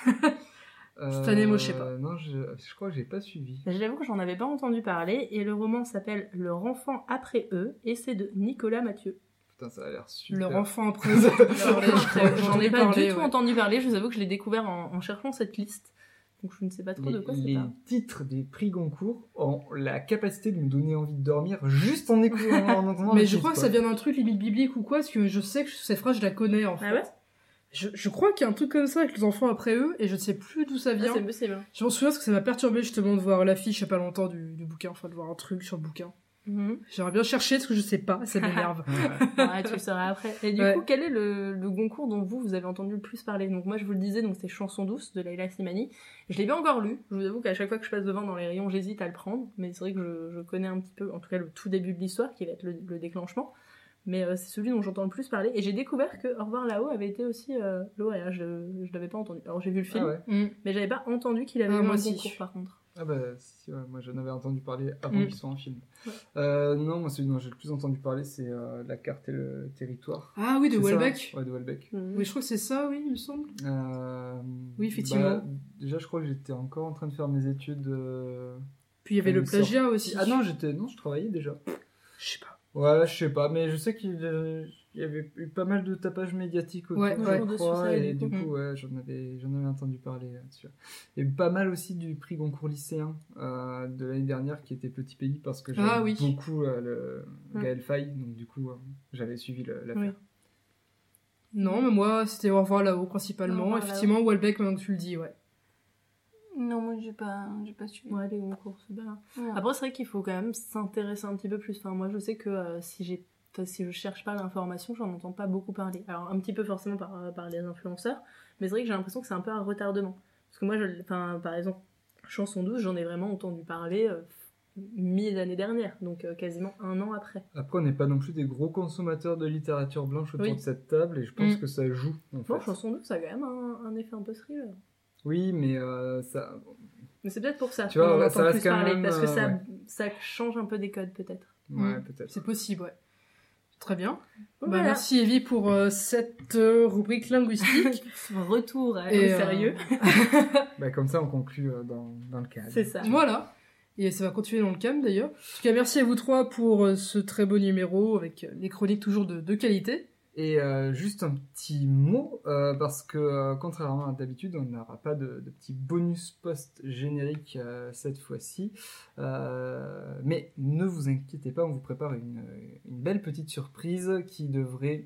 Cette année, moi, je sais pas. Non, je crois que j'ai pas suivi. J'avoue que j'en avais pas entendu parler, et le roman s'appelle Leur enfant après eux, et c'est de Nicolas Mathieu. Putain, ça a l'air super. Leur enfant après eux. J'en ai pas du tout entendu parler, je vous avoue que je l'ai découvert en cherchant cette liste. Donc je ne sais pas trop de quoi c'est. Les titres des prix Goncourt ont la capacité de me donner envie de dormir juste en écoutant, en entendant. Mais je crois que ça vient d'un truc limite biblique ou quoi, parce que je sais que cette phrase, je la connais en fait. Ah ouais ? Je crois qu'il y a un truc comme ça avec les enfants après eux, et je ne sais plus d'où ça vient. C'est bien. Je m'en souviens parce que ça m'a perturbé justement de voir l'affiche il y a pas longtemps du bouquin, enfin de voir un truc sur le bouquin. J'aimerais bien chercher parce que je sais pas, ça m'énerve. Ouais, tu le sauras après. Et du coup, quel est le Goncourt dont vous avez entendu le plus parler ? Donc moi je vous le disais, donc c'est Chanson douce de Leila Slimani. Je l'ai bien encore lu. Je vous avoue qu'à chaque fois que je passe devant dans les rayons, j'hésite à le prendre, mais c'est vrai que je connais un petit peu, en tout cas le tout début de l'histoire qui va être le déclenchement. Mais c'est celui dont j'entends le plus parler. Et j'ai découvert que Au revoir là-haut avait été aussi lauréat. Je l'avais pas entendu. Alors j'ai vu le film, mais j'avais pas entendu qu'il avait eu un concours par contre. Ah bah si, ouais, moi j'en avais entendu parler avant qu'il soit en film. Ouais. Non, moi celui dont j'ai le plus entendu parler c'est La carte et le territoire. Ah oui, de C'est ça Houellebecq. Ouais, de Houellebecq. Oui, je crois que c'est ça, oui, il me semble. Oui, effectivement. Bah, déjà je crois que j'étais encore en train de faire mes études. Puis il y avait le plagiat aussi. Ah non, je travaillais déjà. Je sais pas. Ouais, je sais pas, mais je sais qu'il y avait eu pas mal de tapage médiatique autour, Ouais, je crois, ça, et du du coup. coup, ouais, j'en avais entendu parler là-dessus. Et pas mal aussi du prix Goncourt lycéen de l'année dernière qui était Petit Pays parce que j'aime beaucoup le Gaël Faye, donc du coup, j'avais suivi l'affaire. Oui. Non, mais moi, c'était Au revoir là-haut, principalement. Au revoir Effectivement, Houellebecq, maintenant que tu le dis, ouais. Non, moi j'ai pas suivi. Ouais, les concours, c'est bien. Ouais. Après, c'est vrai qu'il faut quand même s'intéresser un petit peu plus. Enfin, moi, je sais que si je cherche pas l'information, j'en entends pas beaucoup parler. Alors, un petit peu forcément par les influenceurs, mais c'est vrai que j'ai l'impression que c'est un peu un retardement. Parce que moi, par exemple, Chanson 12, j'en ai vraiment entendu parler mi-l'année dernière, donc quasiment un an après. Après, on n'est pas non plus des gros consommateurs de littérature blanche autour de cette table, et je pense que ça joue, en fait. Bon, Chanson 12, ça a quand même un effet un peu thriller. Oui, mais ça... Mais c'est peut-être pour ça tu vois, qu'on ouais, entend ça reste plus quand parler, même, parce que ouais. ça change un peu des codes, peut-être. Ouais, peut-être. C'est possible, ouais. Très bien. Voilà. Merci Evie pour cette rubrique linguistique. Retour au Et, sérieux. Comme ça, on conclut dans le cadre. C'est ça. Voilà. Et ça va continuer dans le calme d'ailleurs. En tout cas, merci à vous trois pour ce très beau numéro avec les chroniques toujours de qualité. Et juste un petit mot, parce que contrairement à d'habitude, on n'aura pas de petit bonus post-générique cette fois-ci. Mais ne vous inquiétez pas, on vous prépare une belle petite surprise qui devrait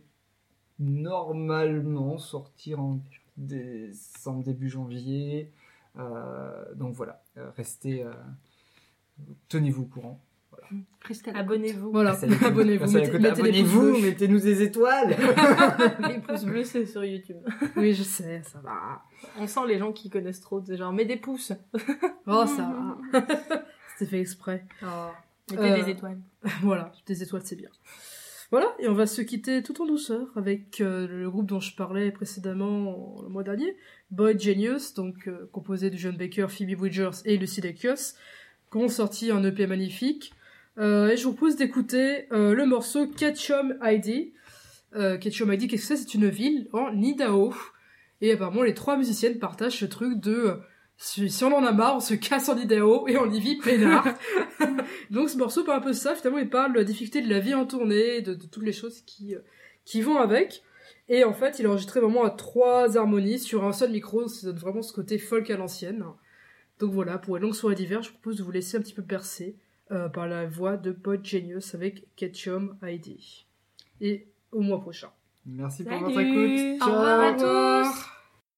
normalement sortir en décembre, début janvier. Donc voilà, restez... tenez-vous au courant. Voilà. Abonnez-vous. Voilà, abonnez-vous. Abonnez-vous, mettez-nous des étoiles. Les pouces bleus, c'est sur YouTube. Oui, je sais, ça va. On sent les gens qui connaissent trop, c'est genre, mets des pouces. Oh, ça va. C'était fait exprès. Mettez des étoiles. Voilà, des étoiles, c'est bien. Voilà, et on va se quitter tout en douceur avec le groupe dont je parlais précédemment le mois dernier, Boy Genius, donc composé de John Baker, Phoebe Bridgers et Lucy Dacus, qui ont sorti un EP magnifique. Et je vous propose d'écouter le morceau Ketchum ID. Ketchum ID, qu'est-ce que c'est ? C'est une ville en Idaho. Et apparemment, les trois musiciennes partagent ce truc de... si on en a marre, on se casse en Idaho et on y vit peinard. Donc ce morceau parle un peu de ça. Finalement, il parle de la difficulté de la vie en tournée, de toutes les choses qui vont avec. Et en fait, il est enregistré vraiment à 3 harmonies sur un seul micro. Ça donne vraiment ce côté folk à l'ancienne. Donc voilà, pour une longue soirée d'hiver, je vous propose de vous laisser un petit peu bercer par la voix de Boy Genius avec Ketchum ID. Et au mois prochain. Merci pour votre écoute. Au revoir à tous.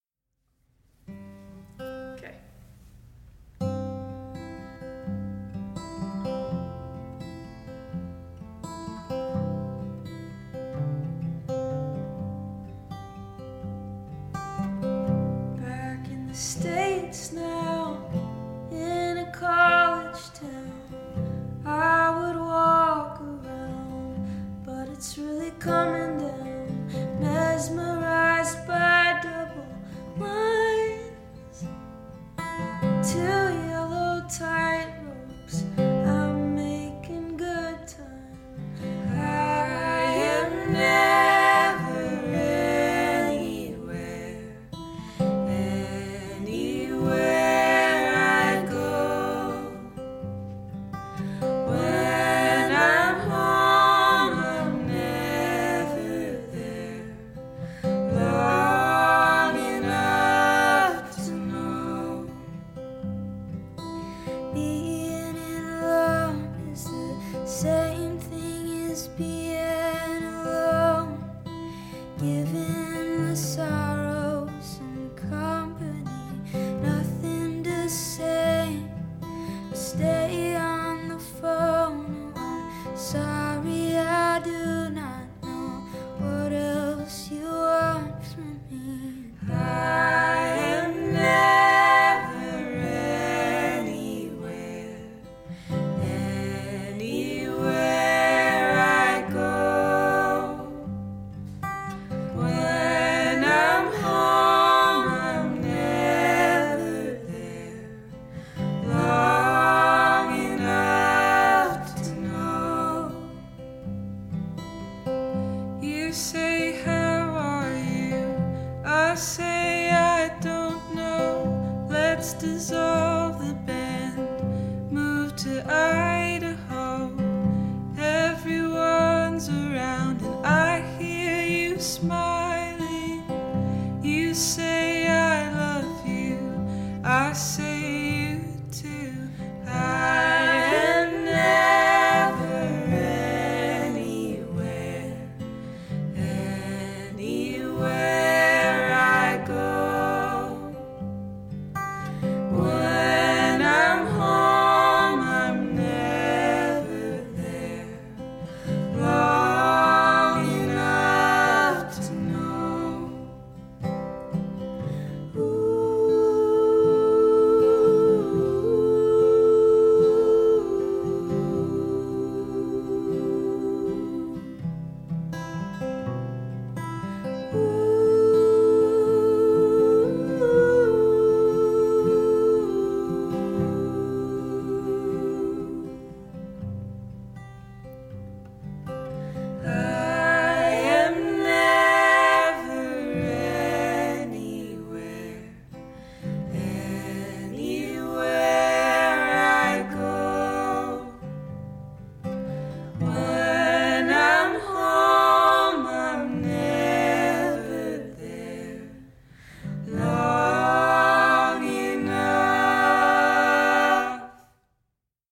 Back in the States now, in a college town, I would walk around, but it's really coming down, mesmerized by double lines, 2 yellow tight ropes, I'm making good time, I am never anywhere I go. When I'm home, I'm never You say, how are you? I say, I don't know. Let's dissolve the band, move to